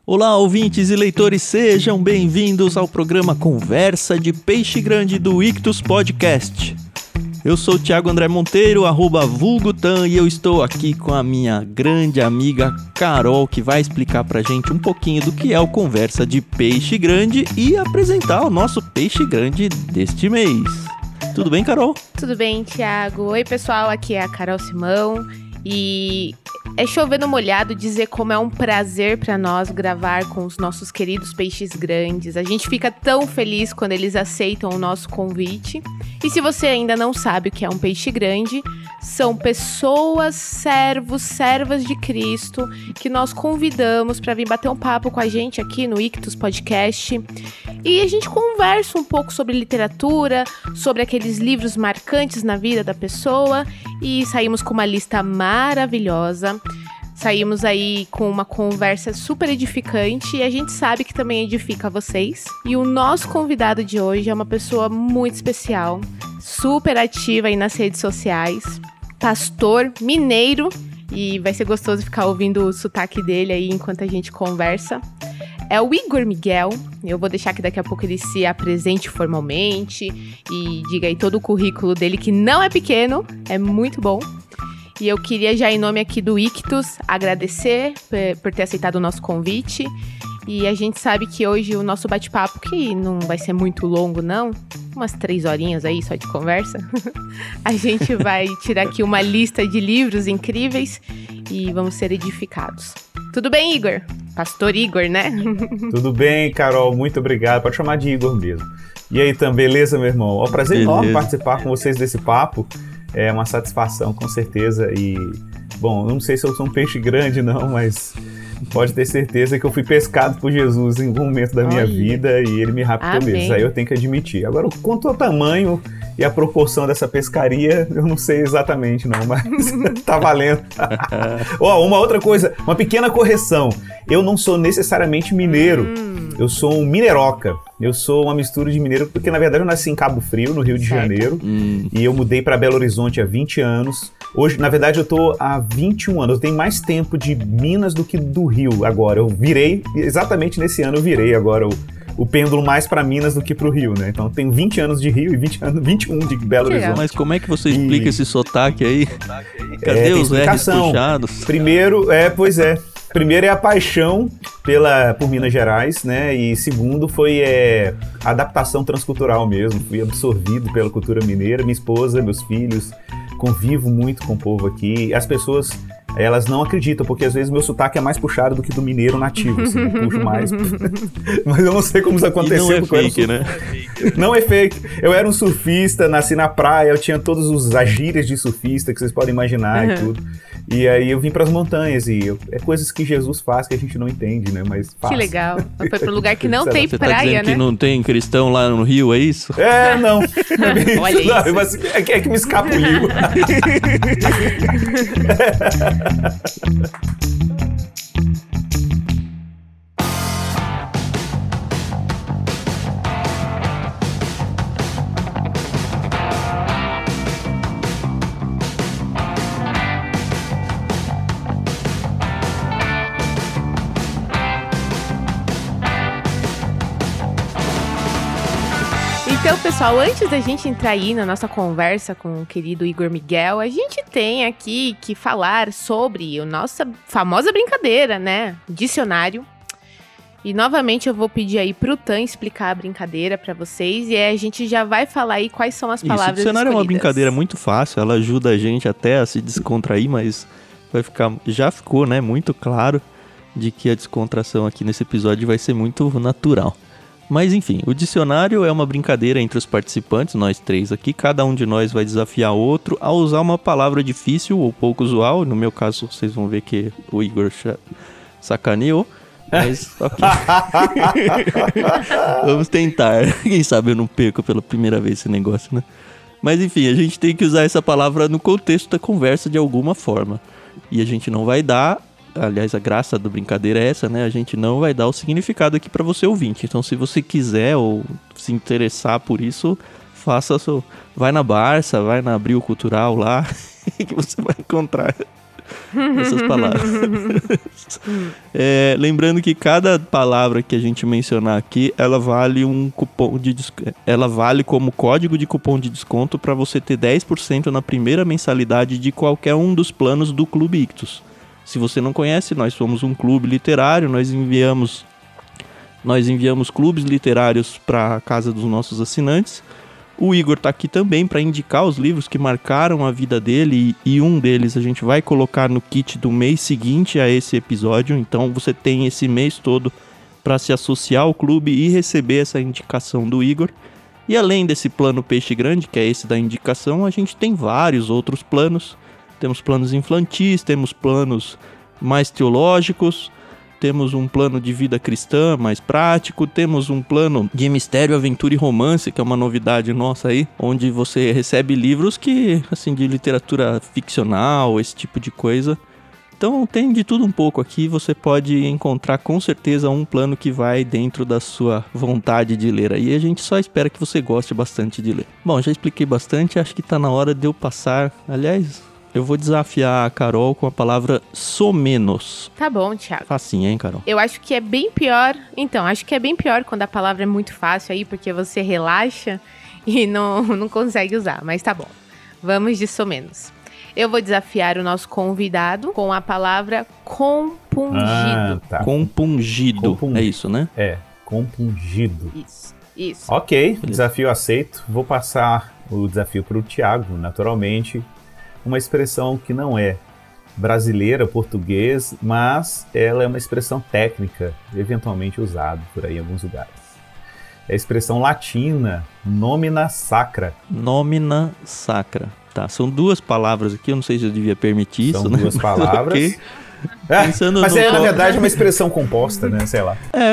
Olá, ouvintes e leitores, sejam bem-vindos ao programa Conversa de Peixe Grande do Ictus Podcast. Eu sou o Thiago André Monteiro, @vulgutan, e eu estou aqui com a minha grande amiga Carol, que vai explicar pra gente um pouquinho do que é o Conversa de Peixe Grande e apresentar o nosso peixe grande deste mês. Tudo bem, Carol? Tudo bem, Thiago. Oi, pessoal, aqui é a Carol Simão e é chovendo molhado dizer como é um prazer para nós gravar com os nossos queridos peixes grandes. A gente fica tão feliz quando eles aceitam o nosso convite. E se você ainda não sabe o que é um peixe grande, são pessoas, servos, servas de Cristo, que nós convidamos para vir bater um papo com a gente aqui no Ictus Podcast. E a gente conversa um pouco sobre literatura, sobre aqueles livros marcantes na vida da pessoa, e saímos com uma lista maravilhosa. Saímos aí com uma conversa super edificante e a gente sabe que também edifica vocês. E o nosso convidado de hoje é uma pessoa muito especial, super ativa aí nas redes sociais, pastor mineiro, e vai ser gostoso ficar ouvindo o sotaque dele aí enquanto a gente conversa. É o Igor Miguel. Eu vou deixar que daqui a pouco ele se apresente formalmente e diga aí todo o currículo dele, que não é pequeno, é muito bom. E eu queria já, em nome aqui do Ictus, agradecer por ter aceitado o nosso convite. E a gente sabe que hoje o nosso bate-papo, que não vai ser muito longo não, umas 3 horinhas aí só de conversa, a gente vai tirar aqui uma lista de livros incríveis e vamos ser edificados. Tudo bem, Igor? Pastor Igor, né? Tudo bem, Carol, muito obrigado. Pode chamar de Igor mesmo. E aí, Tam, beleza, meu irmão? É um prazer enorme participar com vocês desse papo. É uma satisfação, com certeza. E, bom, eu não sei se eu sou um peixe grande, não, mas pode ter certeza que eu fui pescado por Jesus em algum momento da minha vida e ele me raptou mesmo. Isso aí eu tenho que admitir. Agora, quanto ao tamanho e a proporção dessa pescaria, eu não sei exatamente, não, mas tá valendo. Uma outra coisa, uma pequena correção. Eu não sou necessariamente mineiro. Eu sou um mineroca. Eu sou uma mistura de mineiro, porque na verdade eu nasci em Cabo Frio, no Rio de Janeiro, e eu mudei para Belo Horizonte há 20 anos. Hoje, na verdade, eu tô há 21 anos. Eu tenho mais tempo de Minas do que do Rio agora. Eu virei, exatamente nesse ano eu virei agora o pêndulo mais para Minas do que para o Rio, né? Então eu tenho 20 anos de Rio e 21 de Belo Horizonte. Mas como é que você explica esse sotaque aí? Cadê os R's puxados? Primeiro, pois é. Primeiro é a paixão por Minas Gerais, né? E segundo foi a adaptação transcultural mesmo. Fui absorvido pela cultura mineira, minha esposa, meus filhos, convivo muito com o povo aqui. As pessoas, elas não acreditam, porque às vezes meu sotaque é mais puxado do que do mineiro nativo, assim, eu puxo mais. Mas eu não sei como isso aconteceu. E não é fake, né? Não é fake. Eu era um surfista, nasci na praia, eu tinha todas as gírias de surfista que vocês podem imaginar e tudo. E aí eu vim pras montanhas e é coisas que Jesus faz que a gente não entende, né? Mas faz. Que legal. Foi pro lugar que não tem Você praia, tá dizendo né? que não tem cristão lá no Rio, é isso? Não. Olha isso. Não, mas é que me escapuliu. Então, pessoal, antes da gente entrar aí na nossa conversa com o querido Igor Miguel, a gente tem aqui que falar sobre a nossa famosa brincadeira, né? Dicionário. E, novamente, eu vou pedir aí pro Tan explicar a brincadeira pra vocês. E aí a gente já vai falar aí quais são as palavras escolhidas. O dicionário é uma brincadeira muito fácil, ela ajuda a gente até a se descontrair, mas já ficou, né, muito claro de que a descontração aqui nesse episódio vai ser muito natural. Mas enfim, o dicionário é uma brincadeira entre os participantes, nós 3 aqui. Cada um de nós vai desafiar outro a usar uma palavra difícil ou pouco usual. No meu caso, vocês vão ver que o Igor sacaneou. Mas, ok. Vamos tentar. Quem sabe eu não perco pela primeira vez esse negócio, né? Mas enfim, a gente tem que usar essa palavra no contexto da conversa de alguma forma. E a gente não vai dar... Aliás, a graça da brincadeira é essa, né? A gente não vai dar o significado aqui para você ouvinte. Então, se você quiser ou se interessar por isso, faça vai na Barça, vai na Abril Cultural lá, que você vai encontrar essas palavras. Lembrando que cada palavra que a gente mencionar aqui, ela vale ela vale como código de cupom de desconto para você ter 10% na primeira mensalidade de qualquer um dos planos do Clube Ictus. Se você não conhece, nós somos um clube literário, nós enviamos clubes literários para a casa dos nossos assinantes. O Igor tá aqui também para indicar os livros que marcaram a vida dele e um deles a gente vai colocar no kit do mês seguinte a esse episódio. Então você tem esse mês todo para se associar ao clube e receber essa indicação do Igor. E além desse plano Peixe Grande, que é esse da indicação, a gente tem vários outros planos. Temos planos infantis, temos planos mais teológicos, temos um plano de vida cristã mais prático, temos um plano de mistério, aventura e romance, que é uma novidade nossa aí, onde você recebe livros que, assim, de literatura ficcional, esse tipo de coisa. Então tem de tudo um pouco aqui, você pode encontrar com certeza um plano que vai dentro da sua vontade de ler aí, a gente só espera que você goste bastante de ler. Bom, já expliquei bastante, acho que tá na hora de eu passar, aliás... Eu vou desafiar a Carol com a palavra somenos. Tá bom, Thiago. Facinho, hein, Carol? Eu acho que é bem pior. Então, acho que é bem pior quando a palavra é muito fácil aí, porque você relaxa e não consegue usar. Mas tá bom. Vamos de somenos. Eu vou desafiar o nosso convidado com a palavra compungido. Tá. Compungido. É isso, né? É, compungido. Isso. Ok, desafio aceito. Vou passar o desafio para o Thiago, naturalmente. Uma expressão que não é brasileira, português, mas ela é uma expressão técnica, eventualmente usada por aí em alguns lugares. É a expressão latina, nomina sacra. Nomina sacra. Tá, são duas palavras aqui, eu não sei se eu devia permitir isso, né? São duas palavras. Mas na verdade é uma expressão composta, né? Sei lá.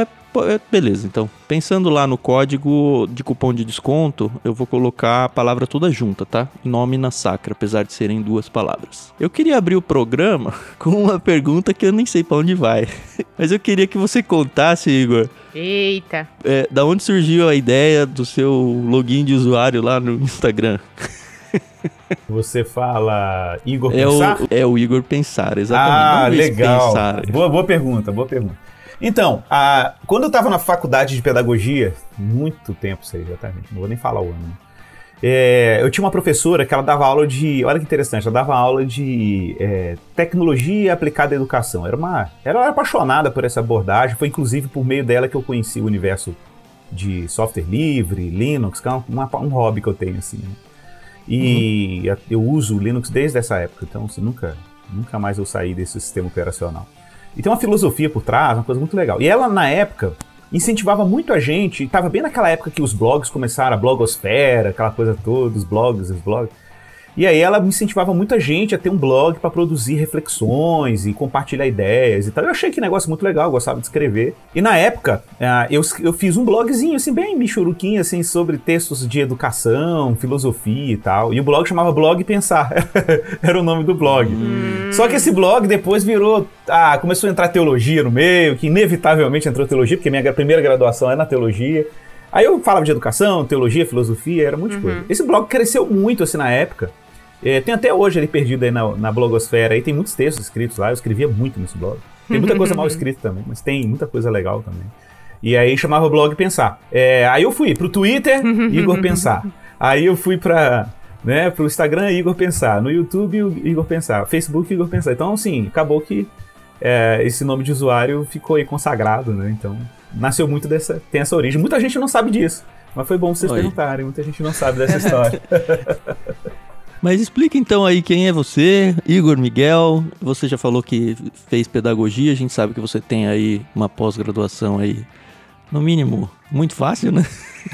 Beleza, então, pensando lá no código de cupom de desconto, eu vou colocar a palavra toda junta, tá? Nómina sacra, apesar de serem duas palavras. Eu queria abrir o programa com uma pergunta que eu nem sei pra onde vai, mas eu queria que você contasse, Igor. Eita! Da onde surgiu a ideia do seu login de usuário lá no Instagram? Você fala Igor Pensar? É o Igor Pensar, exatamente. Legal. Pensar. Boa pergunta. Então, quando eu estava na faculdade de pedagogia, muito tempo isso aí, exatamente, não vou nem falar o ano, eu tinha uma professora que ela dava aula de, olha que interessante, ela dava aula de tecnologia aplicada à educação. Ela era apaixonada por essa abordagem, foi inclusive por meio dela que eu conheci o universo de software livre, Linux, que é um hobby que eu tenho, assim, né? E eu uso o Linux desde essa época, então assim, nunca mais eu saí desse sistema operacional. E tem uma filosofia por trás, uma coisa muito legal. E ela, na época, incentivava muito a gente, e estava bem naquela época que os blogs começaram, a blogosfera, aquela coisa toda, os blogs. E aí ela incentivava muita gente a ter um blog para produzir reflexões e compartilhar ideias e tal. Eu achei que negócio muito legal, eu gostava de escrever. E na época, eu fiz um blogzinho, assim, bem michuruquinho, assim, sobre textos de educação, filosofia e tal. E o blog chamava Blog Pensar. Era o nome do blog. Só que esse blog depois virou... começou a entrar teologia no meio, que inevitavelmente entrou teologia, porque minha primeira graduação é na teologia. Aí eu falava de educação, teologia, filosofia, era um monte de coisa. Esse blog cresceu muito, assim, na época. Tem até hoje ele perdido aí na blogosfera, aí tem muitos textos escritos lá, eu escrevia muito nesse blog. Tem muita coisa mal escrita também, mas tem muita coisa legal também. E aí chamava Blog Pensar. Aí eu fui pro Twitter, Igor Pensar. Aí eu fui pro Instagram, Igor Pensar. No YouTube, Igor Pensar. Facebook, Igor Pensar. Então, assim, acabou que esse nome de usuário ficou aí consagrado, né? Então, nasceu muito tem essa origem. Muita gente não sabe disso, mas foi bom vocês perguntarem. Muita gente não sabe dessa história. Mas explica então aí quem é você, Igor Miguel. Você já falou que fez pedagogia, a gente sabe que você tem aí uma pós-graduação aí, no mínimo, muito fácil, né?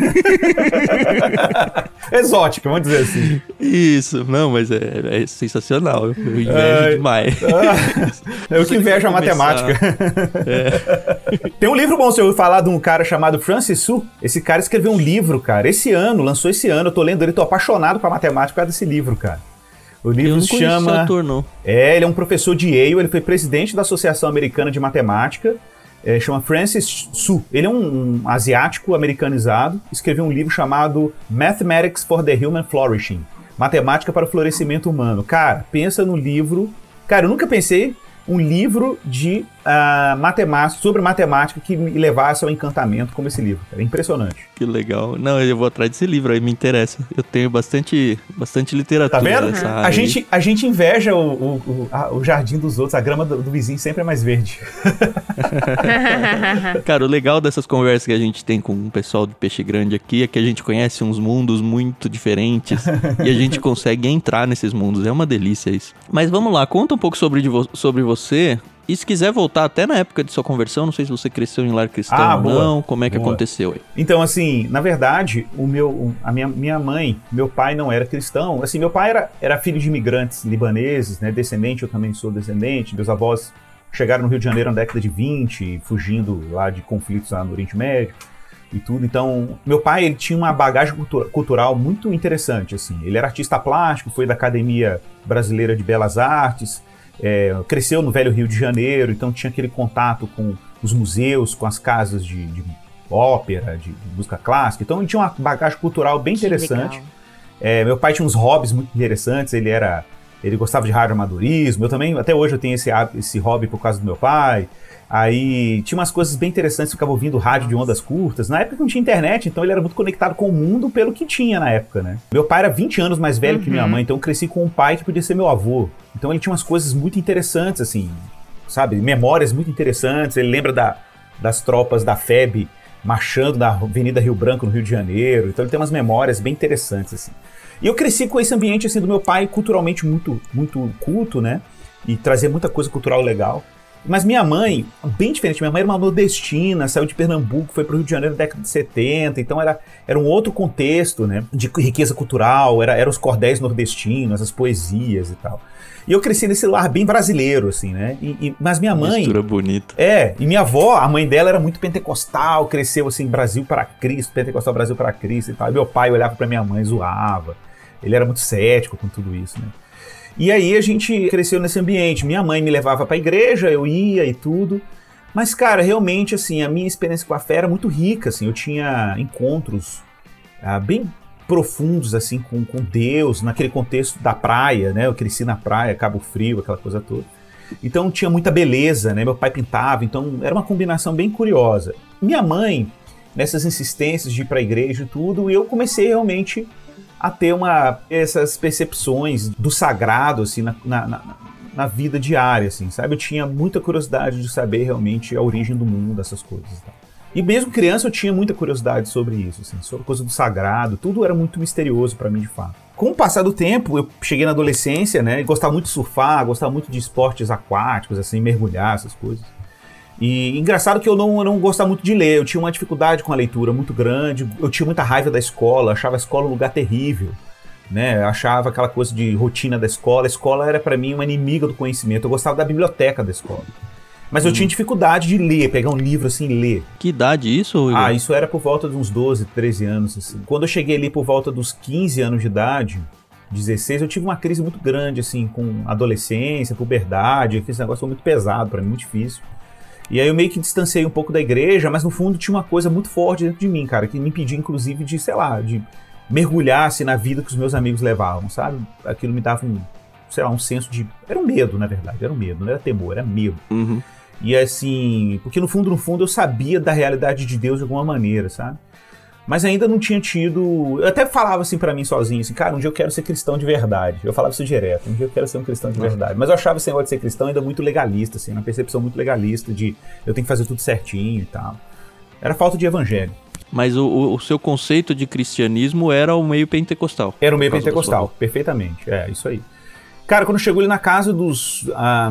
Exótica, vamos dizer assim. Isso, não, mas é sensacional. Eu invejo demais. Eu que invejo a matemática. Tem um livro bom, se eu falar de um cara chamado Francis Su. Esse cara escreveu um livro, cara. Lançou esse ano, eu tô lendo ele, tô apaixonado com a matemática por causa desse livro, cara. O livro se chama... esse autor, não. Ele é um professor de Yale, ele foi presidente da Associação Americana de Matemática. Chama Francis Su. Ele é um asiático americanizado. Escreveu um livro chamado Mathematics for the Human Flourishing. Matemática para o Florescimento Humano. Cara, pensa no livro Cara, eu nunca pensei um livro de matemática, sobre matemática que me levasse ao encantamento como esse livro. É impressionante. Que legal. Não, eu vou atrás desse livro, aí me interessa. Eu tenho bastante literatura. Tá vendo? Nessa área A gente inveja o jardim dos outros, a grama do vizinho sempre é mais verde. Cara, o legal dessas conversas que a gente tem com o pessoal do Peixe Grande aqui é que a gente conhece uns mundos muito diferentes e a gente consegue entrar nesses mundos. É uma delícia isso. Mas vamos lá, conta um pouco sobre você. E se quiser voltar até na época de sua conversão, não sei se você cresceu em lar cristão ou não, como é que aconteceu aí? Então, assim, na verdade, a minha mãe, meu pai não era cristão. Assim, meu pai era filho de imigrantes libaneses, né, descendente, eu também sou descendente. Meus avós chegaram no Rio de Janeiro na década de 20, fugindo lá de conflitos lá no Oriente Médio e tudo. Então, meu pai, ele tinha uma bagagem cultural muito interessante, assim. Ele era artista plástico, foi da Academia Brasileira de Belas Artes, cresceu no velho Rio de Janeiro, então tinha aquele contato com os museus, com as casas de ópera, de música clássica. Então ele tinha uma bagagem cultural bem interessante. Meu pai tinha uns hobbies muito interessantes, ele gostava de radioamadorismo, eu também, até hoje eu tenho esse hobby por causa do meu pai. Aí tinha umas coisas bem interessantes, ficava ouvindo rádio de ondas curtas. Na época não tinha internet, então ele era muito conectado com o mundo pelo que tinha na época, né? Meu pai era 20 anos mais velho que minha mãe, então eu cresci com um pai que podia ser meu avô. Então ele tinha umas coisas muito interessantes, assim, sabe? Memórias muito interessantes. Ele lembra das tropas da FEB marchando na Avenida Rio Branco, no Rio de Janeiro. Então ele tem umas memórias bem interessantes, assim. E eu cresci com esse ambiente, assim, do meu pai culturalmente muito, muito culto, né? E trazia muita coisa cultural legal. Mas minha mãe, bem diferente, minha mãe era uma nordestina, saiu de Pernambuco, foi para o Rio de Janeiro na década de 70, então era um outro contexto, né, de riqueza cultural, eram os cordéis nordestinos, as poesias e tal. E eu cresci nesse lar bem brasileiro, assim, né, mas minha mãe... Mistura bonita. E minha avó, a mãe dela era muito pentecostal, cresceu assim, Brasil para Cristo, pentecostal Brasil para Cristo e tal. E meu pai olhava para minha mãe, zoava, ele era muito cético com tudo isso, né. E aí a gente cresceu nesse ambiente. Minha mãe me levava pra igreja, eu ia e tudo. Mas, cara, realmente, assim, a minha experiência com a fé era muito rica, assim. Eu tinha encontros bem profundos, assim, com Deus, naquele contexto da praia, né? Eu cresci na praia, Cabo Frio, aquela coisa toda. Então tinha muita beleza, né? Meu pai pintava, então era uma combinação bem curiosa. Minha mãe, nessas insistências de ir pra igreja e tudo, eu comecei realmente a ter essas percepções do sagrado, assim, na vida diária, assim, sabe? Eu tinha muita curiosidade de saber realmente a origem do mundo, dessas coisas. Tá? E mesmo criança eu tinha muita curiosidade sobre isso, assim, sobre a coisa do sagrado, tudo era muito misterioso pra mim, de fato. Com o passar do tempo, eu cheguei na adolescência, né, e gostava muito de surfar, gostava muito de esportes aquáticos, assim, mergulhar, essas coisas. E engraçado que eu não gostava muito de ler, eu tinha uma dificuldade com a leitura muito grande, eu tinha muita raiva da escola, achava a escola um lugar terrível, né? Achava aquela coisa de rotina da escola, a escola era pra mim uma inimiga do conhecimento, eu gostava da biblioteca da escola. Mas eu tinha dificuldade de ler, pegar um livro assim e ler. Que idade isso, Igor? Isso era por volta de uns 12, 13 anos, assim. Quando eu cheguei ali por volta dos 15 anos de idade, 16, eu tive uma crise muito grande, assim, com adolescência, puberdade, esse negócio foi muito pesado pra mim, muito difícil. E aí eu meio que distanciei um pouco da igreja, mas no fundo tinha uma coisa muito forte dentro de mim, cara, que me impedia inclusive de, sei lá, de mergulhar assim, na vida que os meus amigos levavam, sabe? Aquilo me dava um senso de... Era um medo, na verdade, era um medo, não era temor, era medo. Uhum. E assim, porque no fundo eu sabia da realidade de Deus de alguma maneira, sabe? Mas ainda não tinha tido... Eu até falava assim pra mim sozinho, assim, cara, um dia eu quero ser cristão de verdade. Eu falava isso direto, um dia eu quero ser um cristão de verdade. Mas eu achava esse negócio de ser cristão ainda muito legalista, assim, uma percepção muito legalista de eu tenho que fazer tudo certinho e tal. Era falta de evangelho. Mas o seu conceito de cristianismo era o meio pentecostal? Era o meio pentecostal, perfeitamente, isso aí. Cara, quando chegou ali na casa dos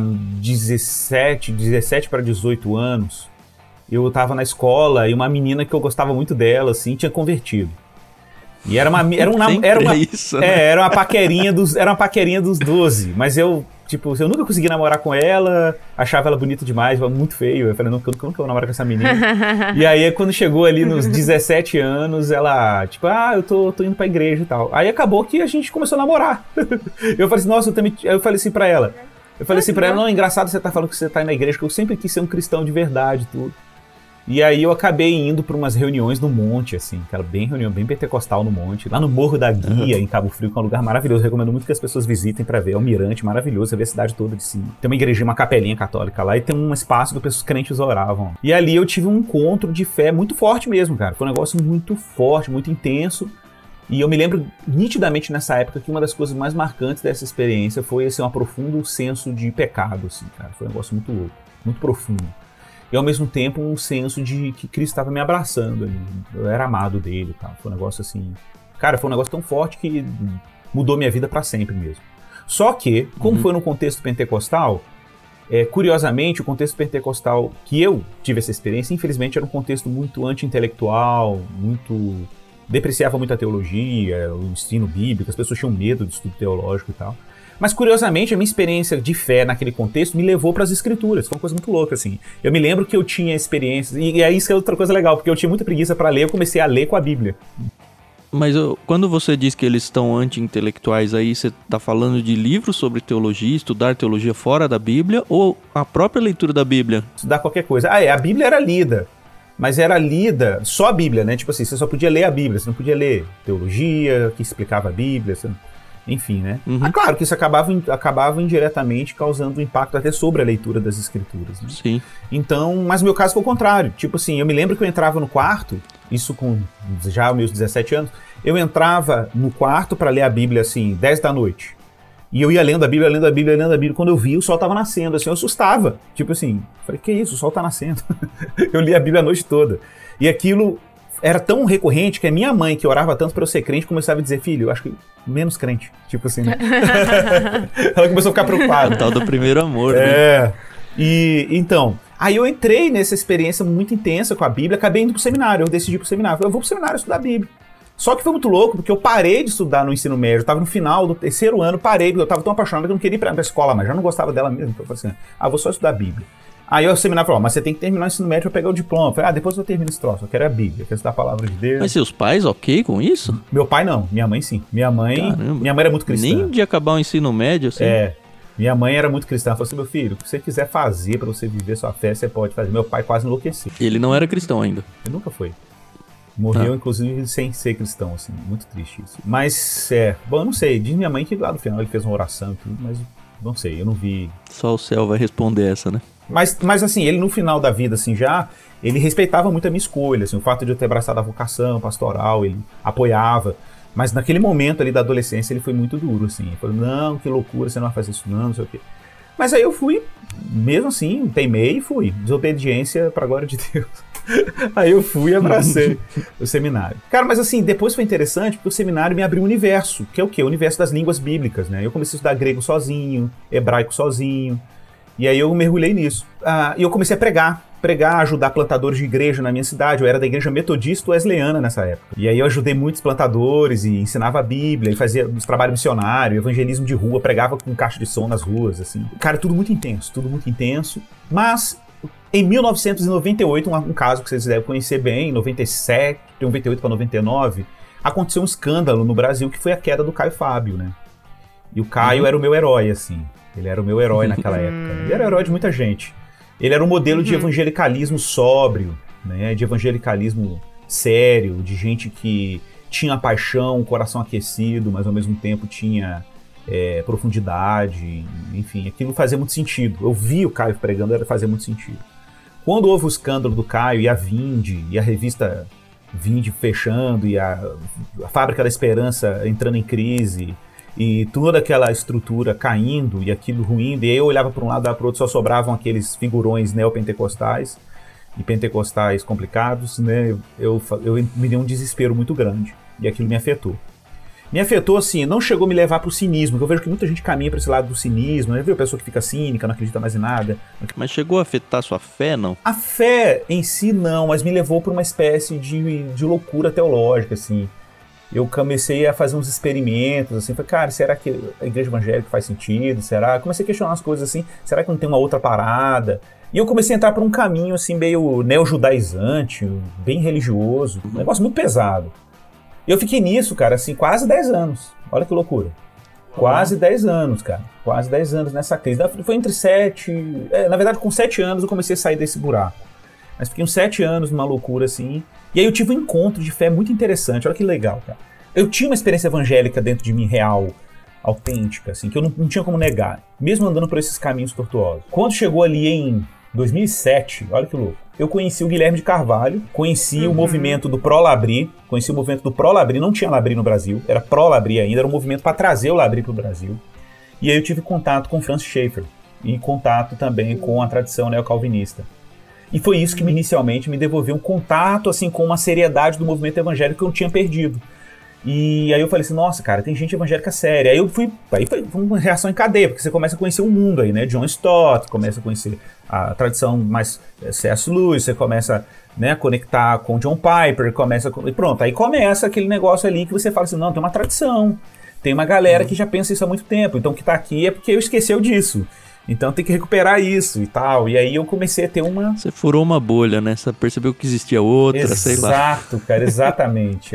17 para 18 anos... Eu tava na escola e uma menina que eu gostava muito dela, assim, tinha convertido. E era uma paquerinha dos 12, mas eu nunca consegui namorar com ela, achava ela bonita demais, muito feio. Eu falei, como que eu vou namorar com essa menina? E aí, quando chegou ali nos 17 anos, ela, eu tô indo pra igreja e tal. Aí acabou que a gente começou a namorar. Eu falei assim, nossa, eu falei assim pra ela, não, é engraçado você tá falando que você tá indo na igreja, porque eu sempre quis ser um cristão de verdade, tudo. E aí eu acabei indo para umas reuniões no monte, assim, aquela reunião bem pentecostal no monte, lá no Morro da Guia, em Cabo Frio, que é um lugar maravilhoso. Eu recomendo muito que as pessoas visitem para ver. É um mirante maravilhoso, você vê a cidade toda de cima. Tem uma igrejinha, uma capelinha católica lá, e tem um espaço que as pessoas crentes oravam. E ali eu tive um encontro de fé muito forte mesmo, cara. Foi um negócio muito forte, muito intenso. E eu me lembro nitidamente nessa época que uma das coisas mais marcantes dessa experiência foi, assim, um profundo senso de pecado, assim, cara. Foi um negócio muito louco, muito profundo. E ao mesmo tempo um senso de que Cristo estava me abraçando ali. Eu era amado dele e tal. Foi um negócio assim... Cara, foi um negócio tão forte que mudou minha vida para sempre mesmo. Só que, como foi no contexto pentecostal, curiosamente, o contexto pentecostal que eu tive essa experiência, infelizmente, era um contexto muito anti-intelectual, muito... depreciava muito a teologia, o ensino bíblico, as pessoas tinham medo de estudo teológico e tal. Mas, curiosamente, a minha experiência de fé naquele contexto me levou para as escrituras. Foi uma coisa muito louca, assim. Eu me lembro que eu tinha experiências... E é isso que é outra coisa legal, porque eu tinha muita preguiça para ler, eu comecei a ler com a Bíblia. Mas quando você diz que eles estão anti-intelectuais, aí você está falando de livros sobre teologia, estudar teologia fora da Bíblia, ou a própria leitura da Bíblia? Estudar qualquer coisa. A Bíblia era lida, mas era lida só a Bíblia, né? Tipo assim, você só podia ler a Bíblia, você não podia ler teologia, que explicava a Bíblia, enfim, né? Claro que isso acabava indiretamente causando um impacto até sobre a leitura das escrituras, né? Sim. Então, mas o meu caso foi o contrário. Tipo assim, eu me lembro que eu entrava no quarto, isso com já meus 17 anos, eu entrava no quarto para ler a Bíblia, assim, 10 da noite. E eu ia lendo a Bíblia. Quando eu vi, o sol tava nascendo, assim, eu assustava. Tipo assim, falei, que isso, o sol tá nascendo. Eu li a Bíblia a noite toda. E aquilo era tão recorrente que a minha mãe, que orava tanto para eu ser crente, começava a dizer, filho, eu acho que menos crente. Tipo assim, né? Ela começou a ficar preocupada. O tal do primeiro amor, né? E então, aí eu entrei nessa experiência muito intensa com a Bíblia, acabei indo pro seminário, eu decidi ir pro seminário. Eu vou pro seminário estudar a Bíblia. Só que foi muito louco, porque eu parei de estudar no ensino médio, eu tava no final do terceiro ano, parei, porque eu tava tão apaixonado que eu não queria ir pra escola, mas já não gostava dela mesmo. Então eu falei assim, vou só estudar a Bíblia. Aí o seminário falou, mas você tem que terminar o ensino médio pra pegar o diploma. Eu falei, depois eu termino esse troço, eu quero a Bíblia, eu quero estudar a palavra de Deus. Mas seus pais ok com isso? Meu pai não, minha mãe sim. Minha mãe era muito cristã. Nem de acabar o ensino médio, assim? Minha mãe era muito cristã, ela falou assim, meu filho, o que você quiser fazer pra você viver sua fé, você pode fazer. Meu pai quase enlouqueceu. Ele não era cristão ainda? Ele nunca foi. Morreu, inclusive, sem ser cristão, assim, muito triste isso. Mas, bom, eu não sei, diz minha mãe que lá no final ele fez uma oração e tudo, mas não sei, eu não vi. Só o céu vai responder essa, né? Mas assim, ele no final da vida, assim, ele respeitava muito a minha escolha, assim, o fato de eu ter abraçado a vocação pastoral, ele apoiava. Mas naquele momento ali da adolescência, ele foi muito duro, assim. Ele falou, não, que loucura, você não vai fazer isso não sei o quê. Mas aí eu fui, mesmo assim, teimei e fui. Desobediência pra glória de Deus. Aí eu fui e abracei o seminário. Cara, mas assim, depois foi interessante porque o seminário me abriu um universo, que é o quê? O universo das línguas bíblicas, né? Eu comecei a estudar grego sozinho, hebraico sozinho, e aí eu mergulhei nisso. E eu comecei a pregar, ajudar plantadores de igreja na minha cidade. Eu era da igreja metodista wesleyana nessa época. E aí eu ajudei muitos plantadores e ensinava a Bíblia, e fazia os trabalhos missionários, evangelismo de rua, pregava com caixa de som nas ruas, assim. Cara, tudo muito intenso. Mas em 1998, um caso que vocês devem conhecer bem, em 97, de 98 para 99, aconteceu um escândalo no Brasil que foi a queda do Caio Fábio, né? E o Caio era o meu herói, assim. Ele era o meu herói naquela época. Ele era o herói de muita gente. Ele era um modelo de evangelicalismo sóbrio, né? De evangelicalismo sério, de gente que tinha paixão, coração aquecido, mas ao mesmo tempo tinha profundidade, enfim, aquilo fazia muito sentido. Eu vi o Caio pregando, fazia muito sentido. Quando houve o escândalo do Caio e a Vinde, e a revista Vinde fechando, e a Fábrica da Esperança entrando em crise, e toda aquela estrutura caindo, e aquilo ruindo, e aí eu olhava para um lado e para o outro, só sobravam aqueles figurões neopentecostais, e pentecostais complicados, né? Eu me deu um desespero muito grande, e aquilo me afetou. Me afetou, assim, não chegou a me levar pro cinismo, que eu vejo que muita gente caminha para esse lado do cinismo, né? Viu a pessoa que fica cínica, não acredita mais em nada. Mas chegou a afetar sua fé, não? A fé em si, não, mas me levou para uma espécie de loucura teológica, assim. Eu comecei a fazer uns experimentos, assim, falei, cara, será que a igreja evangélica faz sentido? Será? Comecei a questionar as coisas assim, será que não tem uma outra parada? E eu comecei a entrar por um caminho, assim, meio neo-judaizante, bem religioso, um negócio muito pesado. Eu fiquei nisso, cara, assim, quase 10 anos. Olha que loucura. Quase 10 anos, cara. Quase 10 anos nessa crise. Foi entre 7... na verdade, com 7 anos eu comecei a sair desse buraco. Mas fiquei uns 7 anos numa loucura assim. E aí eu tive um encontro de fé muito interessante. Olha que legal, cara. Eu tinha uma experiência evangélica dentro de mim real, autêntica, assim, que eu não tinha como negar, mesmo andando por esses caminhos tortuosos. Quando chegou ali em 2007, olha que louco, eu conheci o Guilherme de Carvalho, conheci o movimento do Pró-Labri, não tinha Labri no Brasil, era Pró-Labri ainda, era um movimento para trazer o Labri para o Brasil. E aí eu tive contato com Francis Schaeffer e contato também com a tradição neocalvinista. E foi isso que inicialmente me devolveu um contato assim, com uma seriedade do movimento evangélico que eu não tinha perdido. E aí eu falei assim, nossa, cara, tem gente evangélica séria. Aí foi uma reação em cadeia, porque você começa a conhecer o mundo aí, né? John Stott, começa a conhecer a tradição mais C.S. Lewis, você começa, né, a conectar com John Piper, e pronto, aí começa aquele negócio ali que você fala assim, não, tem uma tradição, tem uma galera que já pensa isso há muito tempo, então o que tá aqui é porque eu esqueceu disso. Então tem que recuperar isso e tal. E aí eu comecei a ter uma... Você furou uma bolha, né? Você percebeu que existia outra, sei lá. Exato, cara, exatamente.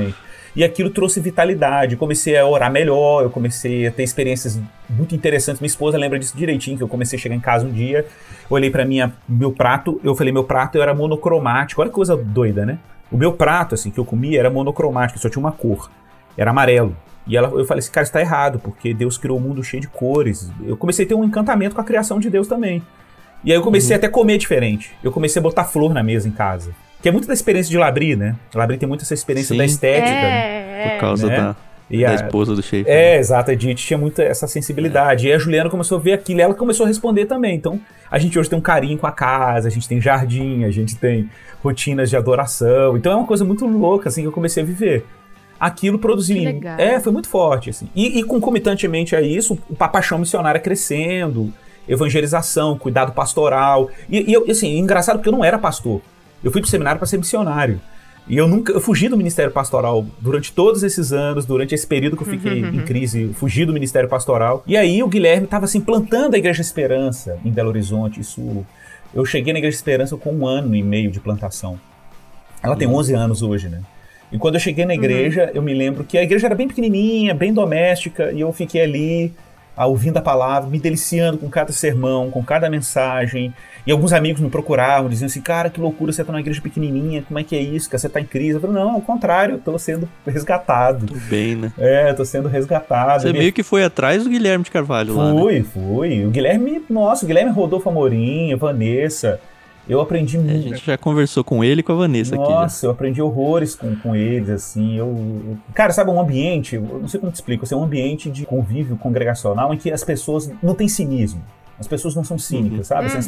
E aquilo trouxe vitalidade, comecei a orar melhor, eu comecei a ter experiências muito interessantes. Minha esposa lembra disso direitinho, que eu comecei a chegar em casa um dia, olhei pra meu prato, eu falei, meu prato era monocromático, olha que coisa doida, né? O meu prato, assim, que eu comia era monocromático, só tinha uma cor, era amarelo. E eu falei assim, cara, isso tá errado, porque Deus criou um mundo cheio de cores. Eu comecei a ter um encantamento com a criação de Deus também. E aí eu comecei até a comer diferente, eu comecei a botar flor na mesa em casa. Que é muito da experiência de Labri, né? Labri tem muito essa experiência da estética. Por causa da esposa do Schaeffer. Exato, a Edith tinha muito essa sensibilidade. E a Juliana começou a ver aquilo e ela começou a responder também. Então, a gente hoje tem um carinho com a casa, a gente tem jardim, a gente tem rotinas de adoração. Então é uma coisa muito louca, assim, que eu comecei a viver. Aquilo produziu em mim. Foi muito forte, assim. E concomitantemente a isso, o paixão missionária crescendo, evangelização, cuidado pastoral. E eu, assim, engraçado porque eu não era pastor. Eu fui pro seminário para ser missionário. E eu fugi do ministério pastoral durante todos esses anos, durante esse período que eu fiquei em crise, eu fugi do ministério pastoral. E aí o Guilherme estava assim, plantando a Igreja Esperança em Belo Horizonte. Eu cheguei na Igreja Esperança com 1 ano e meio de plantação. Ela tem 11 anos hoje, né? E quando eu cheguei na igreja, eu me lembro que a igreja era bem pequenininha, bem doméstica, e eu fiquei ali ouvindo a palavra, me deliciando com cada sermão, com cada mensagem. E alguns amigos me procuravam, diziam assim, cara, que loucura, você tá numa igreja pequenininha, como é que é isso, cara, você tá em crise? Eu falei, não, ao contrário, eu tô sendo resgatado. Tudo bem, né? Tô sendo resgatado. Você meio que foi atrás do Guilherme de Carvalho lá, né? Fui. O Guilherme Rodolfo Amorim, Vanessa, eu aprendi muito. A gente já conversou com ele e com a Vanessa aqui. Nossa, eu aprendi horrores com eles, assim, Cara, sabe, um ambiente, eu não sei como te explico, assim, um ambiente de convívio congregacional em que as pessoas não têm cinismo. As pessoas não são cínicas, sabe? Assim,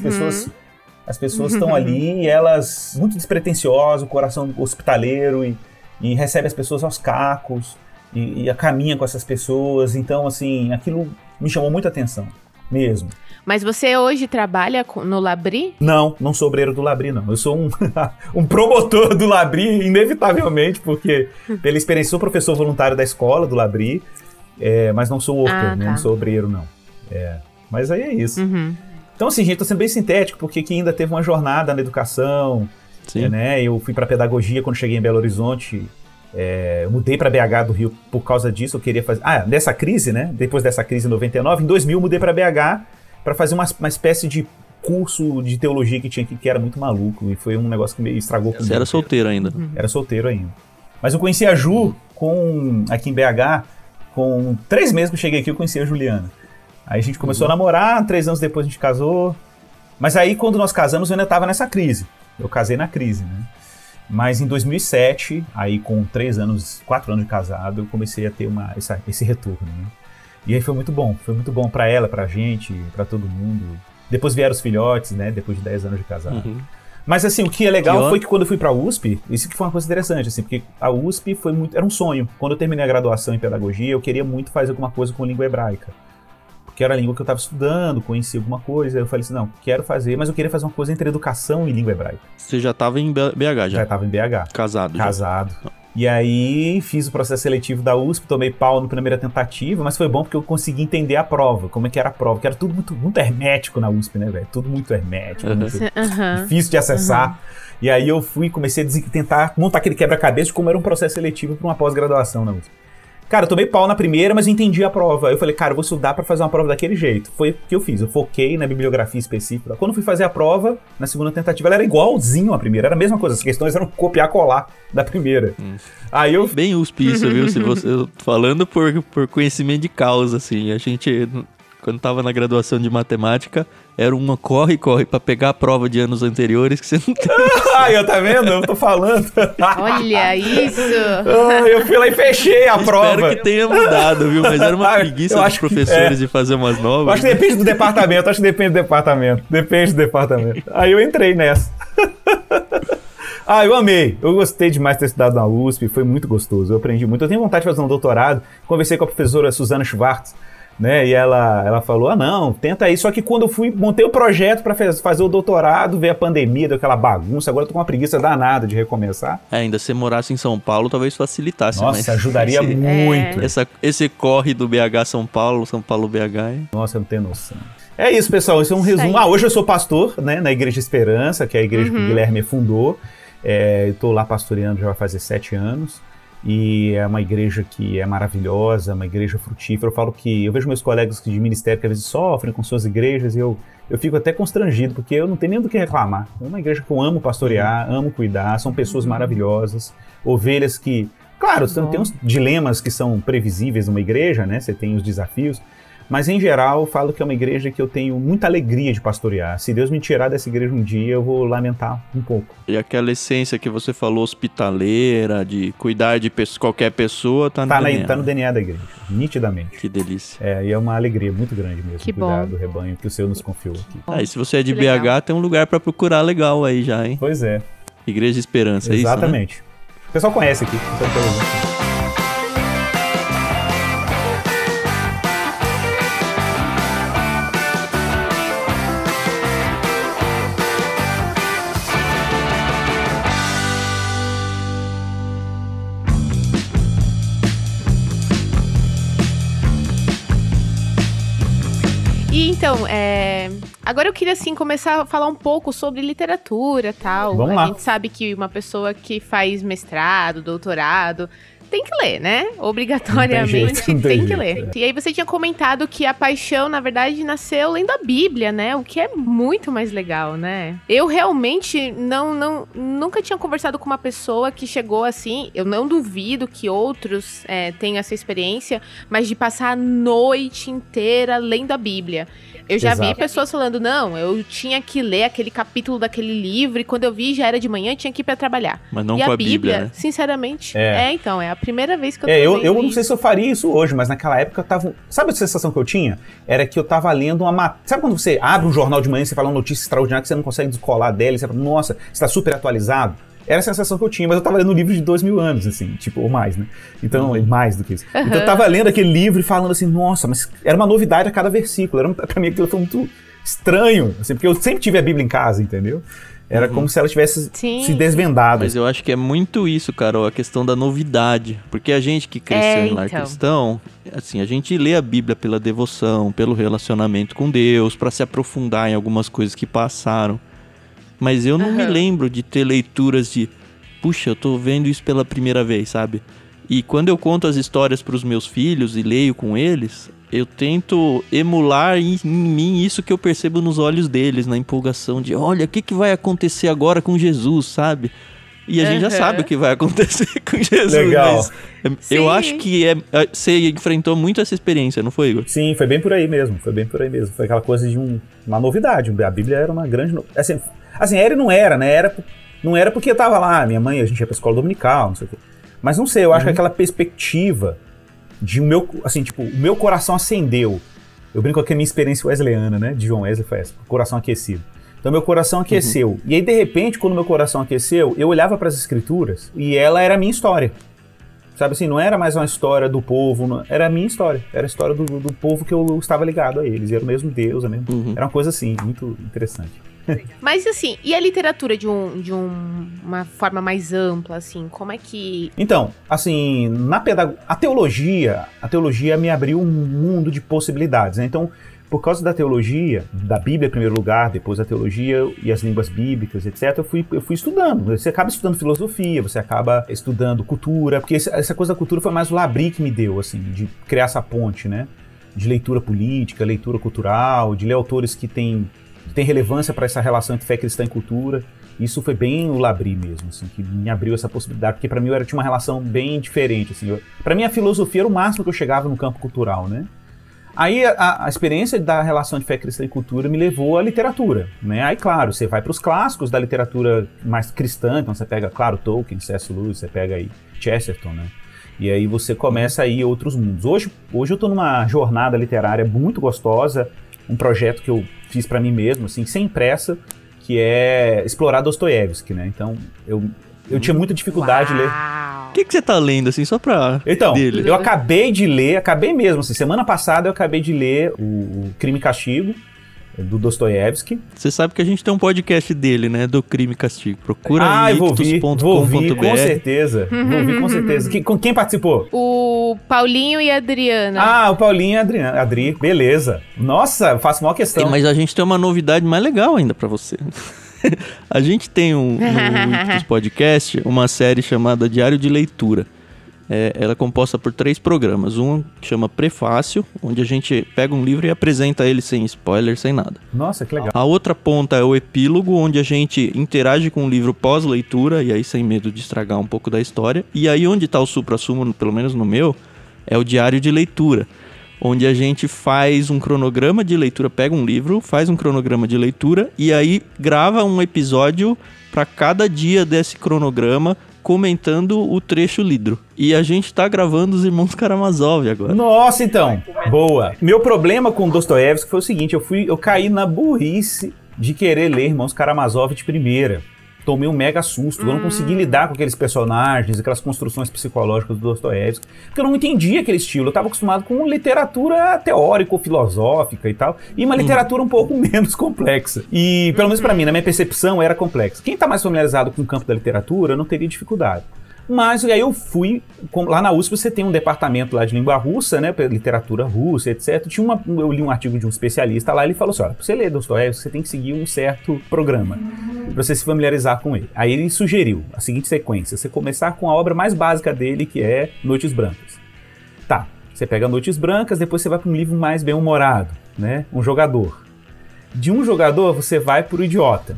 as pessoas estão ali e elas, muito despretensiosas, o coração hospitaleiro e recebe as pessoas aos cacos e caminha com essas pessoas. Então, assim, aquilo me chamou muita atenção, mesmo. Mas você hoje trabalha no Labri? Não sou obreiro do Labri, não. Eu sou um promotor do Labri, inevitavelmente, porque pela experiência sou professor voluntário da escola do Labri, mas não sou worker, né? Não sou obreiro, não. Mas aí é isso. Então, assim, gente, tô sendo bem sintético, porque aqui ainda teve uma jornada na educação, né? Eu fui pra pedagogia quando cheguei em Belo Horizonte, eu mudei pra BH do Rio por causa disso, eu queria fazer... dessa crise, né? Depois dessa crise em 99, em 2000 eu mudei pra BH para fazer uma espécie de curso de teologia que tinha aqui, que era muito maluco, e foi um negócio que me estragou comigo. Você era solteiro ainda? Era solteiro ainda. Mas eu conheci a Ju aqui em BH, com 3 meses que eu cheguei aqui, eu conheci a Juliana. Aí a gente começou a namorar, 3 anos depois a gente casou. Mas aí, quando nós casamos, eu ainda estava nessa crise. Eu casei na crise, né? Mas em 2007, aí com 4 anos de casado, eu comecei a ter esse retorno, né? E aí foi muito bom pra ela, pra gente, pra todo mundo. Depois vieram os filhotes, né? Depois de 10 anos de casado. Mas assim, o que é legal foi que quando eu fui pra USP, isso que foi uma coisa interessante, assim, porque a USP era um sonho. Quando eu terminei a graduação em pedagogia, eu queria muito fazer alguma coisa com língua hebraica. Porque era a língua que eu estava estudando, conhecia alguma coisa. Eu falei assim, não, quero fazer, mas eu queria fazer uma coisa entre educação e língua hebraica. Você já estava em BH já? Já estava em BH. Casado. E aí fiz o processo seletivo da USP, tomei pau na primeira tentativa, mas foi bom porque eu consegui entender a prova, como é que era a prova, que era tudo muito, muito hermético na USP, né, velho? Tudo muito hermético, muito difícil de acessar. E aí eu comecei a tentar montar aquele quebra-cabeça de como era um processo seletivo para uma pós-graduação na USP. Cara, eu tomei pau na primeira, mas entendi a prova. Eu falei, cara, eu vou estudar pra fazer uma prova daquele jeito. Foi o que eu fiz. Eu foquei na bibliografia específica. Quando fui fazer a prova, na segunda tentativa, ela era igualzinho à primeira. Era a mesma coisa. As questões eram copiar-colar da primeira. Aí eu... Bem USP isso, viu? Se você, falando por conhecimento de causa, assim. A gente, quando tava na graduação de matemática, era uma corre pra pegar a prova de anos anteriores que você não tem. Eu tá vendo? Eu tô falando. Olha isso! Eu fui lá e fechei a prova. Espero que tenha mudado, viu? Mas era uma preguiça dos professores de fazer umas novas. Eu acho que depende do departamento. Depende do departamento. Aí eu entrei nessa. Eu amei. Eu gostei demais de ter estudado na USP. Foi muito gostoso. Eu aprendi muito. Eu tenho vontade de fazer um doutorado. Conversei com a professora Suzana Schwartz, né? E ela falou, não, tenta aí. Só que quando eu montei o projeto pra fazer o doutorado, veio a pandemia, deu aquela bagunça. Agora eu tô com uma preguiça danada de recomeçar. Ainda se morasse em São Paulo, talvez facilitasse. Nossa, ajudaria muito. Esse corre do BH São Paulo BH. Nossa, eu não tenho noção. É isso, pessoal. Isso é um resumo. Hoje eu sou pastor, né, na Igreja Esperança, que é a igreja que o Guilherme fundou. Eu tô lá pastoreando já vai fazer 7 anos. E é uma igreja que é maravilhosa, uma igreja frutífera. Eu falo que eu vejo meus colegas de ministério que às vezes sofrem com suas igrejas e eu fico até constrangido, porque eu não tenho nem do que reclamar. É uma igreja que eu amo pastorear, amo cuidar, são pessoas maravilhosas, ovelhas que... Claro, você tem uns dilemas que são previsíveis numa igreja, né? Você tem os desafios, mas em geral eu falo que é uma igreja que eu tenho muita alegria de pastorear. Se Deus me tirar dessa igreja um dia, eu vou lamentar um pouco. E aquela essência que você falou, hospitaleira, de cuidar de qualquer pessoa, tá no DNA. Tá no DNA da igreja, nitidamente. Que delícia. E é uma alegria muito grande mesmo, que cuidar bom. do rebanho que o Senhor nos confiou aqui. E se você é de BH, tem um lugar pra procurar legal aí já, hein? Pois é. Igreja Esperança, exatamente. É isso, né? O pessoal conhece aqui. E então, agora eu queria, assim, começar a falar um pouco sobre literatura e tal. Vamos lá. A gente sabe que uma pessoa que faz mestrado, doutorado, tem que ler, né? Obrigatoriamente tem que ler. E aí você tinha comentado que a paixão, na verdade, nasceu lendo a Bíblia, né? O que é muito mais legal, né? Eu realmente nunca tinha conversado com uma pessoa que chegou assim, eu não duvido que outros tenham essa experiência, mas de passar a noite inteira lendo a Bíblia. Eu já vi pessoas falando, não, eu tinha que ler aquele capítulo daquele livro e quando eu vi já era de manhã, tinha que ir pra trabalhar. Mas não com a Bíblia, né? Sinceramente, então, é a primeira vez que eu tô eu não sei se eu faria isso hoje, mas naquela época eu tava... Sabe a sensação que eu tinha? Era que eu tava lendo uma... Sabe quando você abre um jornal de manhã e você fala uma notícia extraordinária que você não consegue descolar dela e você fala, nossa, você tá super atualizado? Era a sensação que eu tinha, mas eu tava lendo um livro de 2000 anos, assim, tipo, ou mais, né? Então, mais do que isso. Então eu tava lendo aquele livro e falando assim, nossa, mas era uma novidade a cada versículo. Pra mim aquilo foi muito estranho, assim, porque eu sempre tive a Bíblia em casa, entendeu? Era como se ela tivesse se desvendado. Mas eu acho que é muito isso, Carol, a questão da novidade. Porque a gente que cresceu em lar cristão, assim, a gente lê a Bíblia pela devoção, pelo relacionamento com Deus, pra se aprofundar em algumas coisas que passaram. Mas eu não me lembro de ter leituras de, puxa, eu tô vendo isso pela primeira vez, sabe? E quando eu conto as histórias pros meus filhos e leio com eles, eu tento emular em mim isso que eu percebo nos olhos deles, na empolgação de, olha, o que vai acontecer agora com Jesus, sabe? E a gente já sabe o que vai acontecer com Jesus. Legal. Mas eu acho que você enfrentou muito essa experiência, não foi, Igor? Sim, foi bem por aí mesmo. Foi aquela coisa de uma novidade. A Bíblia era uma grande... Assim, era e não era, né? Não era porque eu tava lá, minha mãe, a gente ia pra escola dominical, não sei o quê. Mas não sei, eu acho que aquela perspectiva de o meu coração acendeu. Eu brinco com a minha experiência wesleyana, né? De John Wesley foi essa, coração aquecido. Então meu coração aqueceu. E aí, de repente, quando meu coração aqueceu, eu olhava para as escrituras e ela era a minha história. Sabe assim, não era mais uma história do povo, era a minha história. Era a história do povo que eu estava ligado a eles. Era o mesmo Deus, era uma coisa assim, muito interessante. Mas assim, e a literatura de uma forma mais ampla, assim, como é que... Então, assim, a teologia me abriu um mundo de possibilidades, né? Então, por causa da teologia, da Bíblia em primeiro lugar, depois a teologia e as línguas bíblicas, etc., eu fui estudando. Você acaba estudando filosofia, você acaba estudando cultura, porque essa coisa da cultura foi mais o Labri que me deu, assim, de criar essa ponte, né? De leitura política, leitura cultural, de ler autores que têm relevância para essa relação entre fé cristã e cultura. Isso foi bem o Labri mesmo, assim, que me abriu essa possibilidade, porque para mim tinha uma relação bem diferente, assim. Para mim a filosofia era o máximo que eu chegava no campo cultural, né? Aí a experiência da relação de fé cristã e cultura me levou à literatura, né? Aí, claro, você vai para os clássicos da literatura mais cristã, então você pega, claro, Tolkien, C.S. Lewis, você pega aí Chesterton, né? E aí você começa a ir a outros mundos. Hoje eu estou numa jornada literária muito gostosa, um projeto que eu fiz para mim mesmo, assim, sem pressa, que é explorar Dostoiévski, né? Então, eu tinha muita dificuldade de ler. O que você tá lendo, assim, só pra... Então, eu acabei mesmo, assim, semana passada eu acabei de ler o Crime e Castigo, do Dostoiévski. Você sabe que a gente tem um podcast dele, né, do Crime e Castigo. Procura aí, vou ouvir, com certeza. Vou ouvir, com certeza. Com quem participou? O Paulinho e a Adriana. O Paulinho e a Adriana. Adri, beleza. Nossa, eu faço maior questão. Mas a gente tem uma novidade mais legal ainda pra você. A gente tem no podcast uma série chamada Diário de Leitura. Ela é composta por 3 programas. Um que chama Prefácio, onde a gente pega um livro e apresenta ele sem spoiler, sem nada. Nossa, que legal. A outra ponta é o Epílogo, onde a gente interage com o livro pós-leitura, e aí sem medo de estragar um pouco da história. E aí onde está o supra-sumo, pelo menos no meu, é o Diário de Leitura, onde a gente faz um cronograma de leitura, pega um livro, faz um cronograma de leitura e aí grava um episódio para cada dia desse cronograma, comentando o trecho lido. E a gente tá gravando Os Irmãos Karamazov agora. Nossa, então, boa. Meu problema com Dostoiévski foi o seguinte, eu caí na burrice de querer ler Irmãos Karamazov de primeira. Tomei um mega susto, eu não consegui lidar com aqueles personagens, aquelas construções psicológicas do Dostoiévski, porque eu não entendia aquele estilo, eu estava acostumado com literatura teórico-filosófica e tal, e uma literatura um pouco menos complexa. E, pelo menos para mim, na minha percepção, era complexa. Quem está mais familiarizado com o campo da literatura não teria dificuldade. Mas aí eu fui, lá na USP você tem um departamento lá de língua russa, né, literatura russa, etc. Eu li um artigo de um especialista lá, ele falou assim, olha, pra você ler Dostoiévski, você tem que seguir um certo programa, pra você se familiarizar com ele. Aí ele sugeriu a seguinte sequência, você começar com a obra mais básica dele, que é Noites Brancas. Tá, você pega Noites Brancas, depois você vai para um livro mais bem-humorado, né, Um Jogador. De Um Jogador, você vai pro Idiota.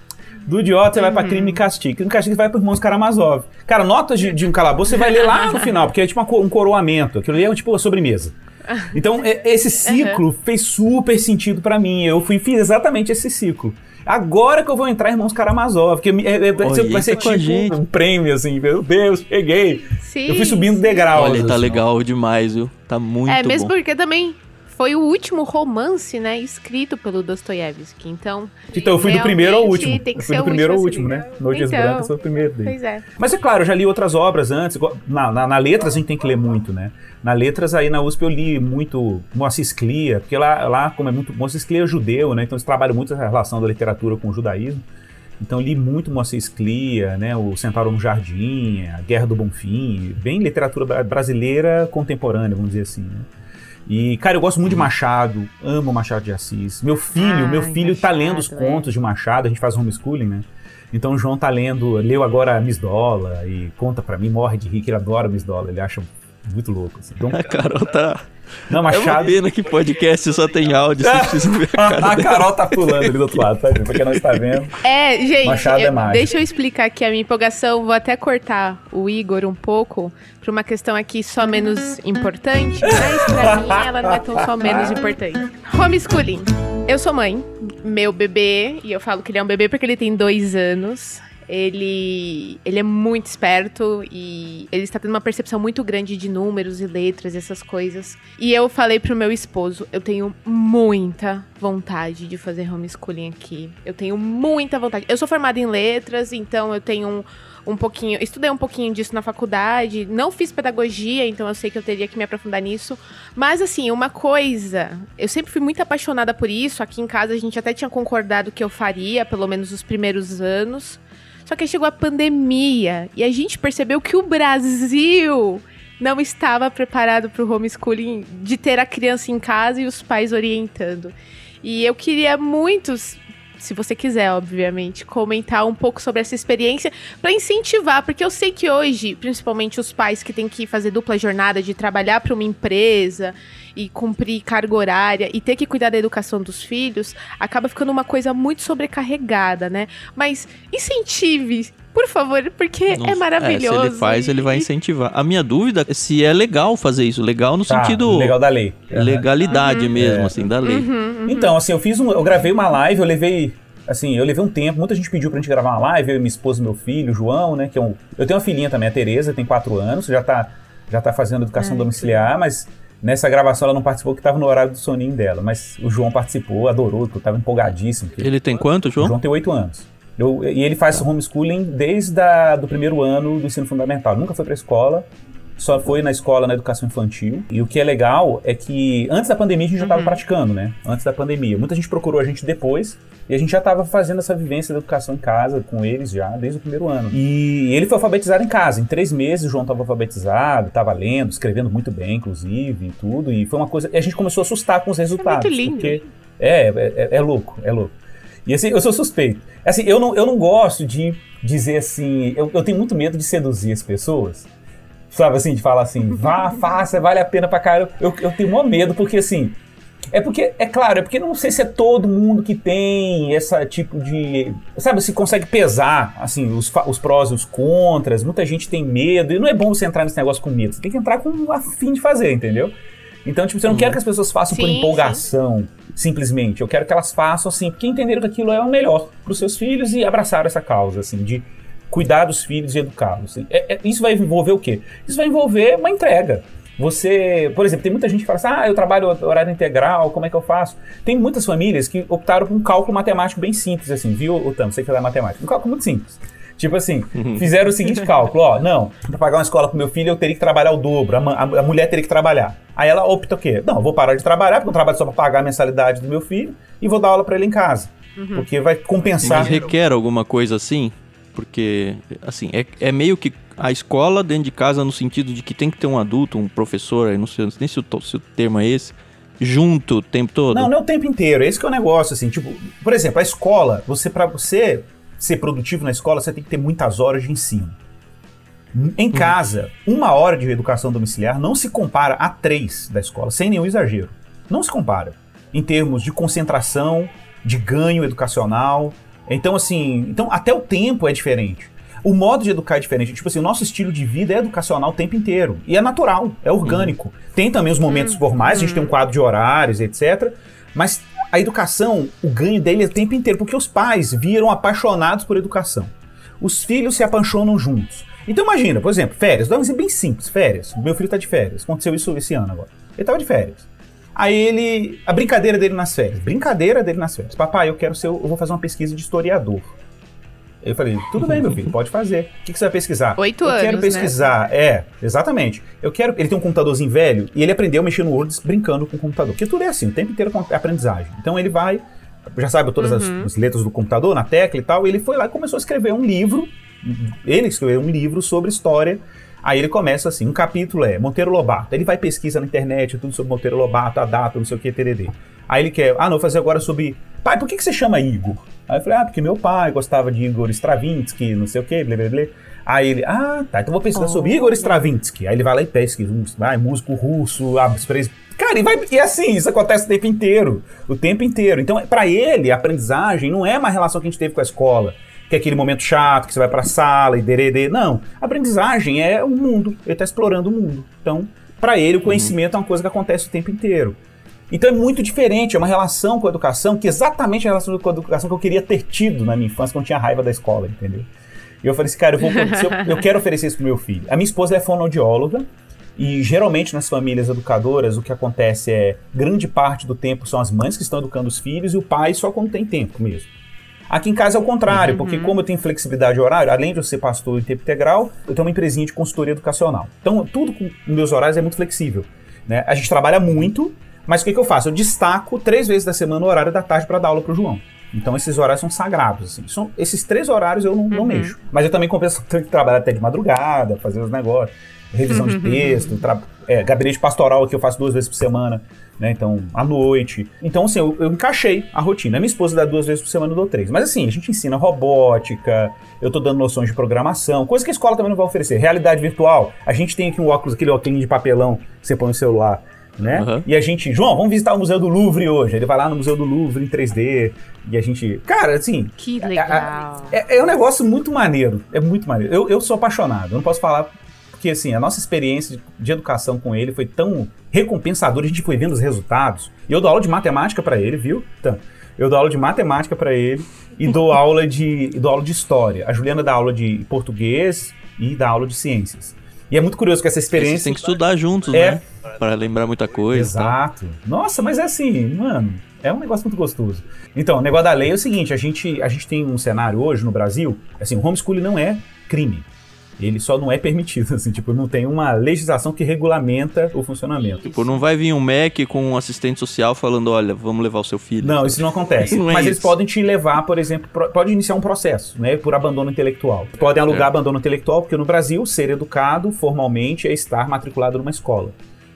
Do Idiota, você vai pra Crime e Castigo. Crime e Castigo, você vai pro Irmãos Karamazov. Cara, notas de um calabouço, você vai ler lá no final, porque é tipo um coroamento. Aquilo ali é tipo uma sobremesa. Então, esse ciclo fez super sentido pra mim. Fiz exatamente esse ciclo. Agora que eu vou entrar em Irmãos Karamazov, que vai ser tipo um prêmio, assim, meu Deus, cheguei. Sim. Eu fui subindo degraus. Olha, tá assim, legal demais, viu? Tá muito bom. Mesmo porque também foi o último romance, né, escrito pelo Dostoiévski, então eu fui do primeiro ao último. Tem que eu fui ser do primeiro ao último, assim, né? Noites Brancas foi o primeiro dele. Pois é. Mas é claro, eu já li outras obras antes. Na Letras a gente tem que ler muito, né? Na Letras, aí na USP eu li muito Moacir Sclia, porque lá como é muito... Moacir Sclia é judeu, né? Então eles trabalham muito essa relação da literatura com o judaísmo. Então eu li muito Moacir Sclia, né? O Centauro no Jardim, A Guerra do Bonfim, bem literatura brasileira contemporânea, vamos dizer assim, né? E, cara, eu gosto muito de Machado, amo Machado de Assis. Meu filho tá lendo os contos de Machado, a gente faz homeschooling, né? Então o João leu agora Miss Dola e conta pra mim, morre de rir, que ele adora Miss Dola, ele acha muito louco. Assim. Então, a Carol tá... Não, Machado... É uma pena que podcast só tem áudio, você precisa ver a cara A Carol tá pulando ali do outro lado, tá vendo? Pra quem não está vendo. Gente, Machado é mágico. Deixa eu explicar aqui a minha empolgação, vou até cortar o Igor um pouco, pra uma questão aqui só menos importante, mas pra mim ela não é tão só menos importante. Homeschooling. Eu sou mãe, meu bebê, e eu falo que ele é um bebê porque ele tem 2 anos... Ele é muito esperto e ele está tendo uma percepção muito grande de números e letras e essas coisas. E eu falei pro meu esposo, eu tenho muita vontade de fazer homeschooling aqui. Eu tenho muita vontade. Eu sou formada em letras, então eu tenho um pouquinho... Estudei um pouquinho disso na faculdade. Não fiz pedagogia, então eu sei que eu teria que me aprofundar nisso. Mas, assim, uma coisa... Eu sempre fui muito apaixonada por isso. Aqui em casa a gente até tinha concordado que eu faria, pelo menos os primeiros anos. Só que aí chegou a pandemia e a gente percebeu que o Brasil não estava preparado para o homeschooling, de ter a criança em casa e os pais orientando. E eu queria muito, se você quiser, obviamente, comentar um pouco sobre essa experiência para incentivar, porque eu sei que hoje, principalmente os pais que têm que fazer dupla jornada de trabalhar para uma empresa e cumprir carga horária e ter que cuidar da educação dos filhos, acaba ficando uma coisa muito sobrecarregada, né? Mas incentive, por favor, porque é maravilhoso. Se ele faz, ele vai incentivar. A minha dúvida é se é legal fazer isso. Legal no sentido... Legal da lei. Legalidade mesmo, assim, da lei. Então, assim, eu gravei uma live, eu levei um tempo, muita gente pediu pra gente gravar uma live, eu, minha esposa e meu filho, o João, né, eu tenho uma filhinha também, a Tereza, tem 4 anos, já tá fazendo educação domiciliar, mas nessa gravação ela não participou, que tava no horário do soninho dela, mas o João participou, adorou, porque eu tava empolgadíssimo. Ele tem quanto, João? O João tem 8 anos. E ele faz homeschooling desde do primeiro ano do ensino fundamental, nunca foi pra escola, só foi na escola, na educação infantil. E o que é legal é que antes da pandemia a gente já estava praticando, né? Antes da pandemia. Muita gente procurou a gente depois e a gente já estava fazendo essa vivência da educação em casa com eles já desde o primeiro ano. E ele foi alfabetizado em casa. Em 3 meses o João estava alfabetizado, estava lendo, escrevendo muito bem, inclusive, e tudo. E foi uma coisa... E a gente começou a assustar com os resultados. É muito lindo. Porque é louco, é louco. E assim, eu sou suspeito. Assim, eu não gosto de dizer assim... Eu tenho muito medo de seduzir as pessoas. Sabe assim, de falar assim, vá, faça, vale a pena pra caramba. Eu tenho maior medo, porque assim... É porque não sei se é todo mundo que tem esse tipo de... Sabe, se consegue pesar, assim, os prós e os contras. Muita gente tem medo, e não é bom você entrar nesse negócio com medo. Você tem que entrar com a fim de fazer, entendeu? Então, tipo, você não quer que as pessoas façam por empolgação, simplesmente. Eu quero que elas façam, assim, porque entenderam que aquilo é o melhor pros seus filhos e abraçaram essa causa, assim, de cuidar dos filhos e educá-los. Isso vai envolver o quê? Isso vai envolver uma entrega. Você, por exemplo, tem muita gente que fala assim, eu trabalho horário integral, como é que eu faço? Tem muitas famílias que optaram por um cálculo matemático bem simples, assim, viu, Otamo? Você que é da matemática. Um cálculo muito simples. Tipo assim, fizeram o seguinte cálculo, pra pagar uma escola pro meu filho eu teria que trabalhar o dobro, a mulher teria que trabalhar. Aí ela opta o quê? Não, eu vou parar de trabalhar, porque eu trabalho só pra pagar a mensalidade do meu filho e vou dar aula pra ele em casa. Porque vai compensar. Mas requer alguma coisa assim? Porque, assim, é meio que a escola dentro de casa no sentido de que tem que ter um adulto, um professor, eu não sei nem se o termo é esse, junto o tempo todo. Não é o tempo inteiro, esse que é o negócio, assim, tipo, por exemplo, a escola, pra você ser produtivo na escola, você tem que ter muitas horas de ensino. Em casa, 1 hora de educação domiciliar não se compara a 3 da escola, sem nenhum exagero. Não se compara. Em termos de concentração, de ganho educacional. Então, assim, até o tempo é diferente. O modo de educar é diferente. Tipo assim, o nosso estilo de vida é educacional o tempo inteiro. E é natural, é orgânico. Tem também os momentos formais, a gente tem um quadro de horários, etc. Mas a educação, o ganho dele é o tempo inteiro, porque os pais viram apaixonados por educação. Os filhos se apaixonam juntos. Então imagina, por exemplo, férias. Dá um exemplo bem simples, férias. Meu filho tá de férias. Aconteceu isso esse ano agora. Ele tava de férias. Aí a brincadeira dele nas férias. Papai, eu vou fazer uma pesquisa de historiador. Eu falei, tudo bem, meu filho, pode fazer. O que você vai pesquisar? 8 anos, Eu quero pesquisar, né? Exatamente. Ele tem um computadorzinho velho e ele aprendeu a mexer no Word brincando com o computador. Porque tudo é assim, o tempo inteiro é aprendizagem. Então ele já sabe todas as letras do computador, na tecla e tal, e ele foi lá e começou a escrever um livro. Ele escreveu um livro sobre história. Aí ele começa assim, um capítulo é Monteiro Lobato. Ele vai pesquisa na internet, tudo sobre Monteiro Lobato, a data, não sei o que, TDD. Aí ele quer, vou fazer agora sobre... Pai, por que você chama Igor? Aí eu falei, porque meu pai gostava de Igor Stravinsky, não sei o que, blá, blá, blá. Aí ele, tá, então vou pesquisar sobre Igor Stravinsky. Aí ele vai lá e pesquisa, músico russo, cara, e assim, isso acontece o tempo inteiro. Então, pra ele, a aprendizagem não é uma relação que a gente teve com a escola, que é aquele momento chato, que você vai pra sala e derede. Não, a aprendizagem é o mundo, ele tá explorando o mundo. Então, pra ele, o conhecimento é uma coisa que acontece o tempo inteiro. Então é muito diferente, é uma relação com a educação, que é exatamente a relação com a educação que eu queria ter tido na minha infância, quando eu tinha raiva da escola, entendeu? E eu falei assim, cara, eu quero oferecer isso pro meu filho. A minha esposa é fonoaudióloga, e geralmente nas famílias educadoras o que acontece é, grande parte do tempo são as mães que estão educando os filhos, e o pai só quando tem tempo mesmo. Aqui em casa é o contrário, porque como eu tenho flexibilidade de horário, além de eu ser pastor em tempo integral, eu tenho uma empresinha de consultoria educacional. Então tudo com meus horários é muito flexível, né? A gente trabalha muito, mas o que eu faço? Eu destaco 3 vezes da semana o horário da tarde para dar aula pro João. Então esses horários são sagrados, assim. Esses 3 horários eu não mexo. Mas eu também compenso ter que trabalhar até de madrugada, fazer os negócios, revisão de texto, gabinete pastoral que eu faço 2 vezes por semana, né? Então, à noite. Então, assim, eu encaixei a rotina. A minha esposa dá 2 vezes por semana, eu dou 3. Mas assim, a gente ensina robótica, eu tô dando noções de programação, coisa que a escola também não vai oferecer. Realidade virtual, a gente tem aqui um óculos, aquele óculos de papelão que você põe no celular, né? E a gente, João, vamos visitar o Museu do Louvre hoje. Ele vai lá no Museu do Louvre em 3D e a gente, cara, assim, que legal. É um negócio muito maneiro, é muito maneiro. Eu sou apaixonado, eu não posso falar porque, assim, a nossa experiência de educação com ele foi tão recompensadora, a gente foi vendo os resultados. E eu dou aula de matemática pra ele, viu? Então, eu dou aula de matemática pra ele e dou aula de história. A Juliana dá aula de português e dá aula de ciências. E é muito curioso que essa experiência... Vocês têm que estudar juntos, né? Para lembrar muita coisa. Exato. Tá? Nossa, mas é assim, mano, é um negócio muito gostoso. Então, o negócio da lei é o seguinte, a gente tem um cenário hoje no Brasil, assim, o homeschooling não é crime. Ele só não é permitido, assim, tipo, não tem uma legislação que regulamenta o funcionamento. Tipo, não vai vir um MEC com um assistente social falando, olha, vamos levar o seu filho. Não, isso não acontece. Não mas é eles podem te levar, por exemplo, pode iniciar um processo, né, por abandono intelectual. Podem alugar abandono intelectual, porque no Brasil, ser educado formalmente é estar matriculado numa escola.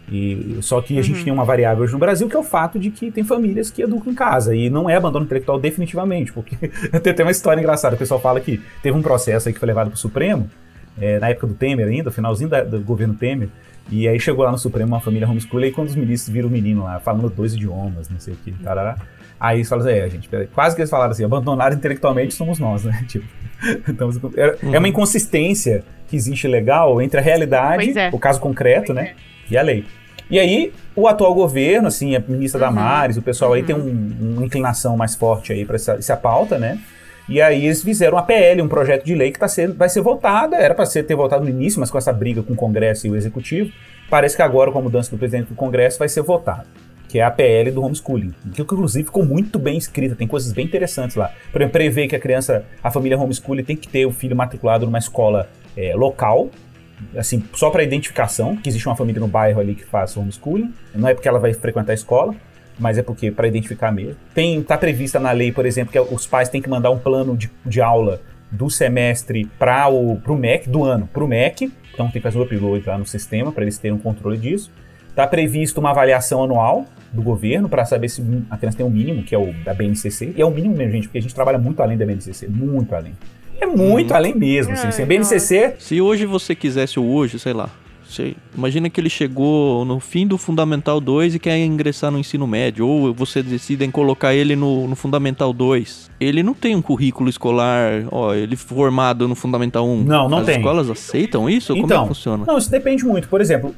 Só que a gente tem uma variável hoje no Brasil, que é o fato de que tem famílias que educam em casa, e não é abandono intelectual definitivamente, porque tem uma história engraçada, o pessoal fala que teve um processo aí que foi levado para o Supremo, na época do Temer ainda, finalzinho do governo Temer, e aí chegou lá no Supremo uma família homeschooling, e quando os ministros viram o menino lá, falando 2 idiomas, não sei o que, tarará, aí eles falam assim, gente, quase que eles falaram assim, abandonar intelectualmente somos nós, né, tipo, então, é uma inconsistência que existe legal entre a realidade, o caso concreto, né, e a lei. E aí, o atual governo, assim, a ministra Damares, o pessoal aí tem uma inclinação mais forte aí para essa pauta, né, e aí eles fizeram uma PL, um projeto de lei que vai ser votada, era para ter votado no início, mas com essa briga com o Congresso e o Executivo, parece que agora, com a mudança do presidente do Congresso, vai ser votado, que é a PL do homeschooling, que inclusive ficou muito bem escrita, tem coisas bem interessantes lá. Por exemplo, prevê que a família homeschooling tem que ter o filho matriculado numa escola local, assim, só para identificação, que existe uma família no bairro ali que faz homeschooling, não é porque ela vai frequentar a escola, mas é porque para identificar mesmo. Tá prevista na lei, por exemplo, que os pais têm que mandar um plano de aula do semestre pro MEC, do ano pro MEC, então tem que fazer o upload lá no sistema para eles terem um controle disso. Tá previsto uma avaliação anual do governo para saber se a criança tem um mínimo, que é o da BNCC, e é o mínimo mesmo, gente, porque a gente trabalha muito além da BNCC, muito além. É muito além mesmo, assim, sem BNCC... Se hoje você quisesse sei lá, imagina que ele chegou no fim do Fundamental 2 e quer ingressar no ensino médio, ou você decidem colocar ele no Fundamental 2. Ele não tem um currículo escolar, ele formado no Fundamental 1. Não tem. As escolas aceitam isso? Então, como é que funciona? Não, isso depende muito. Por exemplo,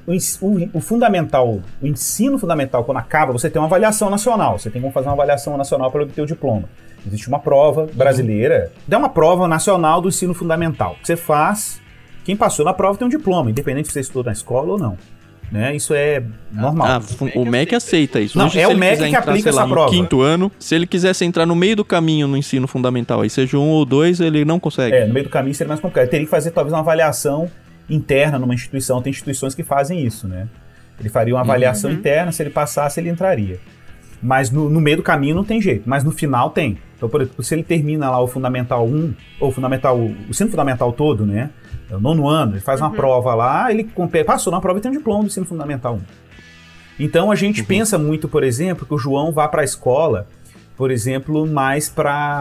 o fundamental, o ensino fundamental, quando acaba, você tem uma avaliação nacional. Você tem como fazer uma avaliação nacional para obter o diploma. Existe uma prova brasileira, é uma prova nacional do ensino fundamental. Que você faz... Quem passou na prova tem um diploma, independente se você estudou na escola ou não. Né? Isso é normal. O MEC aceita isso. Não, hoje, é o MEC que aplica essa prova. No 5º ano, se ele quisesse entrar no meio do caminho no ensino fundamental, aí seja 1 ou 2, ele não consegue. No meio do caminho seria mais complicado. Ele teria que fazer talvez uma avaliação interna numa instituição. Tem instituições que fazem isso, né? Ele faria uma avaliação interna, se ele passasse, ele entraria. Mas no meio do caminho não tem jeito, mas no final tem. Então, por exemplo, se ele termina lá o Fundamental 1, ou o ensino fundamental todo, né? É o 9º ano, ele faz uma prova lá, ele passou na prova e tem um diploma do ensino fundamental 1. Então a gente pensa muito, por exemplo, que o João vá para a escola, por exemplo, mais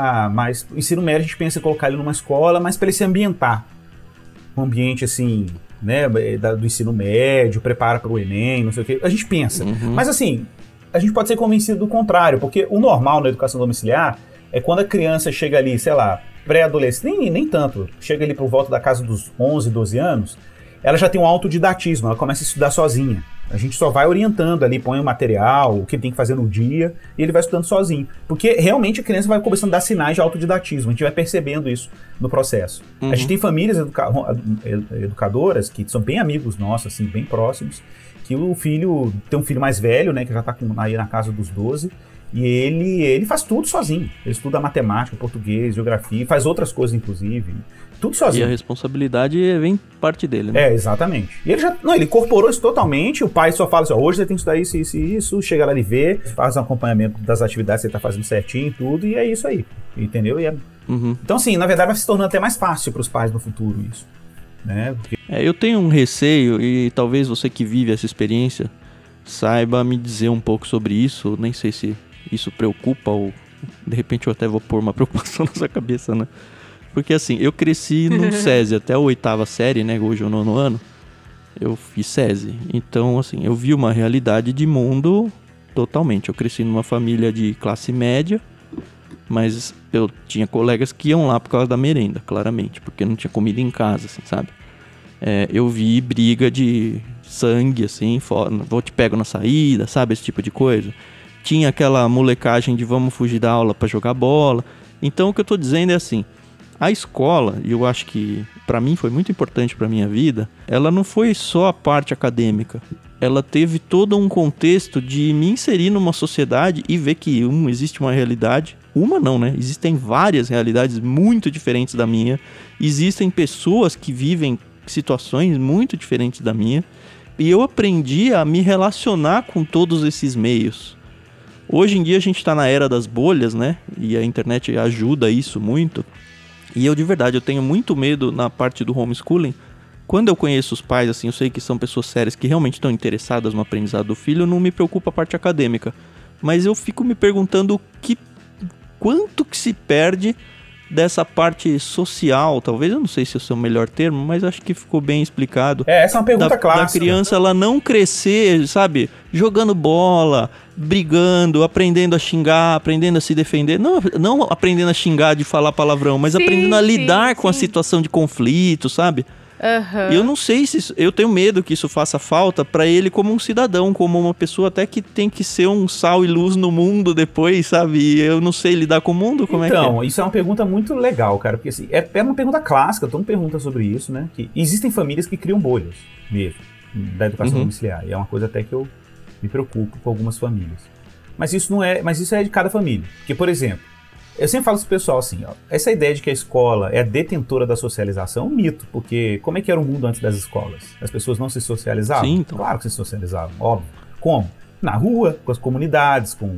ensino médio, a gente pensa em colocar ele numa escola, mais para ele se ambientar. Um ambiente assim, né, do ensino médio, prepara para o Enem, não sei o quê. A gente pensa. Mas assim, a gente pode ser convencido do contrário, porque o normal na educação domiciliar é quando a criança chega ali, sei lá, pré-adolescente, nem tanto, chega ali por volta da casa dos 11, 12 anos, ela já tem um autodidatismo, ela começa a estudar sozinha. A gente só vai orientando ali, põe o material, o que ele tem que fazer no dia, e ele vai estudando sozinho. Porque realmente a criança vai começando a dar sinais de autodidatismo, a gente vai percebendo isso no processo. A gente tem famílias educadoras que são bem amigos nossos, assim, bem próximos, que o filho tem um filho mais velho, né, que já está aí na casa dos 12, e ele faz tudo sozinho. Ele estuda matemática, português, geografia, faz outras coisas, inclusive. Tudo sozinho. E a responsabilidade vem parte dele, né? Exatamente. E ele incorporou isso totalmente, o pai só fala assim, hoje você tem que estudar isso, isso e isso, chega lá e vê, faz um acompanhamento das atividades que você tá fazendo certinho e tudo, e é isso aí, entendeu? Então, assim, na verdade vai se tornando até mais fácil para os pais no futuro isso, né? Porque... eu tenho um receio, e talvez você que vive essa experiência saiba me dizer um pouco sobre isso, nem sei se isso preocupa ou de repente eu até vou pôr uma preocupação na sua cabeça, né? Porque assim, eu cresci no SESI até a 8ª série, né? Hoje é o 9º ano. Eu fiz SESI. Então, assim, eu vi uma realidade de mundo totalmente. Eu cresci numa família de classe média, mas eu tinha colegas que iam lá por causa da merenda, claramente, porque não tinha comida em casa, assim, sabe? Eu vi briga de sangue, assim, vou te pego na saída, sabe? Esse tipo de coisa. Tinha aquela molecagem de vamos fugir da aula pra jogar bola. Então, o que eu tô dizendo é assim, a escola, e eu acho que pra mim foi muito importante pra minha vida, ela não foi só a parte acadêmica. Ela teve todo um contexto de me inserir numa sociedade e ver que, existe uma realidade. Uma não, né? Existem várias realidades muito diferentes da minha. Existem pessoas que vivem situações muito diferentes da minha. E eu aprendi a me relacionar com todos esses meios. Hoje em dia a gente tá na era das bolhas, né? E a internet ajuda isso muito. E eu, de verdade, eu tenho muito medo na parte do homeschooling. Quando eu conheço os pais, assim, eu sei que são pessoas sérias que realmente estão interessadas no aprendizado do filho, não me preocupa a parte acadêmica. Mas eu fico me perguntando quanto que se perde dessa parte social, talvez, eu não sei se esse é o melhor termo, mas acho que ficou bem explicado. Essa é uma pergunta clássica. Da criança, ela não crescer, sabe, jogando bola, brigando, aprendendo a xingar, aprendendo a se defender, não aprendendo a xingar de falar palavrão, mas aprendendo a lidar com a situação de conflito, sabe? Uhum. Eu não sei se eu tenho medo que isso faça falta pra ele como um cidadão, como uma pessoa até que tem que ser um sal e luz no mundo depois, sabe? E eu não sei lidar com o mundo, como é que é? Então, isso é uma pergunta muito legal, cara, porque assim, é uma pergunta clássica, todo mundo pergunta sobre isso, né? Que existem famílias que criam bolhas mesmo, da educação domiciliar, e é uma coisa até que eu me preocupo com algumas famílias. Mas isso é de cada família. Porque, por exemplo, eu sempre falo pro pessoal assim, ó, essa ideia de que a escola é a detentora da socialização é um mito, porque como é que era o mundo antes das escolas? As pessoas não se socializavam? Sim, então. Claro que se socializavam, óbvio. Como? Na rua, com as comunidades, com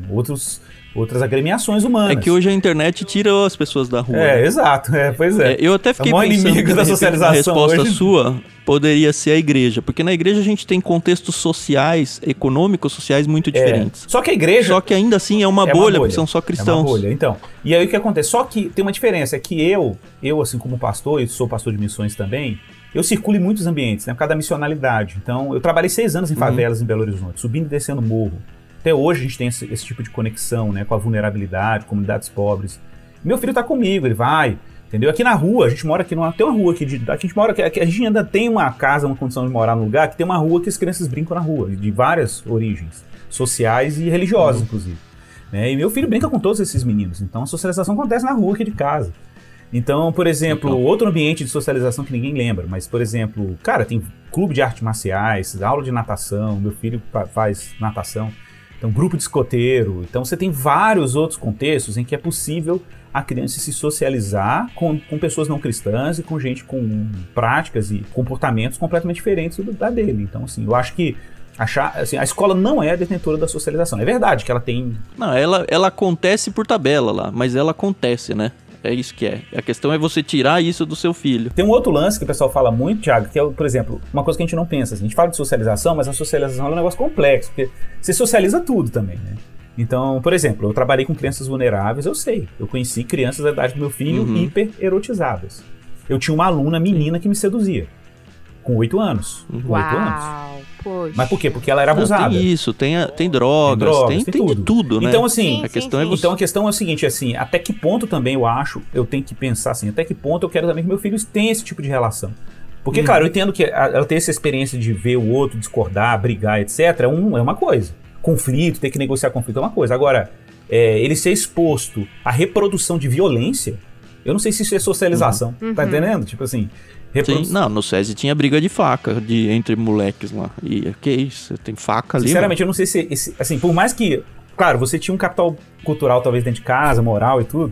outras agremiações humanas. É que hoje a internet tira as pessoas da rua. Exato, pois é. Eu até fiquei pensando que da socialização a resposta hoje... sua poderia ser a igreja, porque na igreja a gente tem contextos sociais, econômicos, sociais muito diferentes. Só que a igreja... Só que ainda assim é uma bolha, porque são só cristãos. É uma bolha, então. E aí o que acontece? Só que tem uma diferença, é que eu assim como pastor, e sou pastor de missões também, eu circulo em muitos ambientes, né, por causa da missionalidade. Então, eu trabalhei 6 anos em favelas em Belo Horizonte, subindo e descendo morro. Até hoje a gente tem esse tipo de conexão, né, com a vulnerabilidade, comunidades pobres. Meu filho tá comigo, ele vai, entendeu? Aqui na rua, a gente mora aqui tem uma rua aqui, a gente ainda tem uma casa, uma condição de morar num lugar que tem uma rua que as crianças brincam na rua, de várias origens, sociais e religiosas, inclusive. Né? E meu filho brinca com todos esses meninos, então a socialização acontece na rua aqui de casa. Então, por exemplo, outro ambiente de socialização que ninguém lembra, mas, por exemplo, cara, tem clube de artes marciais, aula de natação, meu filho faz natação, então grupo de escoteiro, então você tem vários outros contextos em que é possível a criança se socializar com pessoas não cristãs e com gente com práticas e comportamentos completamente diferentes da dele. Então, assim, eu acho que a escola não é a detentora da socialização. É verdade que ela tem... Não, ela acontece por tabela lá, mas ela acontece, né? É isso que é. A questão é você tirar isso do seu filho. Tem um outro lance que o pessoal fala muito, Thiago, que é, por exemplo, uma coisa que a gente não pensa. Assim, a gente fala de socialização, mas a socialização é um negócio complexo, porque você socializa tudo também, né? Então, por exemplo, eu trabalhei com crianças vulneráveis, eu sei. Eu conheci crianças da idade do meu filho hiper erotizadas. Eu tinha uma aluna menina que me seduzia. Com 8 anos. Com 8 anos. Poxa. Mas por quê? Porque ela era abusada. Tem isso, tem drogas, tem de tudo, né? Então, assim, a questão é o seguinte, assim, até que ponto também eu tenho que pensar assim, até que ponto eu quero também que meu filho tenha esse tipo de relação. Porque, claro, eu entendo que ela ter essa experiência de ver o outro discordar, brigar, etc., é uma coisa. Conflito, ter que negociar conflito é uma coisa. Agora, ele ser exposto à reprodução de violência, eu não sei se isso é socialização, tá entendendo? Tipo assim... Sim, não, no SESI tinha briga de faca entre moleques lá. E que isso? Tem faca ali. Sinceramente, eu não sei se assim, por mais que, claro, você tinha um capital cultural talvez dentro de casa, moral e tudo,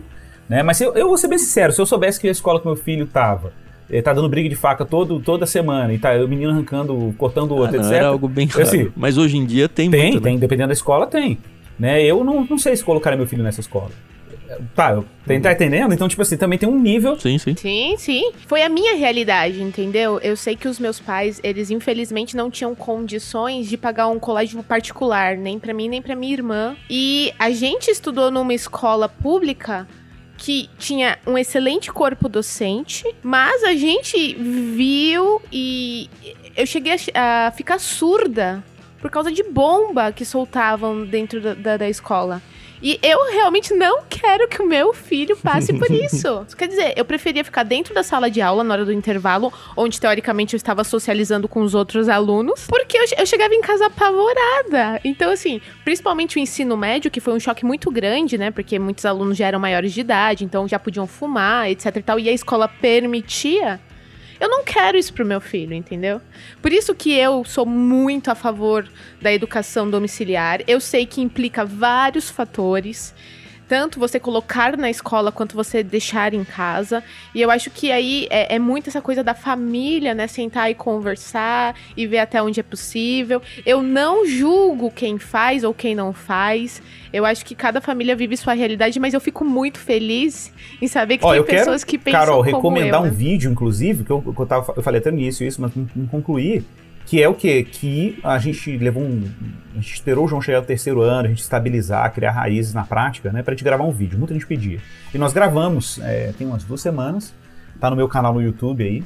né? Mas eu vou ser bem sincero, se eu soubesse que a escola que meu filho tava, ele tá dando briga de faca toda semana, e tá o menino arrancando, cortando o outro, não, etc. Era algo bem claro. Assim, mas hoje em dia tem muito, tem, dependendo da escola, tem. Né? Eu não sei se colocar meu filho nessa escola. Tá entendendo? Então, tipo assim, também tem um nível... Sim. Sim. Foi a minha realidade, entendeu? Eu sei que os meus pais, eles infelizmente não tinham condições de pagar um colégio particular, nem pra mim, nem pra minha irmã. E a gente estudou numa escola pública que tinha um excelente corpo docente, mas a gente viu e eu cheguei a ficar surda por causa de bomba que soltavam dentro da escola. E eu realmente não quero que o meu filho passe por isso. Quer dizer, eu preferia ficar dentro da sala de aula na hora do intervalo, onde teoricamente eu estava socializando com os outros alunos, porque eu chegava em casa apavorada. Então, assim, principalmente o ensino médio, que foi um choque muito grande, né? Porque muitos alunos já eram maiores de idade, então já podiam fumar, etc e tal, e a escola permitia. Eu não quero isso pro meu filho, entendeu? Por isso que eu sou muito a favor da educação domiciliar. Eu sei que implica vários fatores, tanto você colocar na escola quanto você deixar em casa. E eu acho que aí é muito essa coisa da família, né? Sentar e conversar e ver até onde é possível. Eu não julgo quem faz ou quem não faz. Eu acho que cada família vive sua realidade, mas eu fico muito feliz em saber que tem pessoas que pensam Carol, como eu. Carol, recomendar um vídeo, inclusive, que eu falei até no início isso, mas não concluí, que é o quê? Que a gente a gente esperou o João chegar ao 3º ano, a gente estabilizar, criar raízes na prática, né, pra gente gravar um vídeo. Muita gente pedia. E nós gravamos, tem umas 2 semanas, tá no meu canal no YouTube aí,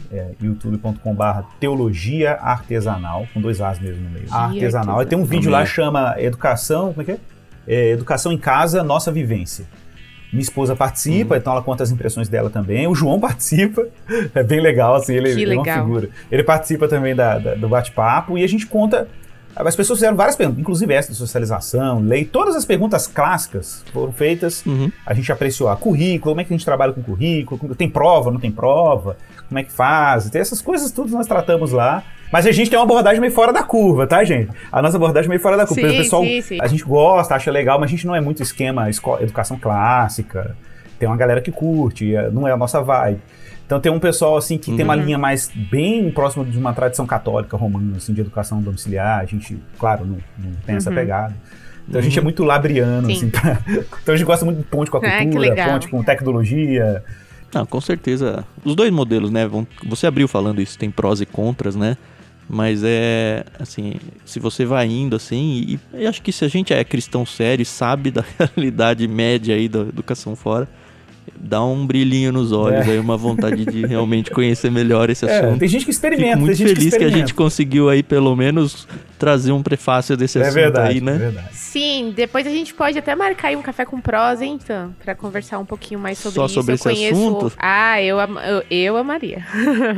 youtube.com/teologia artesanal, com 2 As mesmo no meio. Artesanal. E tem um vídeo lá que chama Educação, como é que é? Educação em Casa, Nossa Vivência. Minha esposa participa, então ela conta as impressões dela também. O João participa, é bem legal, assim, ele é uma figura. Ele participa também do bate-papo e a gente conta... As pessoas fizeram várias perguntas, inclusive essa de socialização, lei, todas as perguntas clássicas foram feitas. A gente apreciou currículo, como é que a gente trabalha com currículo, tem prova, não tem prova, como é que faz, tem essas coisas tudo nós tratamos lá. Mas a gente tem uma abordagem meio fora da curva, tá, gente? A nossa abordagem é meio fora da curva. Sim, o pessoal, sim. A gente gosta, acha legal, mas a gente não é muito esquema educação clássica. Tem uma galera que curte, não é a nossa vibe. Então tem um pessoal assim que tem uma linha mais bem próxima de uma tradição católica romana, assim, de educação domiciliar. A gente, claro, não tem essa pegada. Então a gente é muito labriano, assim. Então a gente gosta muito de ponte com a cultura, ponte com tecnologia. Não, com certeza. Os 2 modelos, né? Você abriu falando isso, tem prós e contras, né? Mas assim, se você vai indo assim, e acho que se a gente é cristão sério e sabe da realidade média aí da educação fora, dá um brilhinho nos olhos, aí uma vontade de realmente conhecer melhor esse assunto. Tem gente que experimenta. Fico muito tem gente feliz que a gente conseguiu aí pelo menos trazer um prefácio desse assunto verdade, aí, né? É verdade. Sim, depois a gente pode até marcar aí um café com prosa, hein, então, pra conversar um pouquinho mais sobre Só isso. sobre esse assunto? Ah, eu amaria.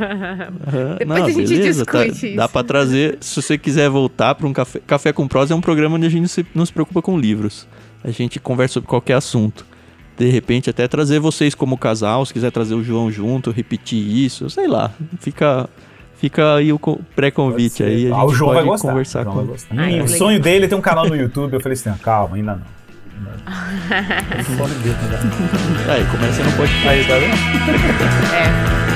Depois a gente discute isso. Dá pra trazer, se você quiser voltar pra um café com prosa, é um programa onde a gente não se preocupa com livros. A gente conversa sobre qualquer assunto. De repente até trazer vocês como casal, se quiser trazer o João junto, repetir isso, sei lá. Fica aí o pré-convite aí, a gente o João pode vai gostar. conversar com ele. O sonho dele é ter um canal no YouTube. Eu falei assim, calma, ainda não. Aí, começa no podcast. Aí, tá vendo?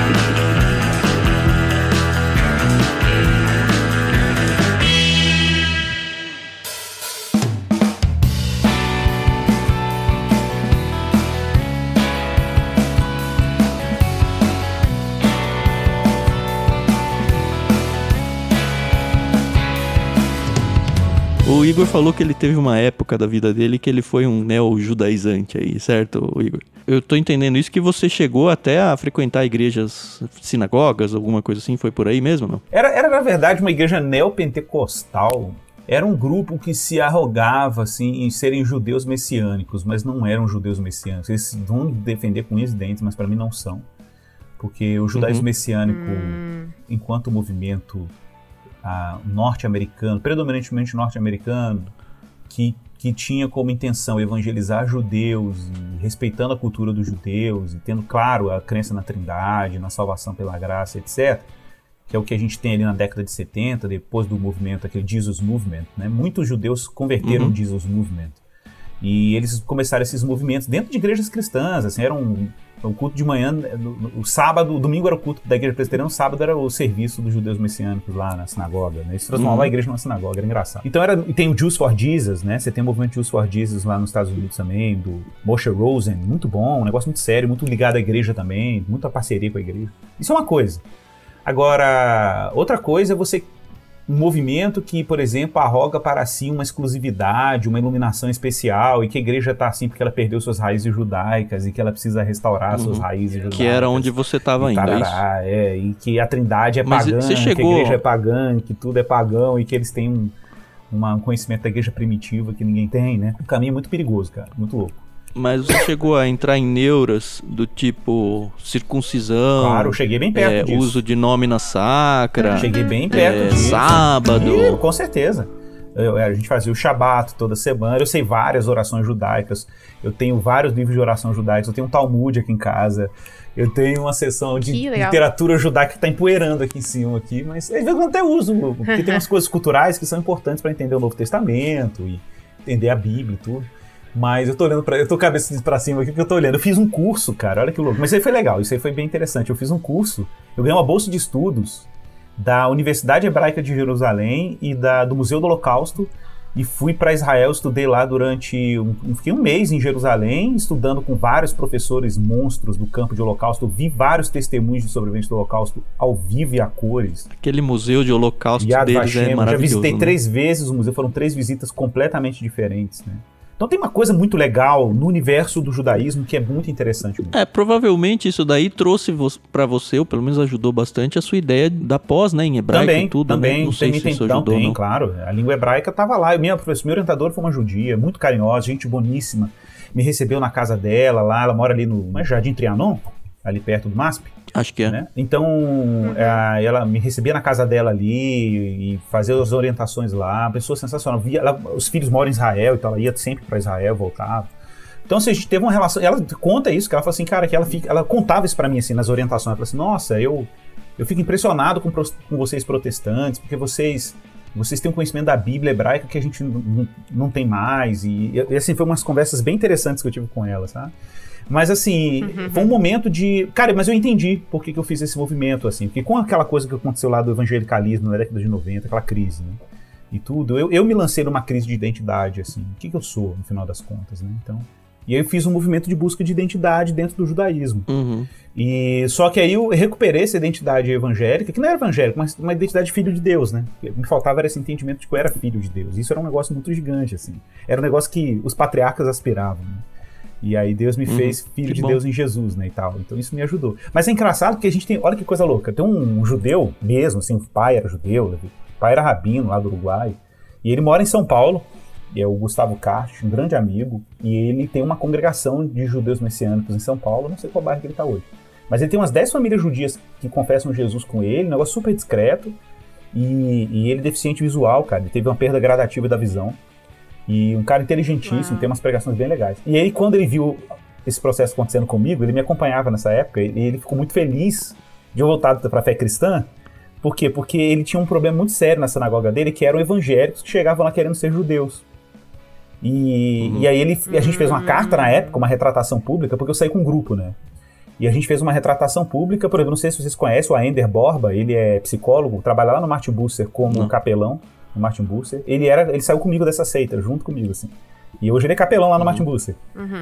O Igor falou que ele teve uma época da vida dele que ele foi um neo-judaizante aí, certo, Igor? Eu tô entendendo isso, que você chegou até a frequentar igrejas, sinagogas, alguma coisa assim, foi por aí mesmo, não? Era na verdade, uma igreja neopentecostal. Era um grupo que se arrogava, assim, em serem judeus messiânicos, mas não eram judeus messiânicos. Eles vão defender com unhas e dentes, mas para mim não são. Porque o judaísmo messiânico, enquanto movimento norte-americano, predominantemente norte-americano, que tinha como intenção evangelizar judeus, e respeitando a cultura dos judeus, e tendo, claro, a crença na Trindade, na salvação pela graça, etc., que é o que a gente tem ali na década de 70, depois do movimento, aquele Jesus Movement, né? Muitos judeus converteram o Jesus Movement. E eles começaram esses movimentos dentro de igrejas cristãs, assim, era o culto de manhã, o sábado, o domingo era o culto da igreja presbiteriana, o sábado era o serviço dos judeus messiânicos lá na sinagoga, né? Eles transformavam a igreja numa sinagoga, era engraçado. Então e tem o Jews for Jesus, né? Você tem o movimento Jews for Jesus lá nos Estados Unidos também, do Moshe Rosen, muito bom, um negócio muito sério, muito ligado à igreja também, muita parceria com a igreja. Isso é uma coisa. Agora, outra coisa é você... um movimento que, por exemplo, arroga para si uma exclusividade, uma iluminação especial, e que a igreja está assim porque ela perdeu suas raízes judaicas e que ela precisa restaurar suas raízes judaicas. Que era onde você estava indo, e que a trindade é pagã, que a igreja é pagã, que tudo é pagão, e que eles têm um conhecimento da igreja primitiva que ninguém tem, né? Um caminho muito perigoso, cara, muito louco. Mas você chegou a entrar em neuras do tipo circuncisão? Claro, eu cheguei bem perto disso. Uso de nómina sacra. Cheguei bem perto disso. Sábado. Com certeza. A gente fazia o Shabat toda semana. Eu sei várias orações judaicas. Eu tenho vários livros de oração judaicos. Eu tenho um Talmud aqui em casa. Eu tenho uma seção de literatura judaica que está empoeirando aqui em cima, aqui, mas às vezes eu até uso, porque tem umas coisas culturais que são importantes para entender o Novo Testamento e entender a Bíblia e tudo. Mas eu tô olhando eu tô cabeça pra cima aqui porque eu tô olhando. Eu fiz um curso, cara, olha que louco. Mas isso aí foi legal, isso aí foi bem interessante. Eu fiz um curso, eu ganhei uma bolsa de estudos da Universidade Hebraica de Jerusalém e do Museu do Holocausto e fui pra Israel, estudei lá durante... fiquei um mês em Jerusalém, estudando com vários professores monstros do campo de Holocausto. Vi vários testemunhos de sobreviventes do Holocausto ao vivo e a cores. Aquele museu de Holocausto Yad deles Vashem, é maravilhoso. Já visitei 3 né? vezes o museu, foram 3 visitas completamente diferentes, né? Então tem uma coisa muito legal no universo do judaísmo que é muito interessante. Provavelmente isso daí trouxe pra você, ou pelo menos ajudou bastante, a sua ideia da pós, né, em hebraico também, e tudo, também, né? Não sei se isso ajudou, tem, não. Claro. A língua hebraica estava lá. Minha orientadora foi uma judia, muito carinhosa, gente boníssima. Me recebeu na casa dela lá, ela mora ali no Jardim Trianon, ali perto do MASP. Acho que é. Né? Então, ela me recebia na casa dela ali e fazia as orientações lá. Uma pessoa sensacional. Os filhos moram em Israel, então ela ia sempre para Israel, voltava. Então, assim, a gente teve uma relação... Ela conta isso, que ela fala assim, cara, que ela contava isso para mim, assim, nas orientações. Ela falou assim, nossa, eu fico impressionado com vocês protestantes, porque vocês têm um conhecimento da Bíblia hebraica que a gente não tem mais. E assim, foi umas conversas bem interessantes que eu tive com ela, sabe? Mas assim, foi um momento de... Cara, mas eu entendi por que eu fiz esse movimento, assim. Porque com aquela coisa que aconteceu lá do evangelicalismo na década de 90, aquela crise, né? E tudo, eu me lancei numa crise de identidade, assim. O que eu sou, no final das contas, né? Então... E aí eu fiz um movimento de busca de identidade dentro do judaísmo. E só que aí eu recuperei essa identidade evangélica, que não era evangélica, mas uma identidade de filho de Deus, né? Me faltava era esse entendimento de que eu era filho de Deus. Isso era um negócio muito gigante, assim. Era um negócio que os patriarcas aspiravam, né? E aí Deus me fez filho de Deus em Jesus, né, e tal. Então isso me ajudou. Mas é engraçado porque a gente tem... Olha que coisa louca. Tem um judeu mesmo, assim, o pai era judeu, o pai era rabino lá do Uruguai. E ele mora em São Paulo. E é o Gustavo Kart, um grande amigo. E ele tem uma congregação de judeus messiânicos em São Paulo. Não sei qual bairro que ele tá hoje. Mas ele tem umas 10 famílias judias que confessam Jesus com ele. Um negócio super discreto. E ele é deficiente visual, cara. Ele teve uma perda gradativa da visão. E um cara inteligentíssimo, tem umas pregações bem legais. E aí, quando ele viu esse processo acontecendo comigo, ele me acompanhava nessa época, e ele ficou muito feliz de eu voltar para a fé cristã. Por quê? Porque ele tinha um problema muito sério na sinagoga dele, que eram evangélicos que chegavam lá querendo ser judeus. E aí a gente fez uma carta na época, uma retratação pública, porque eu saí com um grupo, né? E a gente fez uma retratação pública, por exemplo, não sei se vocês conhecem o Aender Borba, ele é psicólogo, trabalha lá no Martin Busser como capelão. O Martin Busser, ele saiu comigo dessa seita, junto comigo, assim. E hoje ele é capelão lá no Martin Busser.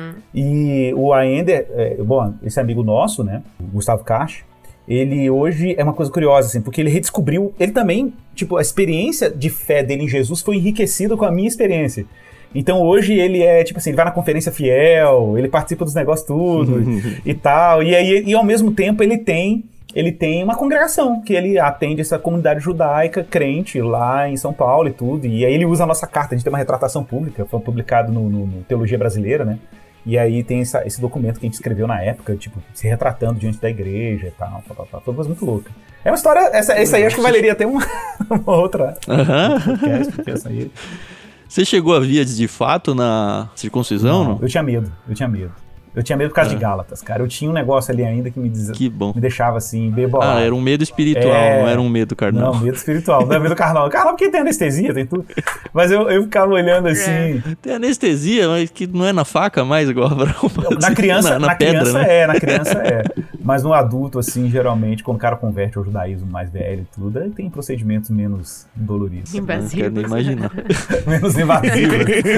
E o Aender, esse amigo nosso, né, o Gustavo Kart, ele hoje é uma coisa curiosa, assim, porque ele redescobriu, ele também, tipo, a experiência de fé dele em Jesus foi enriquecida com a minha experiência. Então hoje ele é, tipo assim, ele vai na conferência fiel, ele participa dos negócios tudo e tal, e ao mesmo tempo ele tem uma congregação que ele atende essa comunidade judaica crente lá em São Paulo e tudo. E aí ele usa a nossa carta. A gente tem uma retratação pública, foi publicado no Teologia Brasileira, né? E aí tem esse documento que a gente escreveu na época, tipo, se retratando diante da igreja e tal. Foi uma coisa muito louca. É uma história... Essa aí acho que valeria até uma outra podcast, porque essa aí... Você chegou a vias de fato na circuncisão? Não? Eu tinha medo. Eu tinha medo por causa de Gálatas, cara. Eu tinha um negócio ali ainda que me deixava assim, bem bolado. Era um medo espiritual, não era um medo carnal. Não, medo espiritual, não é medo carnal. Carnal porque tem anestesia, tem tudo. Mas eu ficava olhando assim... Tem anestesia, mas que não é na faca mais, igual na criança, na pedra, criança né? na criança é. Mas no adulto, assim, geralmente, quando o cara converte ao judaísmo mais velho e tudo, aí tem procedimentos menos doloridos. Invasivos. Não quero nem imaginar. Menos invasivos.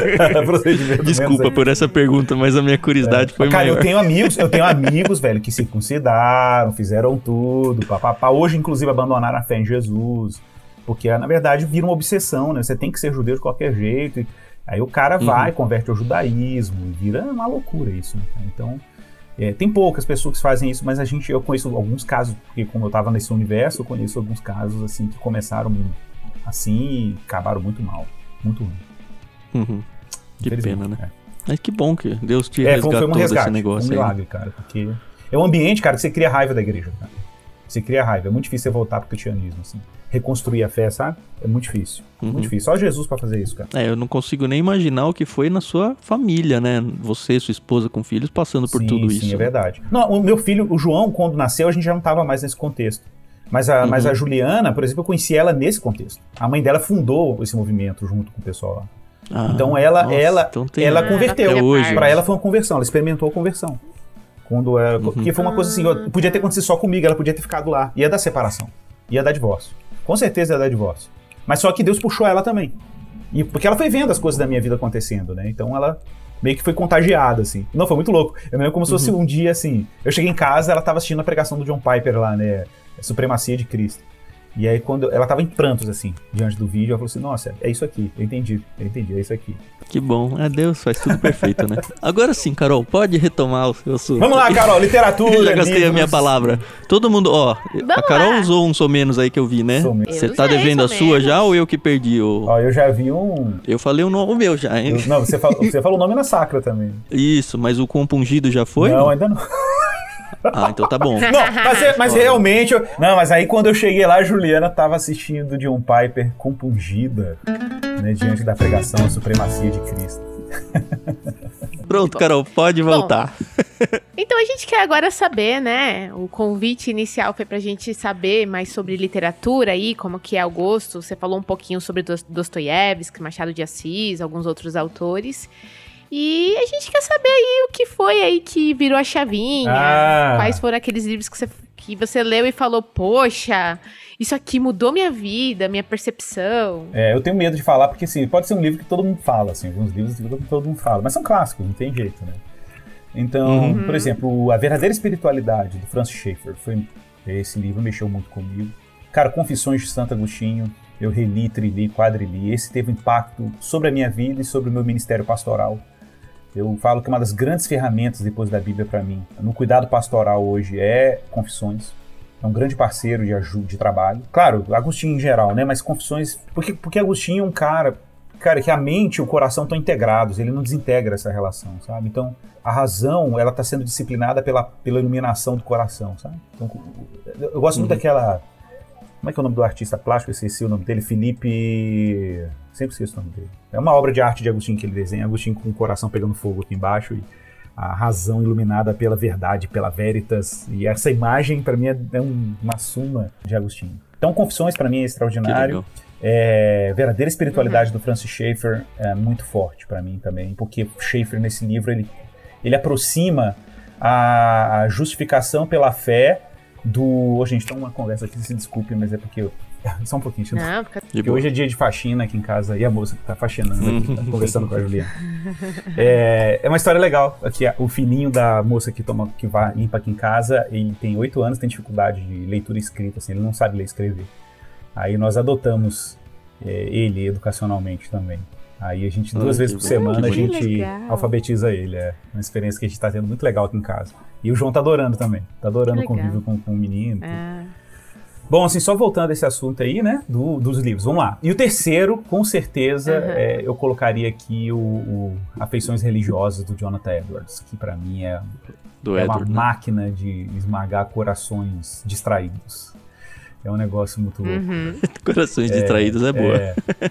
Desculpa por essa pergunta, mas a minha curiosidade foi cara, maior. eu tenho amigos, velho, que circuncidaram, fizeram tudo, papapá. Hoje, inclusive, abandonaram a fé em Jesus, porque, na verdade, vira uma obsessão, né? Você tem que ser judeu de qualquer jeito. Aí o cara vai, converte ao judaísmo, e vira uma loucura isso, né? Então, tem poucas pessoas que fazem isso, mas eu conheço alguns casos, porque como eu tava nesse universo, eu conheço alguns casos, assim, que começaram assim e acabaram muito mal, muito ruim. Que pena, né? Mas que bom que Deus te resgatou desse negócio foi um milagre, cara, porque é um ambiente, cara, que você cria raiva da igreja, cara. Você cria raiva, é muito difícil você voltar pro cristianismo, assim. Reconstruir a fé, sabe? É muito difícil, muito difícil. Só Jesus pra fazer isso, cara. Eu não consigo nem imaginar o que foi na sua família, né? Você, sua esposa com filhos, passando por tudo isso. Sim, é verdade. Não, o meu filho, o João, quando nasceu, a gente já não tava mais nesse contexto. Mas a Juliana, por exemplo, eu conheci ela nesse contexto. A mãe dela fundou esse movimento junto com o pessoal lá. Então ela converteu. Pra ela foi uma conversão, ela experimentou a conversão. Porque foi uma coisa assim, podia ter acontecido só comigo, ela podia ter ficado lá. Ia dar separação, ia dar divórcio. Com certeza ia dar divórcio. Mas só que Deus puxou ela também. Porque ela foi vendo as coisas da minha vida acontecendo, né? Então ela meio que foi contagiada, assim. Não, foi muito louco. Eu me lembro como se fosse um dia, assim... Eu cheguei em casa, ela tava assistindo a pregação do John Piper lá, né? Supremacia de Cristo. E aí, quando ela tava em prantos, assim, diante do vídeo, ela falou assim, nossa, é isso aqui, eu entendi, é isso aqui. Que bom, Deus faz tudo perfeito, né? Agora sim, Carol, pode retomar o seu assunto. Vamos lá, Carol, literatura. Já gastei a minha palavra. Todo mundo, a Carol usou um somenos aí que eu vi, né? Você tá devendo a sua já ou eu que perdi? Eu já vi um... Eu falei o meu já, hein? Não, você falou o nome na sacra também. Isso, mas o compungido já foi? Não, ainda não. Então tá bom. Não, mas realmente... Não, mas aí quando eu cheguei lá, a Juliana tava assistindo John Piper compungida, né, diante da pregação, a supremacia de Cristo. Pronto, Carol, pode voltar. Bom, então a gente quer agora saber, né? O convite inicial foi pra gente saber mais sobre literatura aí, como que é o gosto. Você falou um pouquinho sobre Dostoiévski, Machado de Assis, alguns outros autores. E a gente quer saber aí o que foi aí que virou a chavinha. Quais foram aqueles livros que você leu e falou, poxa, isso aqui mudou minha vida, minha percepção. Eu tenho medo de falar, porque assim, pode ser um livro que todo mundo fala, assim, alguns livros que todo mundo fala, mas são clássicos, não tem jeito, né? Então, por exemplo, A Verdadeira Espiritualidade, do Francis Schaeffer, esse livro mexeu muito comigo. Cara, Confissões de Santo Agostinho, eu reli, trili, quadrili, esse teve um impacto sobre a minha vida e sobre o meu ministério pastoral. Eu falo que uma das grandes ferramentas depois da Bíblia para mim, no cuidado pastoral hoje, é Confissões. É um grande parceiro de trabalho. Claro, Agostinho em geral, né? Mas Confissões... Porque Agostinho é um cara que a mente e o coração estão integrados. Ele não desintegra essa relação, sabe? Então, a razão, ela está sendo disciplinada pela iluminação do coração, sabe? Então, eu gosto muito daquela... Como é que é o nome do artista plástico? Eu esqueci o nome dele. Felipe... Sempre esqueço o nome dele. É uma obra de arte de Agostinho que ele desenha. Agostinho com o coração pegando fogo aqui embaixo e a razão iluminada pela verdade, pela veritas. E essa imagem, para mim, é uma suma de Agostinho. Então, Confissões, para mim, é extraordinário. Verdadeira Espiritualidade do Francis Schaeffer é muito forte para mim também. Porque Schaeffer, nesse livro, ele aproxima a justificação pela fé do... Gente, tá uma conversa aqui, se desculpe, mas é porque só um pouquinho. Porque hoje é dia de faxina aqui em casa e a moça que tá faxinando aqui, tá conversando com a Juliana. É uma história legal. Aqui, o filhinho da moça que limpa aqui em casa, ele tem 8 anos, tem dificuldade de leitura e escrita, assim, ele não sabe ler e escrever. Aí nós adotamos ele educacionalmente também. Aí a gente, 2 vezes por semana, a gente alfabetiza ele. É uma experiência que a gente tá tendo muito legal aqui em casa. E o João tá adorando também. Tá adorando o convívio com o menino. Bom, assim, só voltando a esse assunto aí, né, dos livros. Vamos lá. E o terceiro, com certeza, eu colocaria aqui o Afeições Religiosas, do Jonathan Edwards, que pra mim é uma máquina de esmagar corações distraídos. É um negócio muito louco. Corações Distraídos é boa.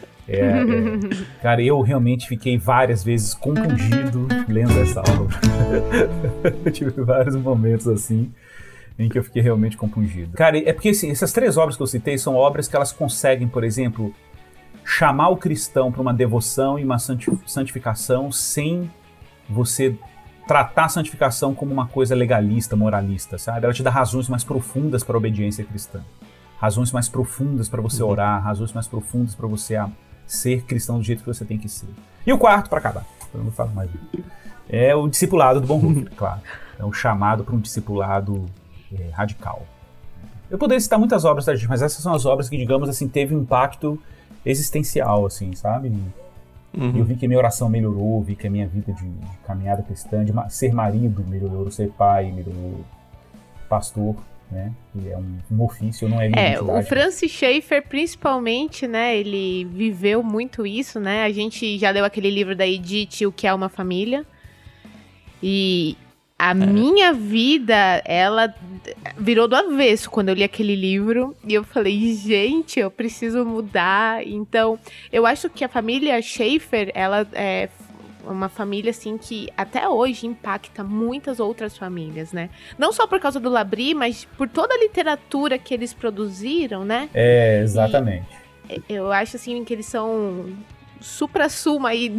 Cara, eu realmente fiquei várias vezes compungido lendo essa obra. Eu tive vários momentos assim em que eu fiquei realmente compungido. Cara, é porque assim, essas 3 obras que eu citei são obras que elas conseguem, por exemplo, chamar o cristão para uma devoção e uma santificação sem você tratar a santificação como uma coisa legalista, moralista, sabe? Ela te dá razões mais profundas para a obediência cristã. Razões mais profundas para você orar, razões mais profundas para você ser cristão do jeito que você tem que ser. E o quarto, para acabar, eu não falo mais, é o discipulado do Bonhoeffer, claro. É um chamado para um discipulado radical. Eu poderia citar muitas obras da gente, mas essas são as obras que, digamos assim, teve um impacto existencial, assim, sabe? E eu vi que minha oração melhorou, vi que a minha vida de caminhada cristã, de ser marido melhorou, ser pai melhorou, pastor, né? E é um ofício, não é identidade. O Francis Schaeffer, principalmente, né? Ele viveu muito isso, né? A gente já leu aquele livro da Edith, O que é uma família. E a minha vida, ela virou do avesso quando eu li aquele livro. E eu falei, gente, eu preciso mudar. Então, eu acho que a família Schaeffer, ela é uma família, assim, que até hoje impacta muitas outras famílias, né? Não só por causa do Labrie, mas por toda a literatura que eles produziram, né? Exatamente. E eu acho, assim, que eles são supra-sumo aí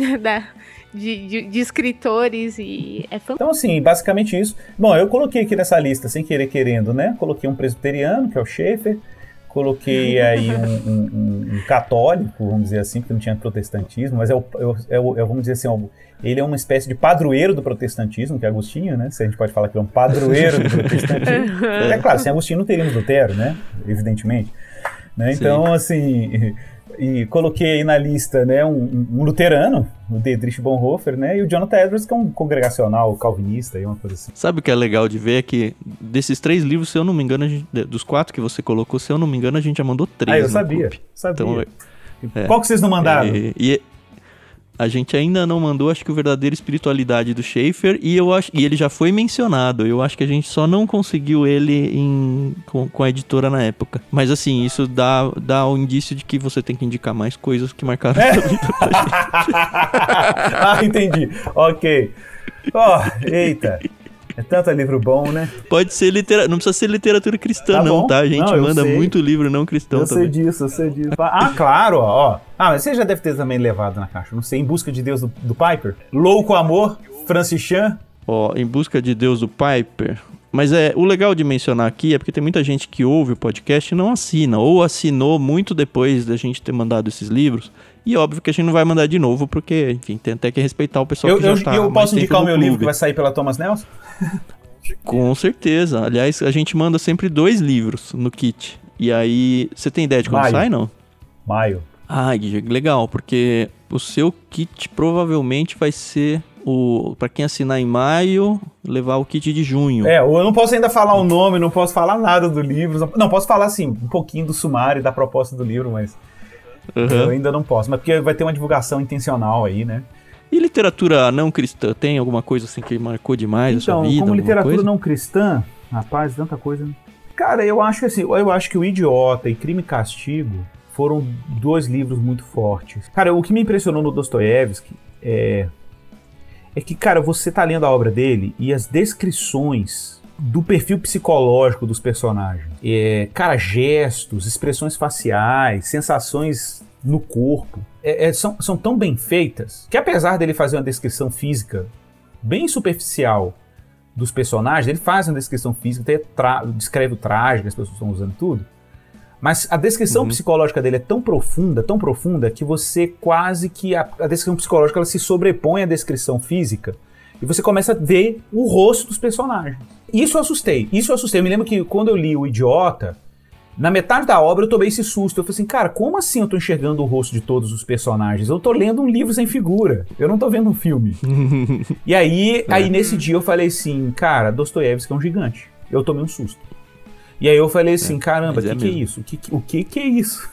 de escritores e é fantástico. Então, assim, basicamente isso. Bom, eu coloquei aqui nessa lista, sem querer querendo, né? Coloquei um presbiteriano, que é o Schaeffer. Coloquei aí um católico, vamos dizer assim, porque não tinha protestantismo, mas vamos dizer assim, ele é uma espécie de padroeiro do protestantismo, que é Agostinho, né? Se a gente pode falar que ele é um padroeiro do protestantismo. É claro, sem Agostinho não teríamos Lutero, né? Evidentemente. Né? Então, assim... E coloquei aí na lista, né, um luterano, o Dietrich Bonhoeffer, né, e o Jonathan Edwards, que é um congregacional calvinista e uma coisa assim. Sabe o que é legal de ver? É que desses 3 livros, se eu não me engano, dos 4 que você colocou, se eu não me engano, a gente já mandou 3. Eu sabia. Então, qual que vocês não mandaram? E a gente ainda não mandou, acho que o Verdadeira Espiritualidade do Schaeffer, e ele já foi mencionado. Eu acho que a gente só não conseguiu ele com a editora na época. Mas assim, isso dá um indício de que você tem que indicar mais coisas que marcaram a vida pra gente. Entendi. Ok. Eita. É tanto livro bom, né? Pode ser não precisa ser literatura cristã, não, tá? A gente manda muito livro não cristão também. Eu sei disso. Claro, ó. Mas você já deve ter também levado na caixa, não sei, Em Busca de Deus do Piper? Louco Amor, Francis Chan? Em Busca de Deus do Piper. Mas o legal de mencionar aqui é porque tem muita gente que ouve o podcast e não assina, ou assinou muito depois da gente ter mandado esses livros. E óbvio que a gente não vai mandar de novo, porque, enfim, tem até que respeitar o pessoal que já tá. Eu posso indicar o meu livro que vai sair pela Thomas Nelson? Com certeza. Aliás, a gente manda sempre 2 livros no kit. E aí, você tem ideia de quando sai, não? Maio. Legal, porque o seu kit provavelmente vai ser pra quem assinar em maio, levar o kit de junho. Eu não posso ainda falar o nome, não posso falar nada do livro. Não, posso falar, assim, um pouquinho do sumário, da proposta do livro, mas... Eu ainda não posso, mas porque vai ter uma divulgação intencional aí, né? E literatura não cristã, tem alguma coisa assim que marcou demais a sua vida? Então, como literatura não cristã, rapaz, tanta coisa, né? Cara, eu acho que O Idiota e Crime e Castigo foram 2 livros muito fortes. Cara, o que me impressionou no Dostoiévski é que, cara, você tá lendo a obra dele e as descrições do perfil psicológico dos personagens. Cara, gestos, expressões faciais, sensações no corpo, são tão bem feitas que, apesar dele fazer uma descrição física bem superficial dos personagens, ele faz uma descrição física, descreve o traje que as pessoas estão usando, tudo, mas a descrição psicológica dele é tão profunda, que você quase que a descrição psicológica ela se sobrepõe à descrição física e você começa a ver o rosto dos personagens. Isso eu assustei. Eu me lembro que quando eu li O Idiota, na metade da obra eu tomei esse susto. Eu falei assim, cara, como assim eu tô enxergando o rosto de todos os personagens? Eu tô lendo um livro sem figura. Eu não tô vendo um filme. E aí nesse dia eu falei assim, cara, Dostoiévski é um gigante. Eu tomei um susto. E aí eu falei assim, caramba, o que é isso? O que é isso?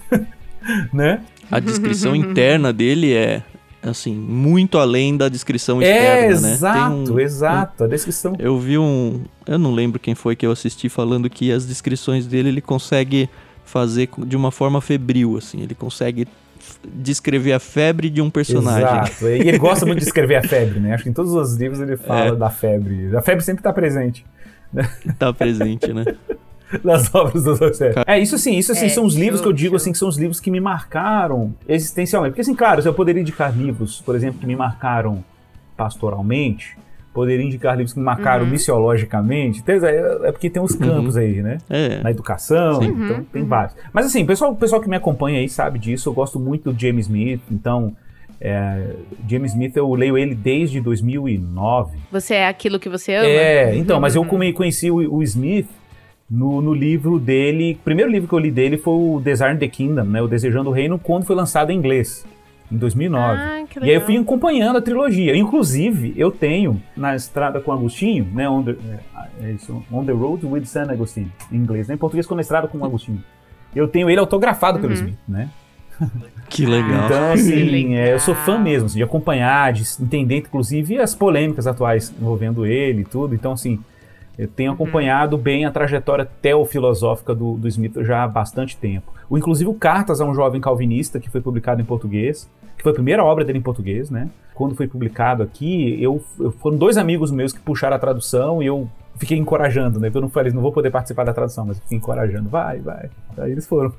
Né? A descrição interna dele é, assim, muito além da descrição externa, né? Exato, a descrição. Eu vi eu não lembro quem foi que eu assisti falando que as descrições dele, ele consegue fazer de uma forma febril, assim. Ele consegue descrever a febre de um personagem. Exato. E ele gosta muito de descrever a febre, né? Acho que em todos os livros ele fala da febre. A febre sempre está presente. Está presente, né? Nas obras do Dostoiévski. Isso sim, são os livros que eu digo assim, que são os livros que me marcaram existencialmente. Porque assim, claro, eu poderia indicar livros, por exemplo, que me marcaram pastoralmente, poderia indicar livros que me marcaram missiologicamente, é porque tem uns campos aí, né? Na educação, então tem vários. Mas assim, o pessoal que me acompanha aí sabe disso, eu gosto muito do James Smith, então... James Smith, eu leio ele desde 2009. Você é aquilo que você ama? Então, mas eu conheci o Smith no livro dele. O primeiro livro que eu li dele foi o Desiring the Kingdom, né, o Desejando o Reino, quando foi lançado em inglês, em 2009. Que legal. E aí eu fui acompanhando a trilogia. Inclusive, eu tenho Na Estrada com Agostinho, né, On the Road with San Agustín, em inglês, né, em português, Na Estrada com Agostinho. Eu tenho ele autografado pelo Smith, né? Que legal. Então, assim, eu sou fã mesmo, assim, de acompanhar, de entender, inclusive, as polêmicas atuais envolvendo ele e tudo. Então, assim, eu tenho acompanhado bem a trajetória teofilosófica do Smith já há bastante tempo. Inclusive, o Cartas a um Jovem Calvinista, que foi publicado em português, que foi a primeira obra dele em português, né? Quando foi publicado aqui, foram 2 amigos meus que puxaram a tradução e eu fiquei encorajando, né? Eu não falei, não vou poder participar da tradução, mas eu fiquei encorajando. Vai. Aí eles foram.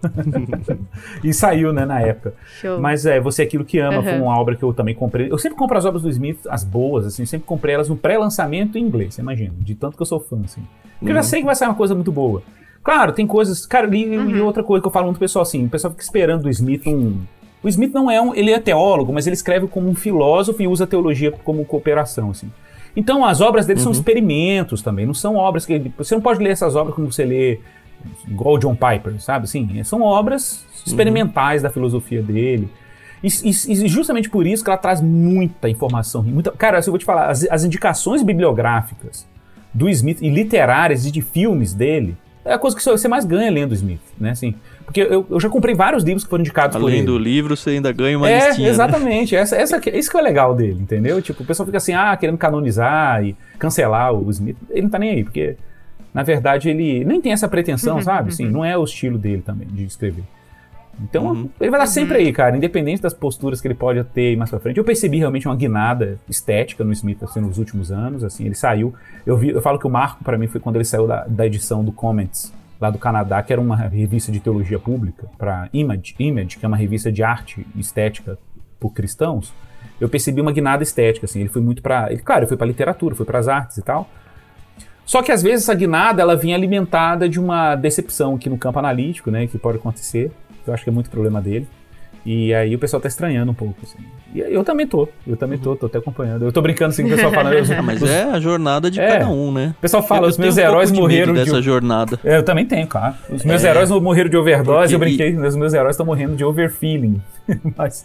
E saiu, né, na época. Show. Mas Você é Aquilo que Ama, foi uma obra que eu também comprei. Eu sempre compro as obras do Smith, as boas, assim, sempre comprei elas no pré-lançamento em inglês, você imagina, de tanto que eu sou fã, assim. Porque eu já sei que vai sair uma coisa muito boa. Claro, tem coisas... Cara, e outra coisa que eu falo muito pro pessoal, assim, o pessoal fica esperando do Smith O Smith não é ele é teólogo, mas ele escreve como um filósofo e usa a teologia como cooperação, assim. Então, as obras dele são experimentos também, não são obras que... Você não pode ler essas obras como você lê igual o John Piper, sabe? Assim, são obras experimentais da filosofia dele. E justamente por isso que ela traz muita informação. Cara, eu vou te falar, as indicações bibliográficas do Smith e literárias e de filmes dele é a coisa que você mais ganha lendo o Smith, né? Assim, porque eu já comprei vários livros que foram indicados por ele. Além do livro, você ainda ganha uma listinha, exatamente. Né? Isso que é legal dele, entendeu? Tipo, o pessoal fica assim, querendo canonizar e cancelar o Smith. Ele não tá nem aí, porque, na verdade, ele nem tem essa pretensão, sabe? Assim, não é o estilo dele também, de escrever. Então, ele vai estar sempre aí, cara, independente das posturas que ele pode ter mais pra frente. Eu percebi realmente uma guinada estética no Smith, assim, nos últimos anos, assim, ele saiu... Eu falo que o marco, pra mim, foi quando ele saiu da edição do Comments, lá do Canadá, que era uma revista de teologia pública, pra Image, que é uma revista de arte e estética por cristãos. Eu percebi uma guinada estética, assim, ele foi muito pra... Claro, ele foi pra literatura, foi pras artes e tal. Só que, às vezes, essa guinada, ela vinha alimentada de uma decepção aqui no campo analítico, né, que pode acontecer. Eu acho que é muito problema dele. E aí o pessoal tá estranhando um pouco, assim. E eu também tô até acompanhando. Eu tô brincando assim, o pessoal falando... Mas é a jornada de cada um, né? O pessoal fala, os meus heróis morreram dessa jornada. Eu também tenho, claro. Os meus heróis não morreram de overdose, eu brinquei, os meus heróis estão morrendo de overfeeling. Mas...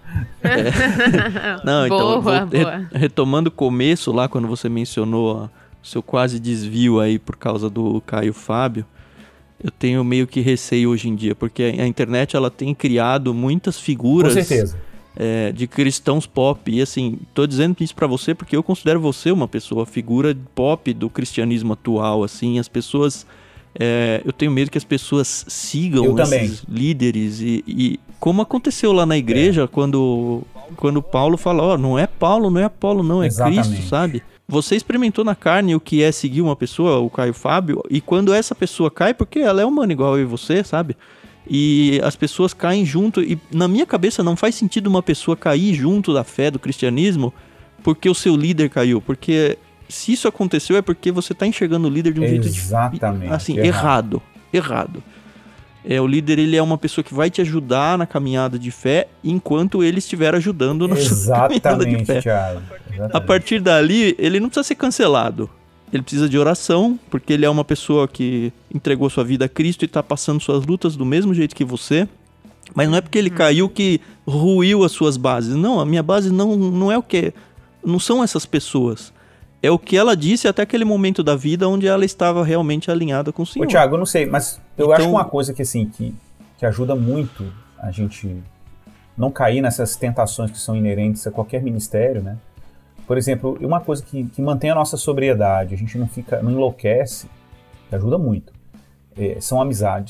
Não, então, retomando o começo lá, quando você mencionou o seu quase desvio aí por causa do Caio Fábio, eu tenho meio que receio hoje em dia, porque a internet ela tem criado muitas figuras de cristãos pop, e assim, tô dizendo isso pra você porque eu considero você uma pessoa, figura pop do cristianismo atual, assim, as pessoas, eu tenho medo que as pessoas sigam esses líderes, e como aconteceu lá na igreja, quando Paulo fala, não é Paulo, não é Apolo, não, é Cristo, sabe? Você experimentou na carne o que é seguir uma pessoa, o Caio Fábio, e quando essa pessoa cai, porque ela é humana igual eu e você, sabe? E as pessoas caem junto, e na minha cabeça não faz sentido uma pessoa cair junto da fé, do cristianismo, porque o seu líder caiu, porque se isso aconteceu é porque você está enxergando o líder de um jeito assim, errado. O líder, ele é uma pessoa que vai te ajudar na caminhada de fé, enquanto ele estiver ajudando na sua caminhada de fé. Thiago. A partir dali, ele não precisa ser cancelado. Ele precisa de oração, porque ele é uma pessoa que entregou sua vida a Cristo e está passando suas lutas do mesmo jeito que você. Mas não é porque ele caiu que ruiu as suas bases. Não, a minha base não é o que... Não são essas pessoas. É o que ela disse até aquele momento da vida onde ela estava realmente alinhada com o Senhor. Ô, Thiago, eu não sei, mas eu acho que uma coisa que, assim, que ajuda muito a gente não cair nessas tentações que são inerentes a qualquer ministério, né? Por exemplo, uma coisa que mantém a nossa sobriedade, a gente não enlouquece, que ajuda muito, são amizades.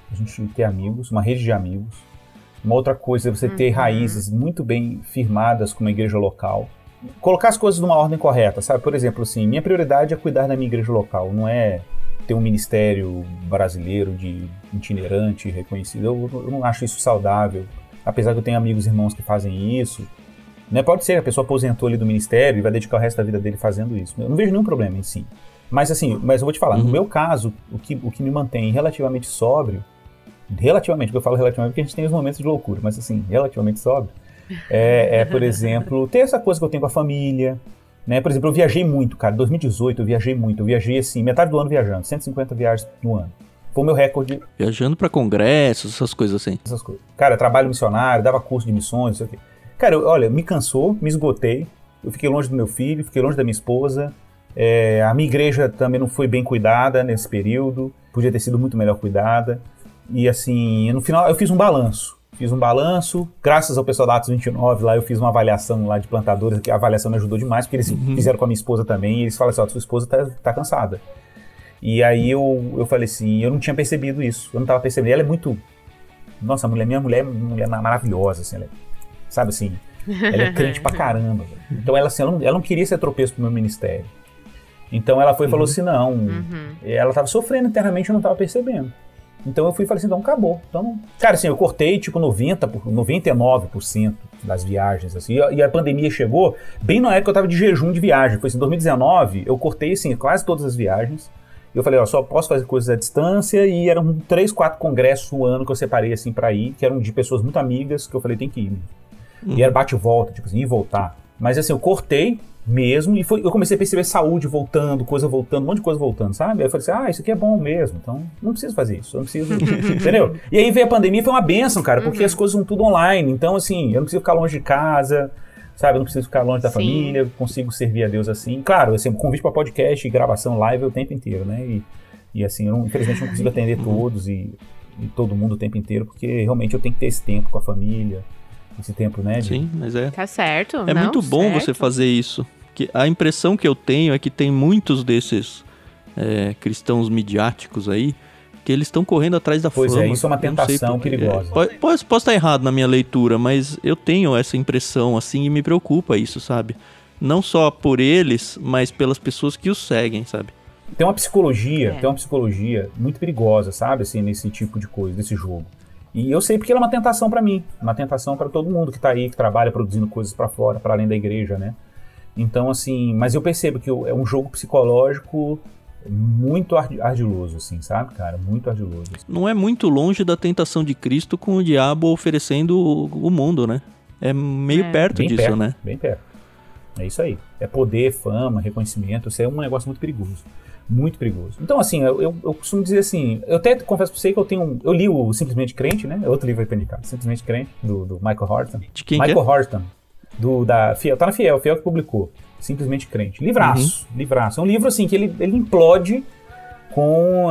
a gente ter amigos, uma rede de amigos. Uma outra coisa é você ter raízes muito bem firmadas com uma igreja local. Colocar as coisas numa ordem correta, sabe? Por exemplo, assim, minha prioridade é cuidar da minha igreja local, não é ter um ministério brasileiro de itinerante reconhecido. Eu não acho isso saudável, apesar que eu tenho amigos e irmãos que fazem isso. Né? Pode ser que a pessoa aposentou ali do ministério e vai dedicar o resto da vida dele fazendo isso. Eu não vejo nenhum problema em si. Mas assim, mas eu vou te falar, no meu caso, o que me mantém relativamente sóbrio, relativamente, porque eu falo relativamente porque a gente tem os momentos de loucura, mas assim, relativamente sóbrio, por exemplo, ter essa coisa que eu tenho com a família, né? Por exemplo, eu viajei muito, cara, em 2018 eu viajei assim, metade do ano viajando, 150 viagens no ano. Foi o meu recorde. Viajando pra congressos, essas coisas assim. Essas coisas. Cara, trabalho missionário, dava curso de missões, não sei o quê. Cara, olha, me cansou, me esgotei, eu fiquei longe do meu filho, fiquei longe da minha esposa, a minha igreja também não foi bem cuidada nesse período, podia ter sido muito melhor cuidada, e assim, no final eu fiz um balanço, graças ao pessoal da Atos 29, lá eu fiz uma avaliação lá de plantadores, que a avaliação me ajudou demais, porque eles fizeram com a minha esposa também, e eles falaram assim, ó, sua esposa tá cansada. E aí eu falei assim, eu não tinha percebido isso, eu não tava percebendo, ela é muito, nossa, minha mulher é uma mulher maravilhosa, assim, ela sabe assim, ela é crente pra caramba, então ela, assim, ela não queria ser tropeço pro meu ministério, então ela foi e falou assim, não, ela tava sofrendo internamente, eu não tava percebendo. Então eu fui e falei assim, então acabou. Então, cara, assim, eu cortei tipo 99% das viagens, assim, e a pandemia chegou bem na época que eu tava de jejum de viagem. Foi assim, em 2019, eu cortei, assim, quase todas as viagens. E eu falei, ó, só posso fazer coisas à distância, e eram 3, 4 congressos no ano que eu separei, assim, pra ir, que eram de pessoas muito amigas, que eu falei, tem que ir. E era bate e volta, tipo assim, ir e voltar. Mas assim, eu cortei mesmo, e eu comecei a perceber saúde voltando, coisa voltando, um monte de coisa voltando, sabe? Aí eu falei assim, isso aqui é bom mesmo, então não preciso fazer isso, eu não preciso, entendeu? E aí veio a pandemia, foi uma bênção, cara, porque as coisas são tudo online, então assim, eu não preciso ficar longe de casa, sabe? Eu não preciso ficar longe da família, eu consigo servir a Deus assim. Claro, assim, convite para podcast e gravação live o tempo inteiro, né? E assim, infelizmente não consigo atender todos e todo mundo o tempo inteiro, porque realmente eu tenho que ter esse tempo com a família, esse tempo, né? Sim, mas Tá certo. É muito bom você fazer isso. Que a impressão que eu tenho é que tem muitos desses cristãos midiáticos aí, que eles estão correndo atrás da fama. Pois é, isso é uma tentação perigosa. Posso estar errado na minha leitura, mas eu tenho essa impressão assim e me preocupa isso, sabe? Não só por eles, mas pelas pessoas que os seguem, sabe? Tem uma psicologia muito perigosa, sabe? Assim, nesse tipo de coisa, desse jogo. E eu sei porque ela é uma tentação pra mim, uma tentação pra todo mundo que tá aí, que trabalha produzindo coisas pra fora, pra além da igreja, né? Então, assim, mas eu percebo que é um jogo psicológico muito ardiloso, assim, sabe, cara? Muito ardiloso. Assim. Não é muito longe da tentação de Cristo com o diabo oferecendo o mundo, né? É meio perto bem disso, perto, né? Bem perto. É isso aí. É poder, fama, reconhecimento. Isso é um negócio muito perigoso. Muito perigoso. Então, assim, eu costumo dizer assim, eu até confesso pra você que eu li o Simplesmente Crente, né? É outro livro aí pra indicar. Simplesmente Crente, do Michael Horton. De quem Michael Horton. Da Fiel, tá na Fiel que publicou. Simplesmente Crente. Livraço. É um livro, assim, que ele implode com...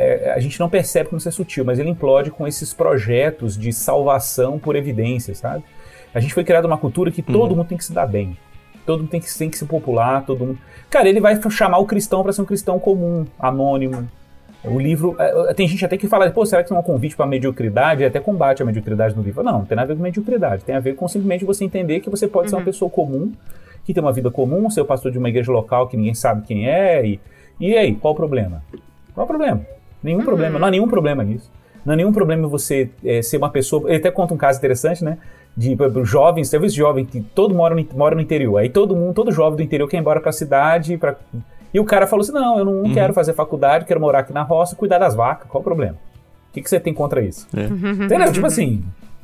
a gente não percebe como isso é sutil, mas ele implode com esses projetos de salvação por evidência, sabe? A gente foi criado uma cultura que todo mundo tem que se dar bem. Todo mundo tem que ser popular, todo mundo... Cara, ele vai chamar o cristão para ser um cristão comum, anônimo. O livro... tem gente até que fala, pô, será que isso é um convite para mediocridade? Ele até combate a mediocridade no livro. Não tem nada a ver com mediocridade. Tem a ver com simplesmente você entender que você pode ser uma pessoa comum, que tem uma vida comum, ser o pastor de uma igreja local que ninguém sabe quem é. E aí, qual o problema? Qual o problema? Nenhum problema. Não há nenhum problema nisso. Não há nenhum problema você ser uma pessoa... Ele até conta um caso interessante, né? De jovens, talvez jovem que todo mora no interior. Aí todo jovem do interior quer ir embora pra cidade. E o cara falou assim, não, eu não quero fazer faculdade, quero morar aqui na roça, cuidar das vacas. Qual o problema? O que você tem contra isso? Entendeu? Tipo assim...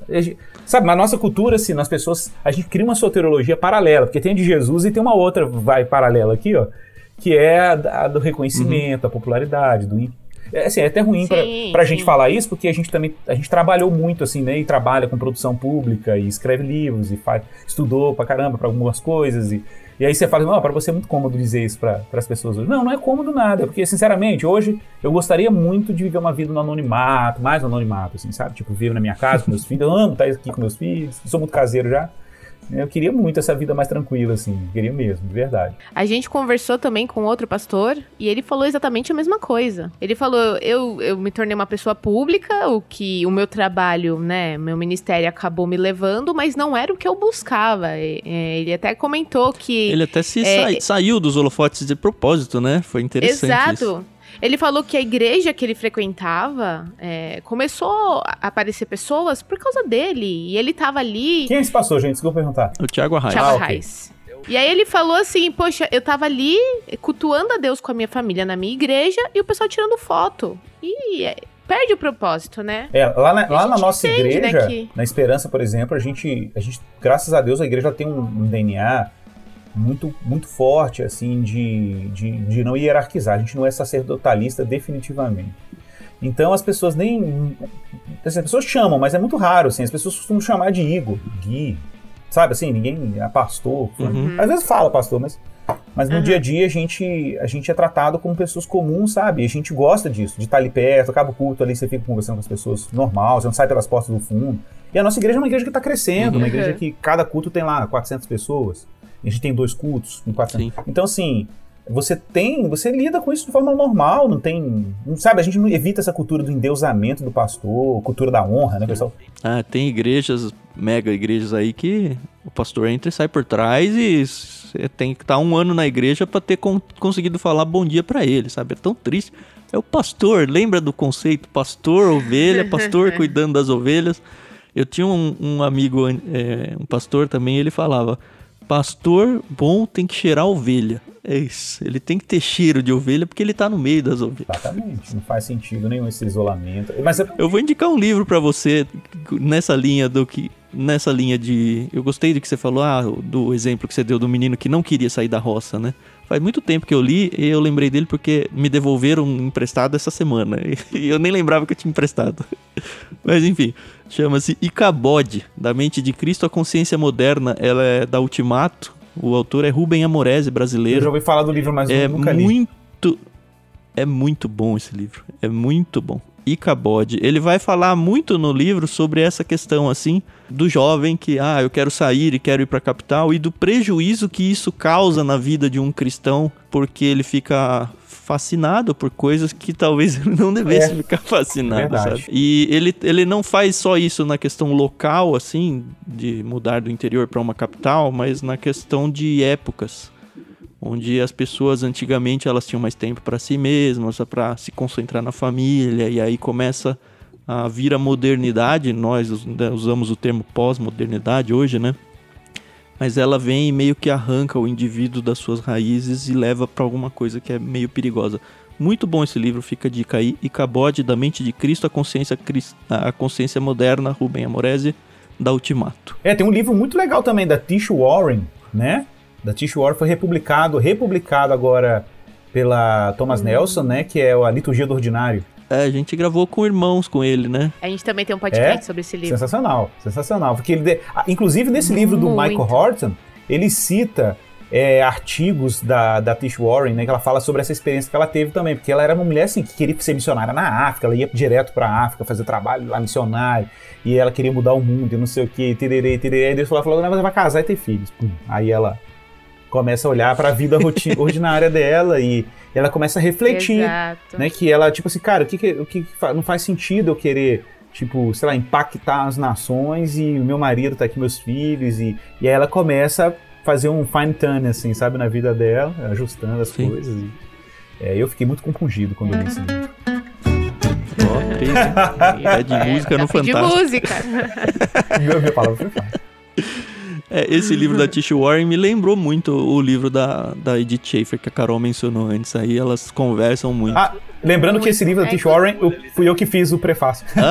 Sabe, na nossa cultura, assim, nas pessoas... A gente cria uma soteriologia paralela, porque tem a de Jesus e tem uma outra paralela aqui, ó. Que é a do reconhecimento, a popularidade, assim, é até ruim pra gente falar isso, porque a gente trabalhou muito, assim, né, e trabalha com produção pública, e escreve livros, e estudou pra caramba pra algumas coisas, e aí você fala, não, pra você é muito cômodo dizer isso pras pessoas hoje. Não é cômodo nada, porque, sinceramente, hoje eu gostaria muito de viver uma vida no anonimato, mais no anonimato, assim, sabe? Tipo, vivo na minha casa com meus filhos, eu amo estar aqui com meus filhos, sou muito caseiro já, Eu queria muito essa vida mais tranquila, assim. Queria mesmo, de verdade. A gente conversou também com outro pastor e ele falou exatamente a mesma coisa. Ele falou, eu me tornei uma pessoa pública, o meu trabalho, né, meu ministério acabou me levando, mas não era o que eu buscava. Ele até comentou que... Ele até saiu dos holofotes de propósito, né? Foi interessante. Exato. Isso. Ele falou que a igreja que ele frequentava começou a aparecer pessoas por causa dele. E ele tava ali... Quem é esse pastor, gente? Desculpa perguntar. O Thiago Arraes. Thiago Arraes. Okay. E aí ele falou assim, poxa, eu tava ali cultuando a Deus com a minha família na minha igreja e o pessoal tirando foto. E perde o propósito, né? Lá na nossa igreja, né, na Esperança, por exemplo, a gente, graças a Deus, a igreja tem um DNA... muito, muito forte, assim, de não hierarquizar. A gente não é sacerdotalista definitivamente. Então as pessoas as pessoas chamam, mas é muito raro, assim. As pessoas costumam chamar de Igor, Gui, sabe, assim, ninguém é pastor. Uhum. Às vezes fala pastor, mas no dia a dia a gente é tratado como pessoas comuns, sabe? E a gente gosta disso, de estar ali perto, acaba o culto ali, você fica conversando com as pessoas normal, você não sai pelas portas do fundo. E a nossa igreja é uma igreja que está crescendo, uma igreja que cada culto tem lá 400 pessoas. A gente tem 2 cultos, 400. Então, assim, você lida com isso de forma normal, sabe, a gente não evita essa cultura do endeusamento do pastor, cultura da honra, né, pessoal? Tem igrejas, mega igrejas aí que o pastor entra e sai por trás e você tem que estar 1 ano na igreja para ter conseguido falar bom dia para ele, sabe? É tão triste. É o pastor, lembra do conceito? Pastor, ovelha, pastor cuidando das ovelhas. Eu tinha um amigo, um pastor também, ele falava... Pastor bom tem que cheirar ovelha. É isso. Ele tem que ter cheiro de ovelha porque ele tá no meio das ovelhas. Exatamente. Não faz sentido nenhum esse isolamento. Eu vou indicar um livro pra você nessa linha de... Eu gostei do que você falou, do exemplo que você deu do menino que não queria sair da roça, né? Faz muito tempo que eu li e eu lembrei dele porque me devolveram emprestado essa semana. E eu nem lembrava que eu tinha emprestado. Mas enfim, chama-se Icabod, da mente de Cristo à consciência moderna. Ela é da Ultimato. O autor é Rubem Amorese, brasileiro. Eu já ouvi falar do livro, mas eu nunca li. É muito bom esse livro. É muito bom. Icabod. Ele vai falar muito no livro sobre essa questão, assim, do jovem que, eu quero sair e quero ir pra capital, e do prejuízo que isso causa na vida de um cristão, porque ele fica fascinado por coisas que talvez ele não devesse ficar fascinado, sabe? E ele não faz só isso na questão local, assim, de mudar do interior para uma capital, mas na questão de épocas, onde as pessoas antigamente elas tinham mais tempo para si mesmas, para se concentrar na família, e aí começa a vir a modernidade. Nós usamos o termo pós-modernidade hoje, né? Mas ela vem e meio que arranca o indivíduo das suas raízes e leva para alguma coisa que é meio perigosa. Muito bom esse livro, fica a dica aí. Icabod, da mente de Cristo, a consciência moderna, Rubem Amorese, da Ultimato. Tem um livro muito legal também, da Tish Warren, né? Da Tish Warren, foi republicado agora pela Thomas Nelson, né? Que é a Liturgia do Ordinário. A gente gravou com irmãos com ele, né? A gente também tem um podcast sobre esse livro. Sensacional. Porque inclusive nesse livro do Michael Horton, ele cita artigos da Tish Warren, né? Que ela fala sobre essa experiência que ela teve também. Porque ela era uma mulher assim, que queria ser missionária na África, ela ia direto pra África fazer trabalho lá missionário, e ela queria mudar o mundo e não sei o que, tererê. E Deus falou, você vai casar e ter filhos. Aí ela começa a olhar para a vida ordinária dela e ela começa a refletir, né, que ela, tipo assim, cara, o que não faz sentido eu querer, tipo, sei lá, impactar as nações e o meu marido tá aqui, meus filhos, e aí ela começa a fazer um fine tune, assim, sabe, na vida dela, ajustando as coisas. Eu fiquei muito compungido quando eu li esse livro. É de música no Fantástico. De música. Minha palavra foi fácil. Esse livro da Tish Warren me lembrou muito o livro da Edith Schaefer, que a Carol mencionou antes. Aí elas conversam muito. Lembrando que esse livro da Tish Warren, fui eu que fiz o prefácio. Que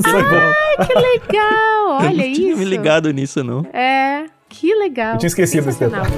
legal! Olha isso. Eu não tinha me ligado nisso, não. Que legal. Eu tinha esquecido desse detalhe.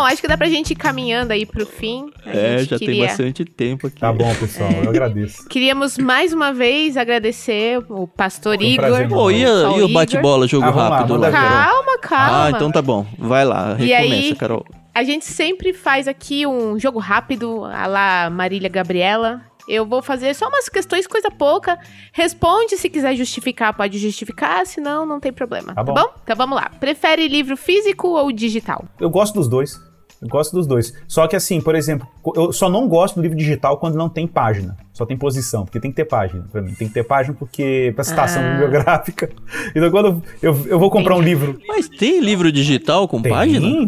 acho que dá pra gente ir caminhando aí pro fim. Tem bastante tempo aqui. Tá bom, pessoal, eu agradeço. Queríamos mais uma vez agradecer o pastor Igor. E o bate-bola, jogo rápido? Lá, calma. Então tá bom. Vai lá, recomeça, Carol. A gente sempre faz aqui um jogo rápido, a lá Marília Gabriela. Eu vou fazer só umas questões, coisa pouca. Responde, se quiser justificar, pode justificar, senão não tem problema. Tá bom? Então vamos lá. Prefere livro físico ou digital? Eu gosto dos dois. Só que assim, por exemplo, eu só não gosto do livro digital quando não tem página. Só tem posição, porque tem que ter página pra mim. Tem que ter página porque pra citação bibliográfica. Então quando eu vou comprar um livro... Mas tem livro digital com página? Tem,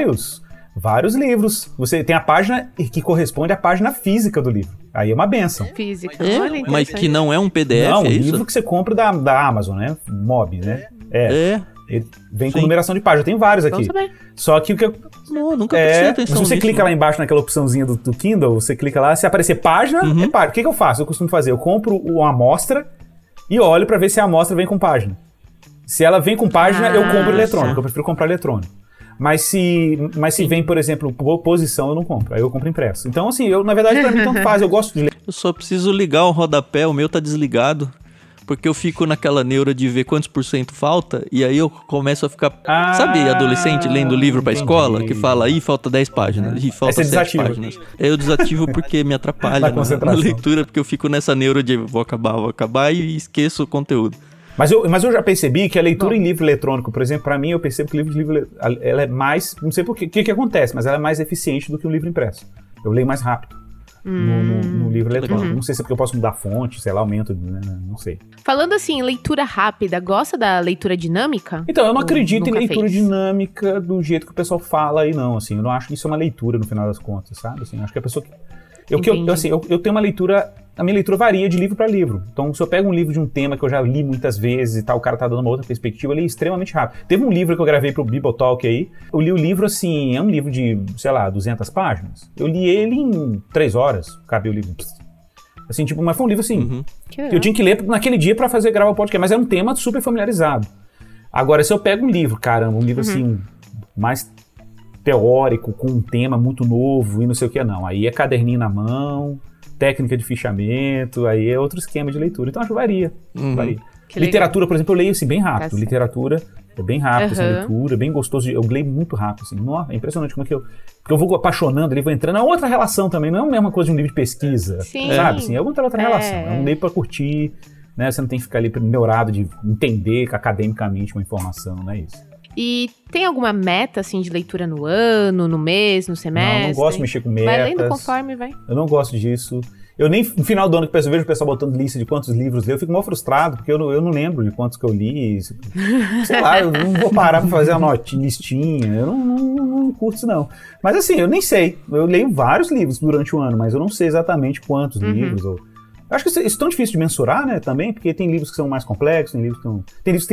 vários livros. Você tem a página que corresponde à página física do livro. Aí é uma bênção. Física. Mas que não é um PDF, não, é isso? livro que você compra da Amazon, né? Mob, né? Ele vem com numeração de página. Tem vários aqui. Só que o que nunca prestei atenção se você clica lá embaixo naquela opçãozinha do Kindle, você clica lá, se aparecer página, é página. O que eu faço? Eu costumo fazer, eu compro uma amostra e olho pra ver se a amostra vem com página. Se ela vem com página, eu compro eletrônico. Eu prefiro comprar eletrônico. Mas se vem, por exemplo, posição, eu não compro. Aí eu compro impresso. Então, assim, na verdade, pra mim, tanto faz. Eu gosto de ler. Eu só preciso ligar o rodapé, o meu tá desligado. Porque eu fico naquela neura de ver quantos % falta. E aí eu começo a ficar... sabe, adolescente lendo livro pra escola? Que fala, falta 10 páginas. Falta 7 páginas. Eu desativo porque me atrapalha na leitura. Porque eu fico nessa neura de vou acabar e esqueço o conteúdo. Mas eu já percebi que a leitura em livro eletrônico, por exemplo, pra mim, eu percebo que o livro ela é mais... Não sei o que acontece, mas ela é mais eficiente do que um livro impresso. Eu leio mais rápido no livro eletrônico. Não sei se é porque eu posso mudar a fonte, sei lá, aumento, né? Não sei. Falando assim, leitura rápida, gosta da leitura dinâmica? Então, eu não acredito em leitura dinâmica do jeito que o pessoal fala aí, não. Assim, eu não acho que isso é uma leitura, no final das contas, sabe? Assim, acho que a pessoa... Eu tenho uma leitura... A minha leitura varia de livro para livro. Então, se eu pego um livro de um tema que eu já li muitas vezes e tal, o cara tá dando uma outra perspectiva, eu li extremamente rápido. Teve um livro que eu gravei pro Bibotalk aí, eu li o livro assim, é um livro de, sei lá, 200 páginas. Eu li ele em 3 horas, acabei o livro. Assim, tipo, mas foi um livro assim, que eu tinha que ler naquele dia pra gravar o podcast, mas era um tema super familiarizado. Agora, se eu pego um livro, caramba, um livro assim, mais teórico, com um tema muito novo e não sei o que, não. Aí é caderninho na mão... técnica de fichamento, aí é outro esquema de leitura. Então acho que varia. Literatura, por exemplo, eu leio assim bem rápido. Tá, literatura é bem rápido, essa leitura, bem gostoso. Eu leio muito rápido, assim. Nossa, é impressionante como é que porque eu vou apaixonando, ele vou entrando. É outra relação também, não é a mesma coisa de um livro de pesquisa. Sabe? Assim, é outra relação. É um livro pra curtir, né? Você não tem que ficar ali neurado de entender academicamente uma informação, não é isso. E tem alguma meta, assim, de leitura no ano, no mês, no semestre? Não gosto de mexer com metas. Vai lendo conforme, vai. Eu não gosto disso. Eu nem, no final do ano, que eu vejo o pessoal botando lista de quantos livros lê, eu fico mó frustrado, porque eu não lembro de quantos que eu li. Sei lá, eu não vou parar pra fazer uma listinha. Eu não curto isso, não. Mas assim, eu nem sei. Eu leio vários livros durante o ano, mas eu não sei exatamente quantos livros ou... Eu acho que isso é tão difícil de mensurar, né, também, porque tem livros que são mais complexos, tem livros que são...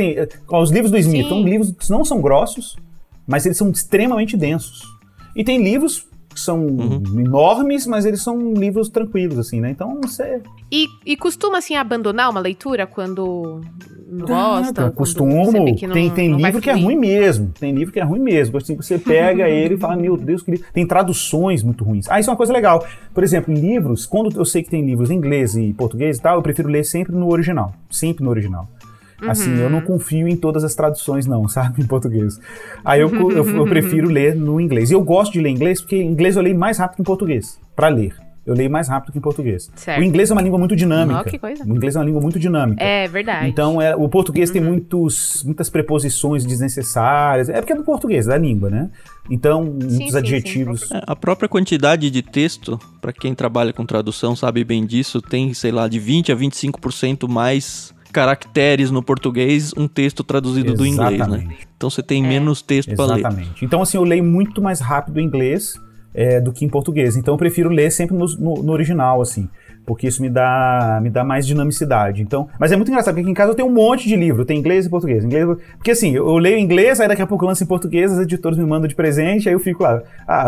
Os livros do Smith são livros que não são grossos, mas eles são extremamente densos. E tem livros que são enormes, mas eles são livros tranquilos, assim, né? Então, você... E costuma, assim, abandonar uma leitura quando não gosta? Costumo. Tem livro que é ruim mesmo. Tem livro que é ruim mesmo. Assim, você pega ele e fala, meu Deus, que livro... Tem traduções muito ruins. Isso é uma coisa legal. Por exemplo, livros, quando eu sei que tem livros em inglês e português e tal, eu prefiro ler sempre no original. Sempre no original. Assim, eu não confio em todas as traduções, não, sabe, em português. Aí eu prefiro ler no inglês. E eu gosto de ler inglês, porque em inglês eu leio mais rápido que em português, pra ler. Eu leio mais rápido que em português. Certo. O inglês é uma língua muito dinâmica. Que coisa. O inglês é uma língua muito dinâmica. É verdade. Então, o português tem muitas preposições desnecessárias. É porque é do português, da língua, né? Então, muitos adjetivos. A própria quantidade de texto, pra quem trabalha com tradução sabe bem disso, tem, sei lá, de 20% a 25% mais... caracteres no português, um texto traduzido do inglês, né? Então você tem menos texto para ler. Exatamente. Então, assim, eu leio muito mais rápido em inglês do que em português. Então, eu prefiro ler sempre no original, assim, porque isso me dá mais dinamicidade. Então, mas é muito engraçado, porque aqui em casa eu tenho um monte de livro, tem inglês e português. Porque assim, eu leio em inglês, aí daqui a pouco eu lanço em português, os editores me mandam de presente, aí eu fico lá.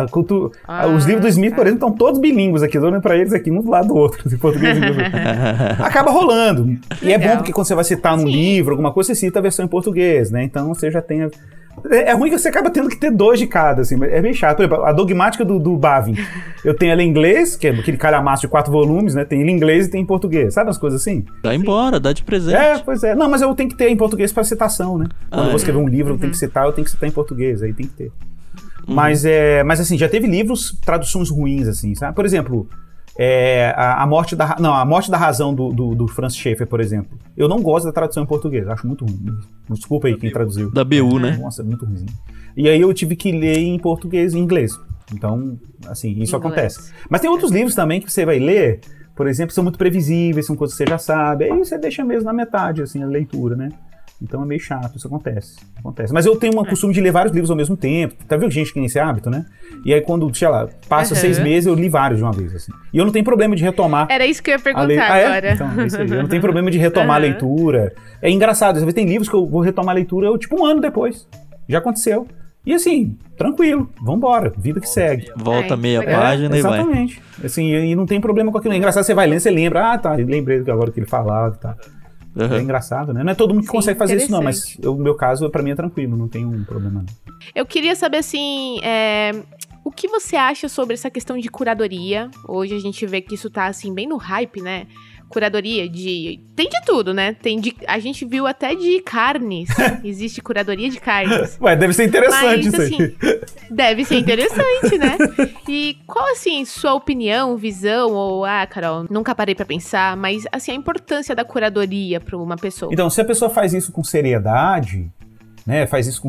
Os livros do Smith, por exemplo, estão todos bilíngues aqui, eu tô olhando pra eles aqui, um do lado do outro, em português e inglês. Acaba rolando. E é bom porque quando você vai citar num livro, alguma coisa, você cita a versão em português, né? Então você já tem É ruim que você acaba tendo que ter 2 de cada, assim, é bem chato. Por exemplo, a dogmática do Bavin. Eu tenho ela em inglês, que é aquele calhamaço de 4 volumes, né? Tem em inglês e tem em português. Sabe as coisas assim? Dá embora, dá de presente. Pois é. Não, mas eu tenho que ter em português para citação, né? Quando eu vou escrever um livro, eu tenho que citar em português, aí tem que ter. Mas assim, já teve livros, traduções ruins, assim, sabe? Por exemplo, a Morte da Razão do Francis Schaeffer, por exemplo. Eu não gosto da tradução em português, acho muito ruim. Desculpa aí quem traduziu. Da BU, né? Nossa, muito ruimzinho. E aí eu tive que ler em português e em inglês. Então, assim, isso acontece. Mas tem outros livros também que você vai ler, por exemplo, são muito previsíveis, são coisas que você já sabe. Aí você deixa mesmo na metade, assim, a leitura, né? Então é meio chato, isso acontece. Mas eu tenho um costume de ler vários livros ao mesmo tempo. Tá vendo gente que tem esse hábito, né? E aí quando, sei lá, passa 6 meses, eu li vários de uma vez, assim. E eu não tenho problema de retomar. Era isso que eu ia perguntar agora. Então, é isso aí. Eu não tenho problema de retomar a leitura. É engraçado, às vezes tem livros que eu vou retomar a leitura tipo 1 ano depois. Já aconteceu. E assim, tranquilo, vambora, vida que segue. Volta meia página e vai. Exatamente. Assim, e não tem problema com aquilo. É engraçado, você vai lendo, você lembra, lembrei agora que ele falava e tal. É engraçado, né? Não é todo mundo que consegue fazer isso, não, mas no meu caso, pra mim é tranquilo, não tem um problema. Não. Eu queria saber, assim, o que você acha sobre essa questão de curadoria? Hoje a gente vê que isso tá, assim, bem no hype, né? Curadoria tem de tudo, né? A gente viu até de carnes. Existe curadoria de carnes. Ué, deve ser interessante isso aí. Assim, deve ser interessante, né? E qual, assim, sua opinião, visão, ou, Carol, nunca parei pra pensar, mas, assim, a importância da curadoria pra uma pessoa? Então, se a pessoa faz isso com seriedade, né? Faz isso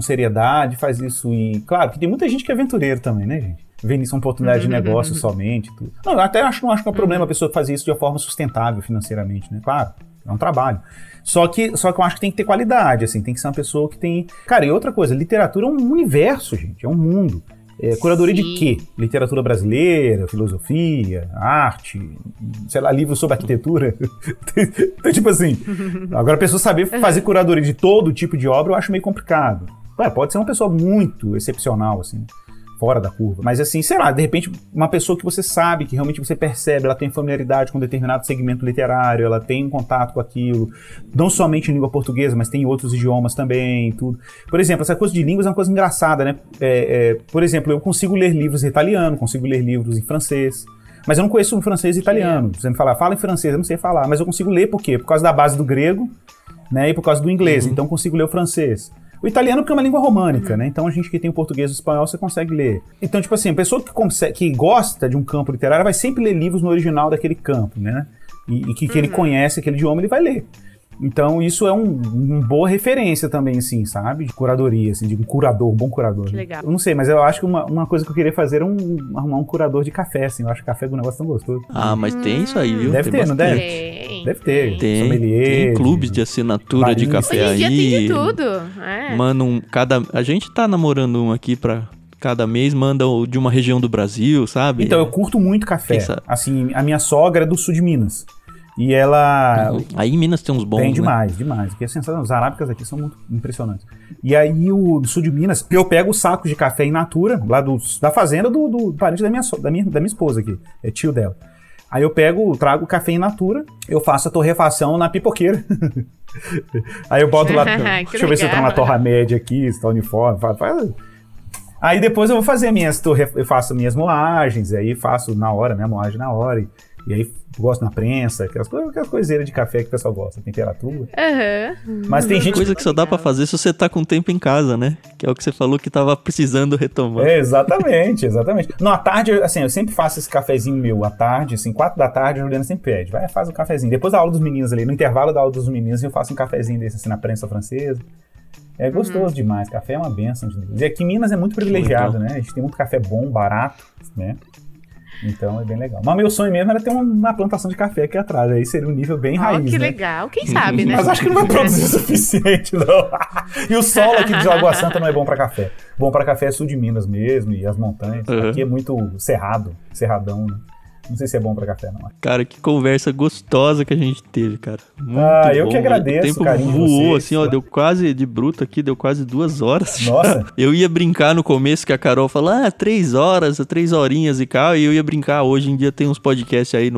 e... Claro, que tem muita gente que é aventureiro também, né, gente? Vendo isso uma oportunidade de negócio somente. Tudo. Não, eu até não acho que é um problema a pessoa fazer isso de uma forma sustentável financeiramente, né? Claro, é um trabalho. Só que eu acho que tem que ter qualidade, assim, tem que ser uma pessoa que tem... Cara, e outra coisa, literatura é um universo, gente, é um mundo. Curadoria de quê? Literatura brasileira, filosofia, arte, sei lá, livros sobre arquitetura. Então, tipo assim, agora a pessoa saber fazer curadoria de todo tipo de obra eu acho meio complicado. Pode ser uma pessoa muito excepcional, assim, fora da curva. Mas assim, sei lá, de repente uma pessoa que você sabe, que realmente você percebe, ela tem familiaridade com determinado segmento literário, ela tem um contato com aquilo, não somente em língua portuguesa, mas tem em outros idiomas também, tudo. Por exemplo, essa coisa de línguas é uma coisa engraçada, né? Por exemplo, eu consigo ler livros em italiano, consigo ler livros em francês, mas eu não conheço francês e italiano. Você me fala em francês, eu não sei falar, mas eu consigo ler por quê? Por causa da base do grego, né? E por causa do inglês, então eu consigo ler o francês. O italiano porque é uma língua românica, né? Então a gente que tem o português e o espanhol, você consegue ler. Então, tipo assim, a pessoa que gosta de um campo literário vai sempre ler livros no original daquele campo, né? E que ele conhece aquele idioma, ele vai ler. Então isso é uma boa referência também, assim, sabe? De curadoria, assim, de um curador, um bom curador. Que legal. Eu não sei, mas eu acho que uma coisa que eu queria fazer é arrumar um curador de café, assim. Eu acho que café é um negócio tão gostoso. Mas tem isso aí, viu? Deve tem ter, bastante. não deve? Deve ter. Tem clubes de assinatura de café aí. Hoje em dia tem de tudo. Manda a gente tá namorando um aqui pra... Cada mês manda de uma região do Brasil, sabe? Então, eu curto muito café. Assim, a minha sogra é do sul de Minas. E ela... Aí em Minas tem uns bons, Tem demais, né? Demais. Aqui é sensacional. As arábicas aqui são muito impressionantes. E aí, do sul de Minas, eu pego os sacos de café in natura, lá da fazenda do parente da minha esposa aqui. É tio dela. Aí eu trago o café in natura, eu faço a torrefação na pipoqueira. Aí eu boto lá... deixa eu ver se eu tô na torra média aqui, se tá uniforme. Aí depois eu vou fazer eu faço minhas moagens, aí faço na hora, né? Moagem na hora. E aí gosto na prensa, aquelas coiseiras de café que o pessoal gosta, temperatura. Mas tem gente... Coisa que só dá pra fazer se você tá com tempo em casa, né? Que é o que você falou que tava precisando retomar. Exatamente. Não, à tarde, assim, eu sempre faço esse cafezinho meu, à tarde, assim, 4 da tarde, a Juliana sempre pede. Vai, faz um cafezinho. Depois da aula dos meninos ali, no intervalo da aula dos meninos, eu faço um cafezinho desse, assim, na prensa francesa. É gostoso demais, café é uma bênção de Deus. E aqui em Minas é muito privilegiado, né? A gente tem muito café bom, barato, né? Então é bem legal. Mas meu sonho mesmo era ter uma plantação de café aqui atrás. Aí seria um nível bem raiz, que né? legal. Quem sabe, né? Mas acho que não vai produzir o suficiente, não. E o solo aqui de Lagoa Santa não é bom pra café. Bom pra café é sul de Minas mesmo e as montanhas. Aqui é muito cerradão, né? Não sei se é bom pra café, não. Cara, que conversa gostosa que a gente teve, cara. Muito eu bom. Que agradeço, o tempo voou, assim, ó, deu quase, de bruto aqui, deu quase 2 horas. Nossa. Eu ia brincar no começo que a Carol falou, 3 horas, 3 horinhas e tal, e eu ia brincar. Hoje em dia tem uns podcasts aí no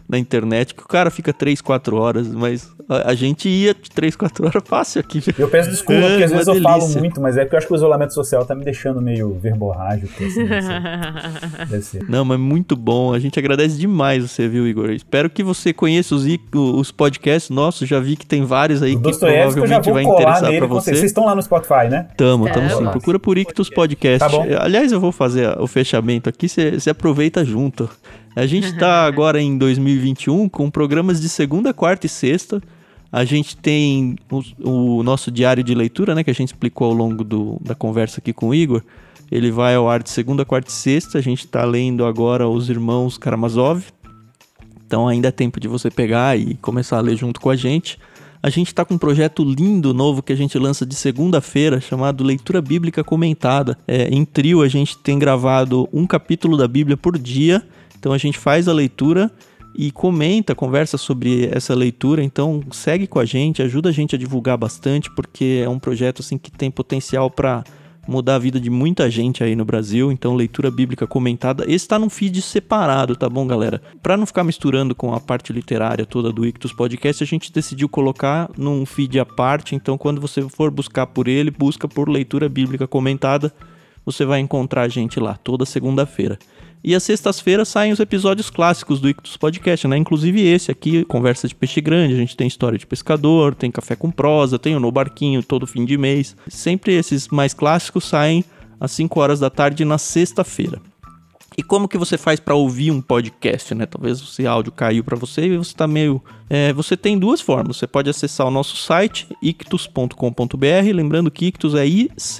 na internet, que o cara fica 3, 4 horas, mas a gente ia de 3, 4 horas fácil aqui. Eu peço desculpa, porque às vezes eu falo muito, mas é porque eu acho que o isolamento social tá me deixando meio verborrágico. Assim, deve ser. Não, mas muito bom. A gente agradece demais você, viu, Igor? Espero que você conheça os podcasts nossos. Já vi que tem vários aí que provavelmente vai interessar pra você. Vocês estão lá no Spotify, né? Tamo sim. Procura por Ictus Podcast. Tá bom. Aliás, eu vou fazer o fechamento aqui, você aproveita junto. A gente tá agora em 2021 com programas de segunda, quarta e sexta. A gente tem o nosso diário de leitura, né, que a gente explicou ao longo da conversa aqui com o Igor. Ele vai ao ar de segunda, quarta e sexta. A gente tá lendo agora Os Irmãos Karamazov. Então ainda é tempo de você pegar e começar a ler junto com a gente. A gente tá com um projeto lindo, novo, que a gente lança de segunda-feira, chamado Leitura Bíblica Comentada. Em trio, a gente tem gravado um capítulo da Bíblia por dia. Então a gente faz a leitura e conversa sobre essa leitura. Então segue com a gente, ajuda a gente a divulgar bastante, porque é um projeto assim, que tem potencial para mudar a vida de muita gente aí no Brasil. Então Leitura Bíblica Comentada, esse está num feed separado, tá bom, galera? Para não ficar misturando com a parte literária toda do Ictus Podcast, a gente decidiu colocar num feed à parte. Então quando você for buscar por ele, busca por Leitura Bíblica Comentada, você vai encontrar a gente lá toda segunda-feira. E às sextas-feiras saem os episódios clássicos do Ictus Podcast, né? Inclusive esse aqui, Conversa de Peixe Grande, a gente tem História de Pescador, tem Café com Prosa, tem o No Barquinho todo fim de mês. Sempre esses mais clássicos saem às 5 horas da tarde na sexta-feira. E como que você faz para ouvir um podcast, né? Talvez esse áudio caiu para você e você tá meio... você tem duas formas. Você pode acessar o nosso site, ictus.com.br, lembrando que Ictus é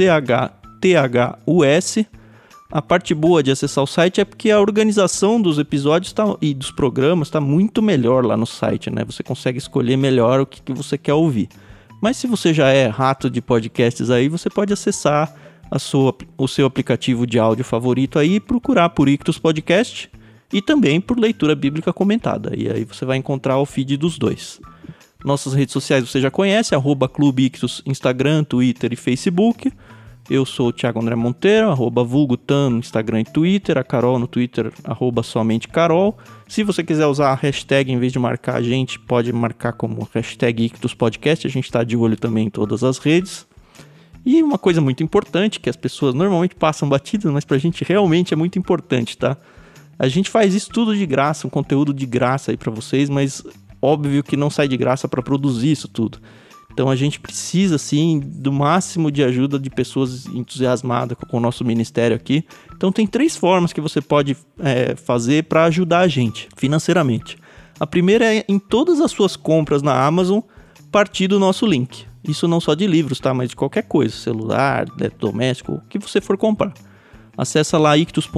ICHTHUS. A parte boa de acessar o site é porque a organização dos episódios e dos programas está muito melhor lá no site, né? Você consegue escolher melhor o que você quer ouvir. Mas se você já é rato de podcasts aí, você pode acessar o seu aplicativo de áudio favorito aí e procurar por Ictus Podcast e também por Leitura Bíblica Comentada. E aí você vai encontrar o feed dos dois. Nossas redes sociais você já conhece, @Clube Ictus, Instagram, Twitter e Facebook. Eu sou o Thiago André Monteiro, @vulgutan no Instagram e Twitter, a Carol no Twitter, @somentecarol. Se você quiser usar a hashtag, em vez de marcar a gente, pode marcar como hashtag #IctusPodcast, a gente está de olho também em todas as redes. E uma coisa muito importante, que as pessoas normalmente passam batidas, mas pra gente realmente é muito importante, tá? A gente faz isso tudo de graça, um conteúdo de graça aí pra vocês, mas óbvio que não sai de graça pra produzir isso tudo. Então a gente precisa, sim, do máximo de ajuda de pessoas entusiasmadas com o nosso ministério aqui. Então tem 3 formas que você pode fazer para ajudar a gente financeiramente. A primeira é em todas as suas compras na Amazon, partir do nosso link. Isso não só de livros, tá? Mas de qualquer coisa, celular, eletrodoméstico, o que você for comprar. Acessa lá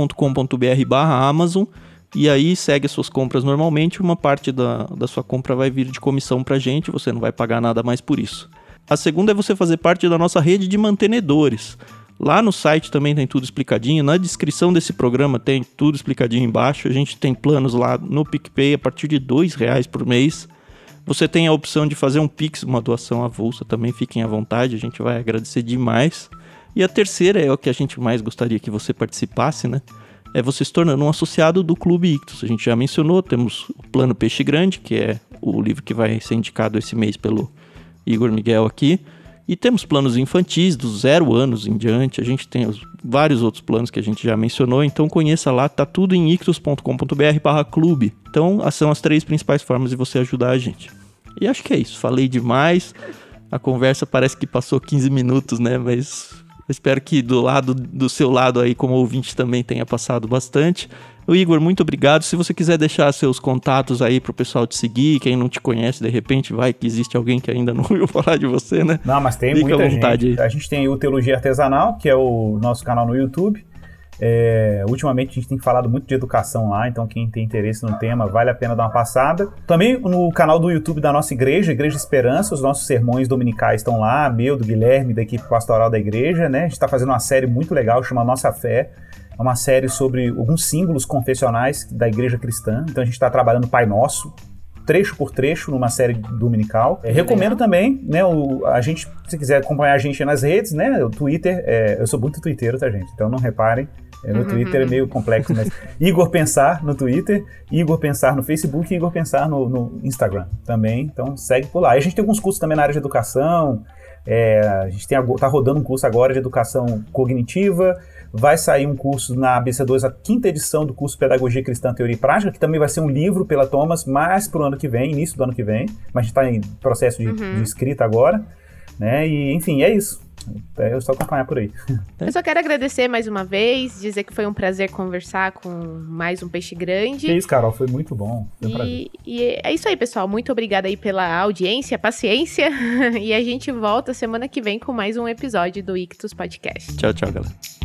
ictus.com.br/Amazon e aí segue as suas compras normalmente. Uma parte da sua compra vai vir de comissão pra gente, você não vai pagar nada mais por isso. A segunda é você fazer parte da nossa rede de mantenedores. Lá no site também tem tudo explicadinho, na descrição desse programa tem tudo explicadinho embaixo. A gente tem planos lá no PicPay a partir de R$2 por mês. Você tem a opção de fazer um Pix, uma doação avulsa também, fiquem à vontade, a gente vai agradecer demais. E a terceira é o que a gente mais gostaria que você participasse, né? É você se tornando um associado do Clube Ictus. A gente já mencionou, temos o Plano Peixe Grande, que é o livro que vai ser indicado esse mês pelo Igor Miguel aqui. E temos planos infantis, dos 0 anos em diante. A gente tem vários outros planos que a gente já mencionou. Então conheça lá, tá tudo em ictus.com.br/clube. Então são as 3 principais formas de você ajudar a gente. E acho que é isso, falei demais. A conversa parece que passou 15 minutos, né? Mas... espero que do seu lado aí, como ouvinte, também tenha passado bastante. O Igor, muito obrigado. Se você quiser deixar seus contatos aí pro pessoal te seguir, quem não te conhece, de repente vai que existe alguém que ainda não ouviu falar de você, né? Não, mas tem muita gente. Aí. A gente tem o Teologia Artesanal, que é o nosso canal no YouTube. Ultimamente a gente tem falado muito de educação lá, então quem tem interesse no tema vale a pena dar uma passada. Também no canal do YouTube da nossa igreja, Igreja Esperança, os nossos sermões dominicais estão lá, meu, do Guilherme, da equipe pastoral da igreja, né? A gente está fazendo uma série muito legal, chama Nossa Fé. É uma série sobre alguns símbolos confessionais da igreja cristã. Então a gente está trabalhando o Pai Nosso, trecho por trecho numa série dominical. Recomendo também, né, a gente, se quiser acompanhar a gente nas redes, né, o Twitter, eu sou muito twitteiro, tá, gente? Então não reparem, no Twitter é meio complexo, mas Igor Pensar no Twitter, Igor Pensar no Facebook e Igor Pensar no Instagram também, então segue por lá. E a gente tem alguns cursos também na área de educação, a gente tá rodando um curso agora de educação cognitiva, vai sair um curso na ABC2, a 5ª edição do curso Pedagogia Cristã, Teoria e Prática, que também vai ser um livro pela Thomas, mais pro ano que vem, início do ano que vem, mas a gente tá em processo de escrita agora, né, e enfim, é isso. É só acompanhar por aí. Eu só quero agradecer mais uma vez, dizer que foi um prazer conversar com mais um Peixe Grande. Que isso, Carol, foi muito bom. Foi um prazer. E é isso aí, pessoal. Muito obrigada aí pela audiência, paciência. E a gente volta semana que vem com mais um episódio do Ictus Podcast. Tchau, tchau, galera.